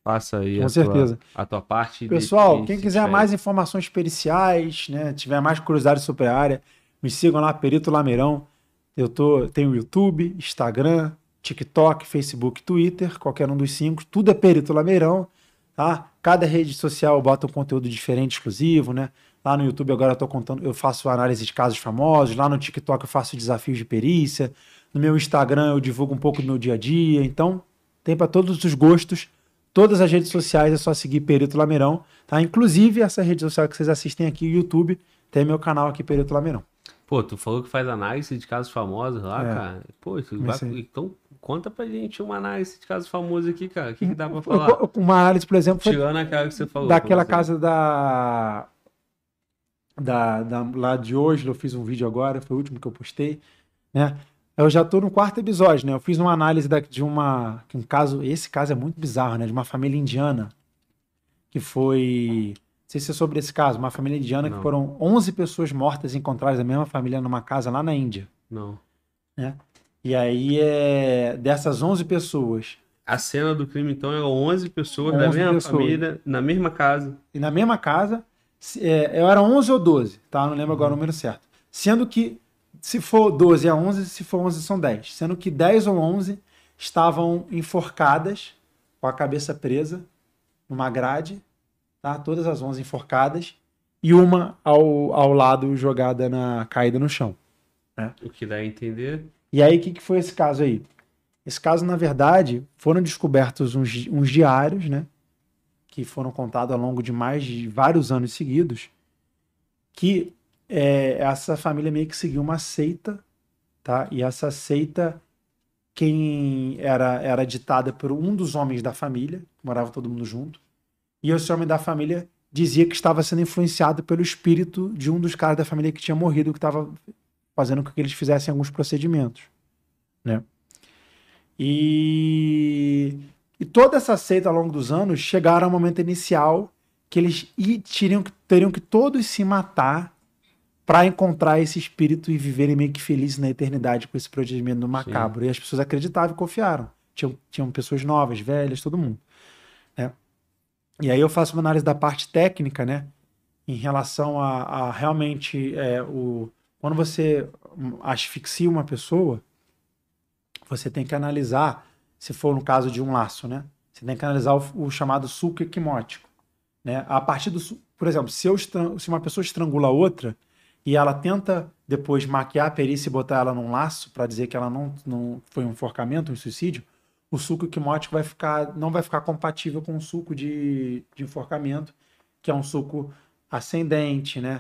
Faça aí Com certeza. a tua parte. e Pessoal, e quem se quiser despede. mais informações periciais, né, tiver mais curiosidade sobre a área, me sigam lá, Perito Lameirão. Tenho YouTube, Instagram, TikTok, Facebook, Twitter, qualquer um dos 5, tudo é Perito Lameirão, tá? Cada rede social bota um conteúdo diferente, exclusivo, né? Lá no YouTube agora eu faço análise de casos famosos, lá no TikTok eu faço desafios de perícia, no meu Instagram eu divulgo um pouco do meu dia a dia, então tem para todos os gostos. Todas as redes sociais é só seguir Perito Lameirão, tá? Inclusive essa rede social que vocês assistem aqui, o YouTube, tem meu canal aqui, Perito Lameirão. Pô, tu falou que faz análise de casos famosos lá, É. cara. Pô, Comecei. então conta pra gente uma análise de casos famosos aqui, cara. O que dá pra falar? Uma análise, por exemplo, foi Tirando aquela que você falou. daquela por exemplo. casa lá de hoje, eu fiz um vídeo agora, foi o último que eu postei, né? Eu já tô no 4º episódio, né? Eu fiz uma análise de um caso, esse caso é muito bizarro, né? De uma família indiana, que foi, não sei se é sobre esse caso, uma família indiana Não. que foram 11 pessoas mortas encontradas da mesma família numa casa lá na Índia, Não. né? E aí, dessas 11 pessoas, A cena do crime, então, eram 11 pessoas 11 da mesma pessoas. família, na mesma casa. e na mesma casa, eram 11 ou 12, tá? Eu não lembro agora o número certo. Sendo que, se for 12 é 11, se for 11 são 10. Sendo que 10 ou 11 estavam enforcadas, com a cabeça presa, numa grade, tá? Todas as 11 enforcadas, e uma ao lado jogada caída no chão. O que dá a entender. E aí, o que foi esse caso aí? Esse caso, na verdade, foram descobertos uns diários, né? Que foram contados ao longo de mais de vários anos seguidos, que essa família meio que seguiu uma seita, tá? E essa seita, quem era ditada por um dos homens da família, morava todo mundo junto, e esse homem da família dizia que estava sendo influenciado pelo espírito de um dos caras da família que tinha morrido, que estava fazendo com que eles fizessem alguns procedimentos, né? E toda essa seita ao longo dos anos chegaram ao momento inicial que eles teriam que todos se matar para encontrar esse espírito e viverem meio que felizes na eternidade com esse procedimento do macabro. E as pessoas acreditavam e confiaram. Tinham pessoas novas, velhas, todo mundo, né? E aí eu faço uma análise da parte técnica, né? Em relação a realmente quando você asfixia uma pessoa, você tem que analisar, se for no caso de um laço, né? Você tem que analisar o chamado sulco equimótico, né? A partir por exemplo, se uma pessoa estrangula a outra e ela tenta depois maquiar a perícia e botar ela num laço para dizer que ela não foi um enforcamento, um suicídio, o sulco equimótico não vai ficar compatível com o sulco de enforcamento, que é um sulco ascendente, né?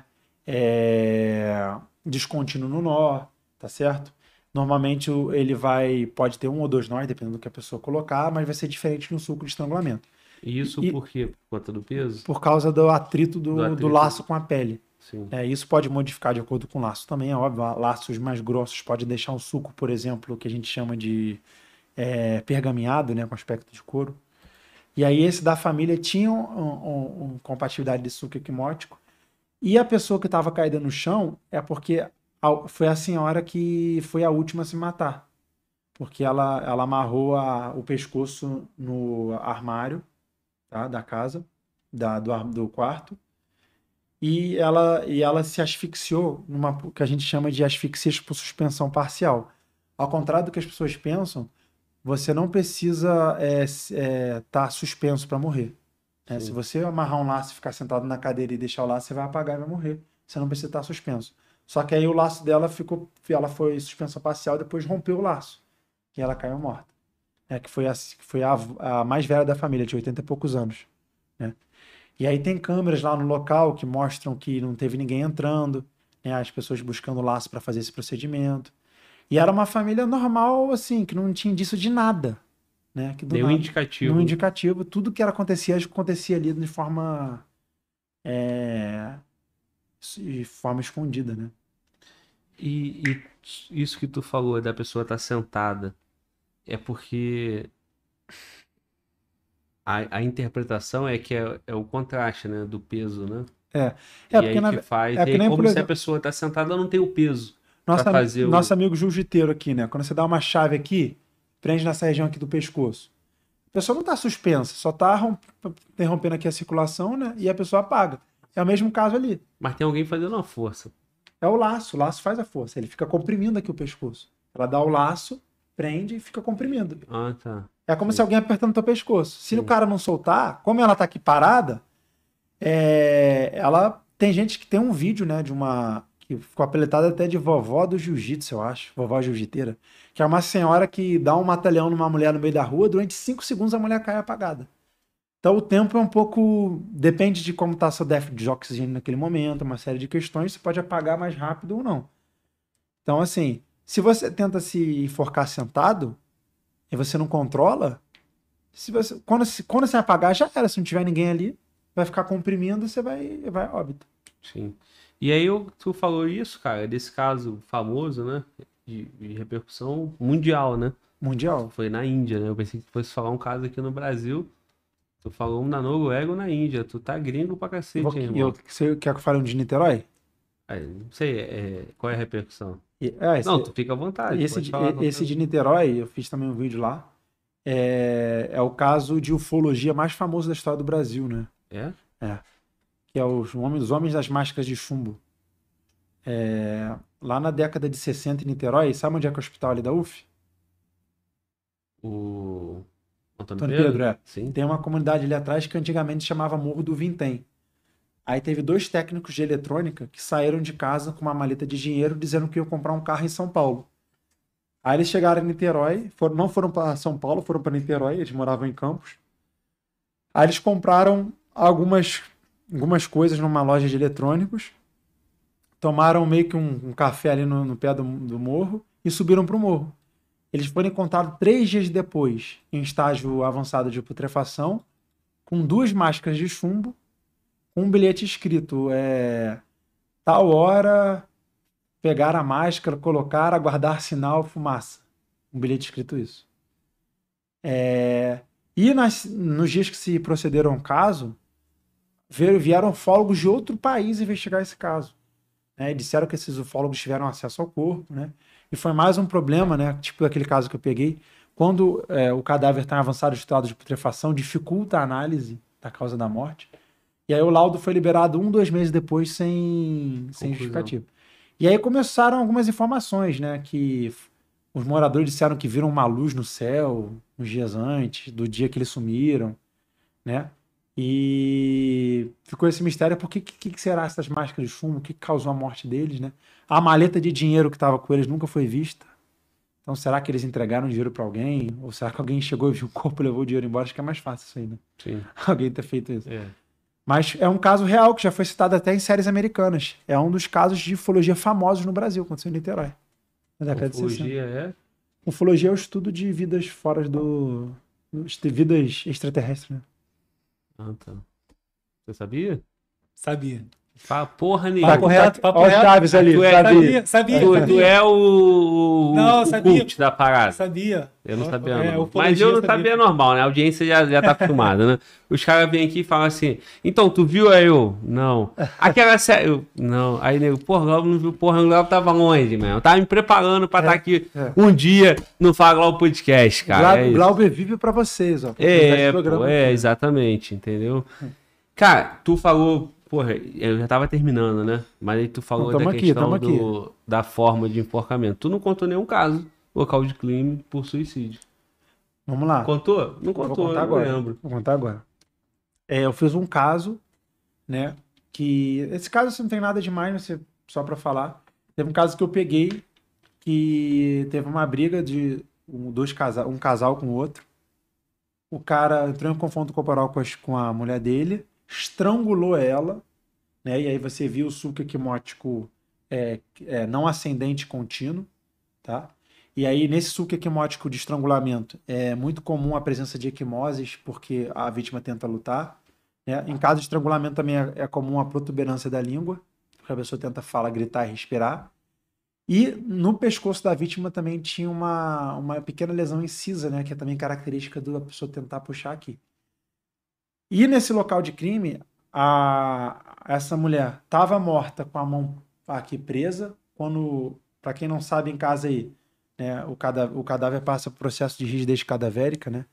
Descontínuo no nó, tá certo? Normalmente ele pode ter um ou dois nós, dependendo do que a pessoa colocar, mas vai ser diferente no sulco de estrangulamento. E isso por quê? Por conta do peso? Por causa do atrito do laço com a pele. Sim. Isso pode modificar de acordo com o laço também, é óbvio. Laços mais grossos podem deixar um suco, por exemplo, que a gente chama de pergaminhado, né, com aspecto de couro. E aí esse da família tinha uma compatibilidade de suco equimótico. E a pessoa que estava caída no chão é porque foi a senhora que foi a última a se matar. Porque ela amarrou o pescoço no armário, tá, da casa, do quarto. E ela se asfixiou numa que a gente chama de asfixia por suspensão parcial. Ao contrário do que as pessoas pensam, você não precisa estar suspenso para morrer. Se você amarrar um laço e ficar sentado na cadeira e deixar o laço, você vai apagar e vai morrer. Você não precisa estar suspenso. Só que aí o laço dela ela foi suspensão parcial, depois rompeu o laço. E ela caiu morta. Que foi a mais velha da família, de 80 e poucos anos, né? E aí tem câmeras lá no local que mostram que não teve ninguém entrando, né? As pessoas buscando laço para fazer esse procedimento. E era uma família normal, assim, que não tinha indício de nada, né? Nenhum indicativo. Nenhum indicativo. Tudo que acontecia ali de forma escondida, né? E isso que tu falou da pessoa estar sentada é porque a interpretação é que é o contraste, né, do peso, né? E porque aí que faz. que E aí, nem, como por se a exemplo, pessoa está sentada, ela não tem o peso para fazer nosso amigo jiu-jiteiro aqui, né? Quando você dá uma chave aqui, prende nessa região aqui do pescoço. pessoa não está suspensa, só está interrompendo aqui a circulação, né? E a pessoa apaga. É o mesmo caso ali. Mas tem alguém fazendo uma força. É o laço faz a força. Ele fica comprimindo aqui o pescoço. Ela dá o laço, prende e fica comprimindo. Ah, tá. É como Sim. se alguém apertando o teu pescoço. Se Sim. o cara não soltar, como ela tá aqui parada, ela tem gente que tem um vídeo, né, de uma que ficou apelitada até de vovó do jiu-jitsu, eu acho, vovó jiu-jiteira, que é uma senhora que dá um mata-leão numa mulher no meio da rua, durante 5 segundos a mulher cai apagada. Então o tempo é um pouco, depende de como tá seu déficit de oxigênio naquele momento, uma série de questões, você pode apagar mais rápido ou não. Então assim, se você tenta se enforcar sentado e você não controla, quando você apagar, já era. Se não tiver ninguém ali, vai ficar comprimindo, você vai a óbito. Sim. E aí tu falou isso, cara, desse caso famoso, né? De repercussão mundial, né? Mundial. Foi na Índia, né? Eu pensei que fosse falar um caso aqui no Brasil. Tu falou um na Noruega ou na Índia. Tu tá gringo pra cacete, irmão. Você quer que eu fale um de Niterói? Não sei, qual é a repercussão? Não, tu fica à vontade. Esse de Niterói, eu fiz também um vídeo lá. É o caso de ufologia mais famoso da história do Brasil, né? É? Que é os homens das máscaras de chumbo. Lá na década de 60 em Niterói, sabe onde é que é o hospital ali da UF? O Antônio Antônio Pedro, Sim. Tem uma comunidade ali atrás que antigamente chamava Morro do Vintém. Aí teve 2 técnicos de eletrônica que saíram de casa com uma maleta de dinheiro dizendo que iam comprar um carro em São Paulo. Aí eles chegaram em Niterói, não foram para São Paulo, foram para Niterói, eles moravam em Campos. Aí eles compraram algumas coisas numa loja de eletrônicos, tomaram meio que um café ali no pé do morro e subiram para o morro. Eles foram encontrados 3 dias depois, em estágio avançado de putrefação, com 2 máscaras de chumbo, com um bilhete escrito, tal hora, pegar a máscara, colocar, aguardar sinal, fumaça. Um bilhete escrito isso. E nos dias que se procederam ao caso, vieram ufólogos de outro país investigar esse caso. Disseram que esses ufólogos tiveram acesso ao corpo, né? E foi mais um problema, né? Tipo aquele caso que eu peguei. Quando o cadáver está em avançado estado de putrefação, dificulta a análise da causa da morte. E aí o laudo foi liberado 1-2 meses depois sem justificativa. E aí começaram algumas informações, né? Que os moradores disseram que viram uma luz no céu uns dias antes, do dia que eles sumiram, né? E ficou esse mistério, por que será essas máscaras de chumbo, o que causou a morte deles, né? A maleta de dinheiro que estava com eles nunca foi vista. Então será que eles entregaram dinheiro para alguém? Ou será que alguém chegou e viu o corpo e levou o dinheiro embora? Acho que é mais fácil isso aí, né? Sim. Alguém ter feito isso. Mas é um caso real que já foi citado até em séries americanas. É um dos casos de ufologia famosos no Brasil, aconteceu em Niterói. Na década de 60. Ufologia Ufologia é o estudo de vidas fora vidas extraterrestres, né? Ah, tá. Você sabia? Sabia. Fala porra nenhuma. Papo reto, papo Olha o reto. Chaves ali, Sabia. Tu é o Não, sabia. cult da parada. Sabia. Eu não sabia, É, não. ufologia, Mas eu não sabia. sabia normal, né? A audiência já tá acostumada, né? Os caras vêm aqui e falam assim, então, tu viu aí eu? Não. Aquela série... Eu, não. Aí, nego, porra, o Glauber não viu, porra, o Glauber tava onde, mano? Eu tava me preparando pra estar aqui um dia no Fala Glauber Podcast, cara. O Glauber vive pra vocês, ó. Exatamente, entendeu? Cara, tu falou... Porra, eu já tava terminando, né? Mas aí tu falou da questão da forma de enforcamento. Tu não contou nenhum caso local de crime por suicídio. Vamos lá. Contou? Não contou, eu não lembro. Vou contar agora. Eu fiz um caso, né? Que esse caso assim, não tem nada demais, mas só pra falar. Teve um caso que eu peguei que teve uma briga de um casal com o outro. O cara entrou em confronto corporal com a mulher dele, estrangulou ela, né? E aí você viu o sulco equimótico não ascendente contínuo, tá? E aí nesse sulco equimótico de estrangulamento é muito comum a presença de equimoses porque a vítima tenta lutar, né? Em caso de estrangulamento também é comum a protuberância da língua, porque a pessoa tenta falar, gritar e respirar. E no pescoço da vítima também tinha uma pequena lesão incisa, né? Que é também característica da pessoa tentar puxar aqui. E nesse local de crime, essa mulher estava morta com a mão aqui presa. Quando, para quem não sabe em casa aí, né, o cadáver passa por processo de rigidez cadavérica, né?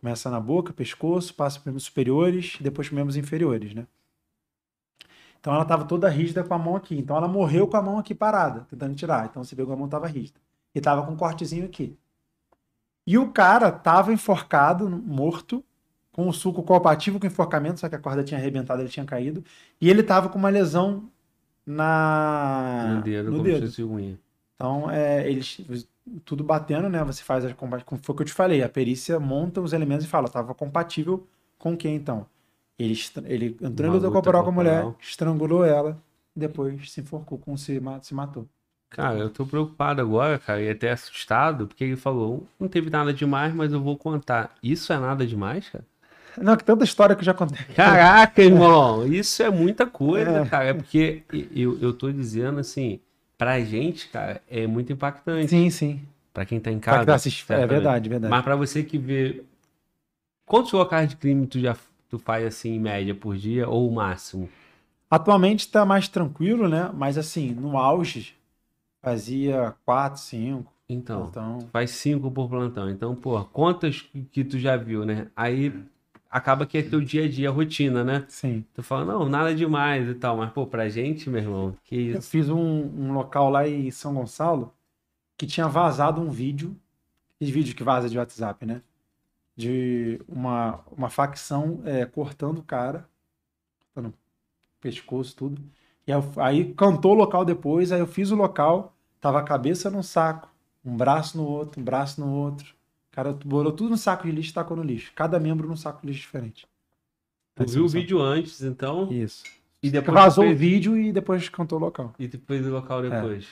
Começa na boca, pescoço, passa para membros superiores, depois para membros inferiores, né? Então ela estava toda rígida com a mão aqui. Então ela morreu com a mão aqui parada, tentando tirar. Então você viu que a mão estava rígida. E estava com um cortezinho aqui. E o cara estava enforcado, morto, com o sulco cooptativo com enforcamento, só que a corda tinha arrebentado, ele tinha caído. E ele estava com uma lesão No dedo, no como dedo. se fosse unha. Então, eles tudo batendo, né? Você faz como foi o que eu te falei, a perícia monta os elementos e fala, estava compatível com quem então? Ele entrou em Uma luta luta corporal com a mulher, corporal. estrangulou ela, depois se enforcou, se matou. Cara, eu tô preocupado agora, cara, e até assustado, porque ele falou, não teve nada demais, mas eu vou contar. Isso é nada demais, cara? Não, que tanta história que eu já contei. Caraca, irmão, isso é muita coisa, É. cara. É porque eu tô dizendo assim, pra gente, cara, é muito impactante. Sim, sim. Pra quem tá em Pra casa. que tá assistindo, é certamente. verdade, verdade. Mas pra você que vê. Quantos locais de crime tu faz assim em média por dia ou o máximo? Atualmente tá mais tranquilo, né? Mas assim, no auge, fazia 4, 5. Então, Então, faz 5 por plantão. Então, pô, quantas que tu já viu, né? Aí acaba que é teu dia a dia, a rotina, né? sim. Tu fala, não, nada demais e tal. Mas, pô, pra gente, meu irmão, que Eu isso. fiz um local lá em São Gonçalo que tinha vazado um vídeo, aqueles vídeos que vaza de WhatsApp, né? De uma facção cortando o cara, cortando o pescoço, tudo. E aí cantou o local depois, aí eu fiz o local, tava a cabeça num saco, um braço no outro, um braço no outro. O cara bolou tudo no saco de lixo e tacou no lixo. Cada membro num saco de lixo diferente. Tu viu o vídeo antes, então, Isso. e depois Vazou tu o fez- vídeo e depois cantou o local. E depois o local depois.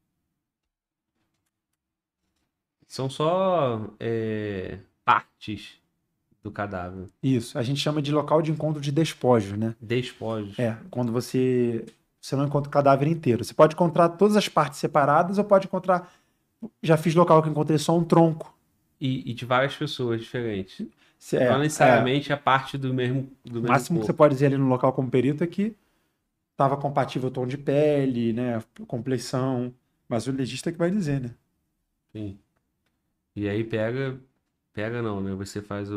São só partes do cadáver. Isso. A gente chama de local de encontro de despojos, né? Despojos. Quando você não encontra o cadáver inteiro. Você pode encontrar todas as partes separadas ou pode encontrar. Já fiz local que encontrei só um tronco. E de várias pessoas diferentes. É, Não necessariamente a parte do mesmo O máximo que você pode dizer ali no local como perito é que estava compatível o tom de pele, né? Compleição. Mas o legista que vai dizer, né? Sim. E aí pega não, né? Você faz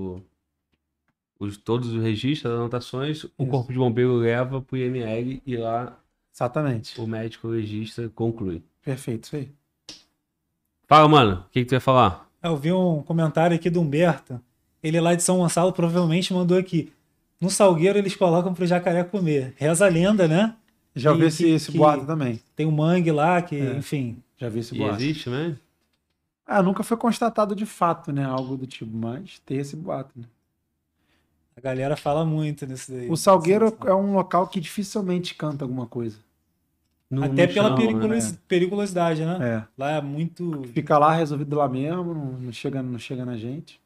todos os registros, as anotações, o Isso. corpo de bombeiro leva pro IML e lá Exatamente. o médico legista conclui. Perfeito, isso aí. Fala, mano, o que tu ia falar? Eu vi um comentário aqui do Humberto. Ele lá de São Gonçalo provavelmente mandou aqui. No Salgueiro eles colocam pro jacaré comer. Reza a lenda, né? Já ouvi Que- esse que- boato também. Tem um mangue lá que, É. enfim. Já vi esse E boato. existe, né? Nunca foi constatado de fato, né? Algo do tipo, mas tem esse boato, né? A galera fala muito nisso daí. O Salgueiro é um local que dificilmente canta alguma coisa. Até No pela chão, né? periculosidade, né? É. Lá é muito. Fica lá resolvido lá mesmo, não chega na gente.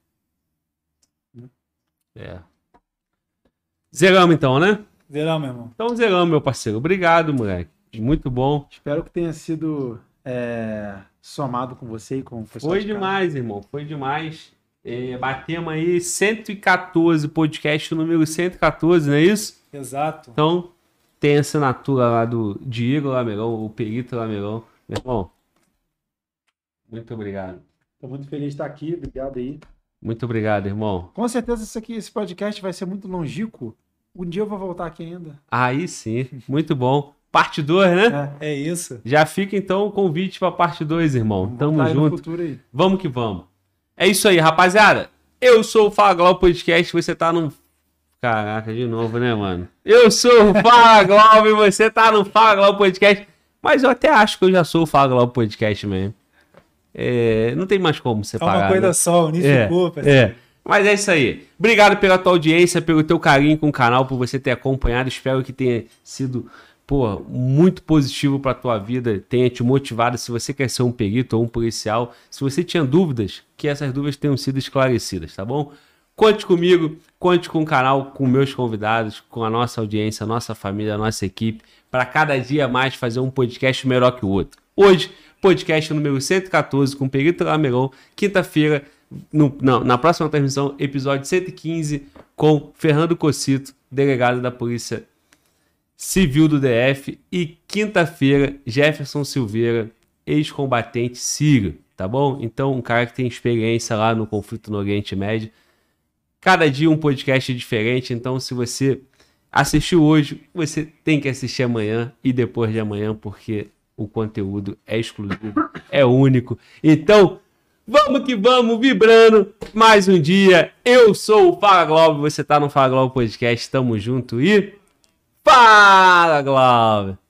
É. Zeramos então, né? Verão, meu irmão. Então zeramos, meu parceiro. Obrigado, moleque. Muito bom. Espero que tenha sido somado com você e com o pessoal Foi de casa. demais, irmão. Foi demais. Batemos aí 114 podcast, número 114, não é isso? Exato. Então, tem a assinatura lá do Diego Lamerão, o perito Lamerão. Meu irmão, muito obrigado. Tô muito feliz de estar aqui, obrigado aí. Muito obrigado, irmão. Com certeza esse podcast vai ser muito longínquo. Um dia eu vou voltar aqui ainda. Aí sim, muito bom. Parte 2, né? É isso. Já fica então o convite pra parte 2, irmão. Vamos Tamo voltar aí no junto. futuro aí. Vamos que vamos. É isso aí, rapaziada. Eu sou o Fala Glau Podcast, você tá no... Caraca, de novo, né, mano? Eu sou o Fala Glau e você tá no Fala Glau Podcast. Mas eu até acho que eu já sou o Fala Glau Podcast mesmo. Não tem mais como É separar. uma coisa né? só, unificou, parceiro. É. Mas é isso aí. Obrigado pela tua audiência, pelo teu carinho com o canal, por você ter acompanhado. Espero que tenha sido, muito positivo pra tua vida, tenha te motivado. Se você quer ser um perito ou um policial, se você tinha dúvidas, que essas dúvidas tenham sido esclarecidas, tá bom? Conte comigo, conte com o canal, com meus convidados, com a nossa audiência, a nossa família, a nossa equipe, para cada dia mais fazer um podcast melhor que o outro. Hoje, podcast número 114 com o Perito Lamerão, quinta-feira, na próxima transmissão, episódio 115 com Fernando Cocito, delegado da Polícia Civil do DF, e quinta-feira, Jefferson Silveira, ex-combatente sírio, tá bom? Então, um cara que tem experiência lá no conflito no Oriente Médio, Cada dia um podcast diferente, então se você assistiu hoje, você tem que assistir amanhã e depois de amanhã, porque o conteúdo é exclusivo, é único. Então, vamos que vamos, vibrando mais um dia. Eu sou o Fala Glauber, você tá no Fala Glauber Podcast, tamo junto e... Fala, Glauber!